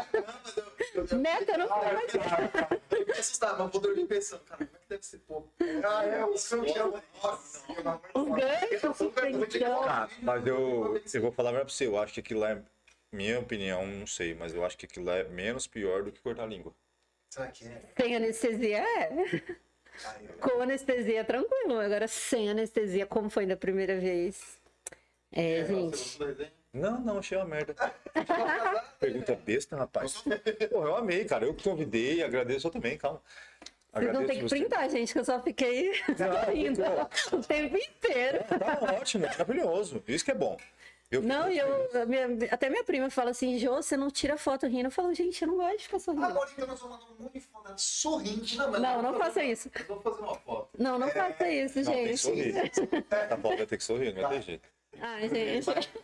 Neta, eu não sei mais. Eu fiquei assustado, mas vou dormir pensando, cara, como é que deve ser pouco? Ah, é, o seu chama. Nossa, Os ganchos, suspensão. Cara, mas eu vou falar pra você, eu acho que aquilo lá é, minha opinião, não sei, mas eu acho que aquilo lá é menos pior do que cortar a língua. Será que é? Sem anestesia, é. Aí, ó. Com anestesia, tranquilo. Agora, sem anestesia, como foi da primeira vez. É, Você gente. gostou da resenha? Não, achei uma merda. Pergunta besta, rapaz. Porra, eu amei, cara. Eu que convidei, agradeço eu também, calma. Vocês vão ter que printar, gente, que eu só fiquei rindo o tempo inteiro. Tá ótimo, maravilhoso. Isso que é bom. Não, e até minha prima fala assim, Jô, você não tira foto rindo. Eu falo, gente, eu não gosto de ficar sorrindo. Agora então nós vamos mandar um monte de foto dela sorrindo. mas Não faça isso. Eu vou fazer uma foto. Não faça isso, Não, tem que gente. sorrir. Tá bom, vai ter que sorrir, não vai ter jeito. Ai, gente.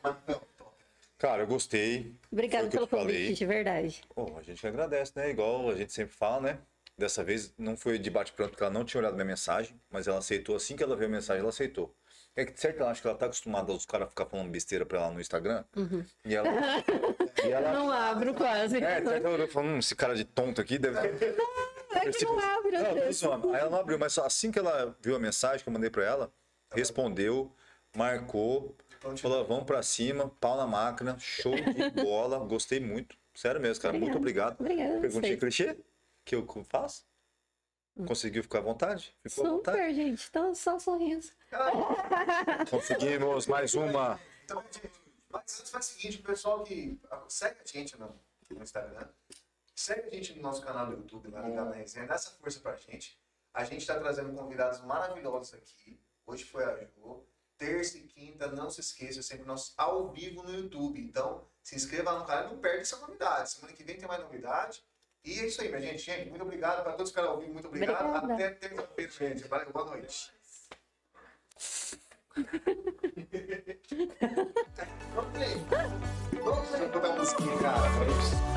Cara, eu gostei. Obrigada Foi o que eu pelo te falei. convite, de verdade. Pô, a gente agradece, né? Igual a gente sempre fala, né? Dessa vez não foi de bate-pronto, porque ela não tinha olhado minha mensagem, mas ela aceitou. Assim que ela viu a mensagem, ela aceitou. É que certo, ela acha que ela tá acostumada aos caras ficar falando besteira pra ela no Instagram. E ela. Eu não abro quase. Certo, ela olhou e falou, esse cara de tonto aqui deve. É que não abre, Não, às tô vezes. zoando. Aí ela não abriu, mas só assim que ela viu a mensagem que eu mandei pra ela, respondeu, marcou, falou, vamos pra cima, pau na máquina, show de bola, gostei muito. Sério mesmo, cara, muito obrigado. Obrigada a Perguntinha vocês. clichê que eu faço. Conseguiu ficar à vontade? Ficou à vontade? Super, gente. Então, só sorriso. Conseguimos mais uma. Então, gente, mas antes faz o seguinte, o pessoal que segue a gente no Instagram, segue a gente no nosso canal do YouTube, lá Ligado na Resenha, dá essa força pra gente. A gente tá trazendo convidados maravilhosos aqui. Hoje foi a Jo. terça e quinta, não se esqueça, sempre nós ao vivo no YouTube. Então, se inscreva lá no canal e não perde essa novidade. Semana que vem tem mais novidade. E é isso aí, minha gente. Gente, muito obrigado para todos que ficaram ao vivo. Muito obrigado. Obrigada. Até terça-feira, gente. Valeu, boa noite. Vamos botar a musiquinha, cara.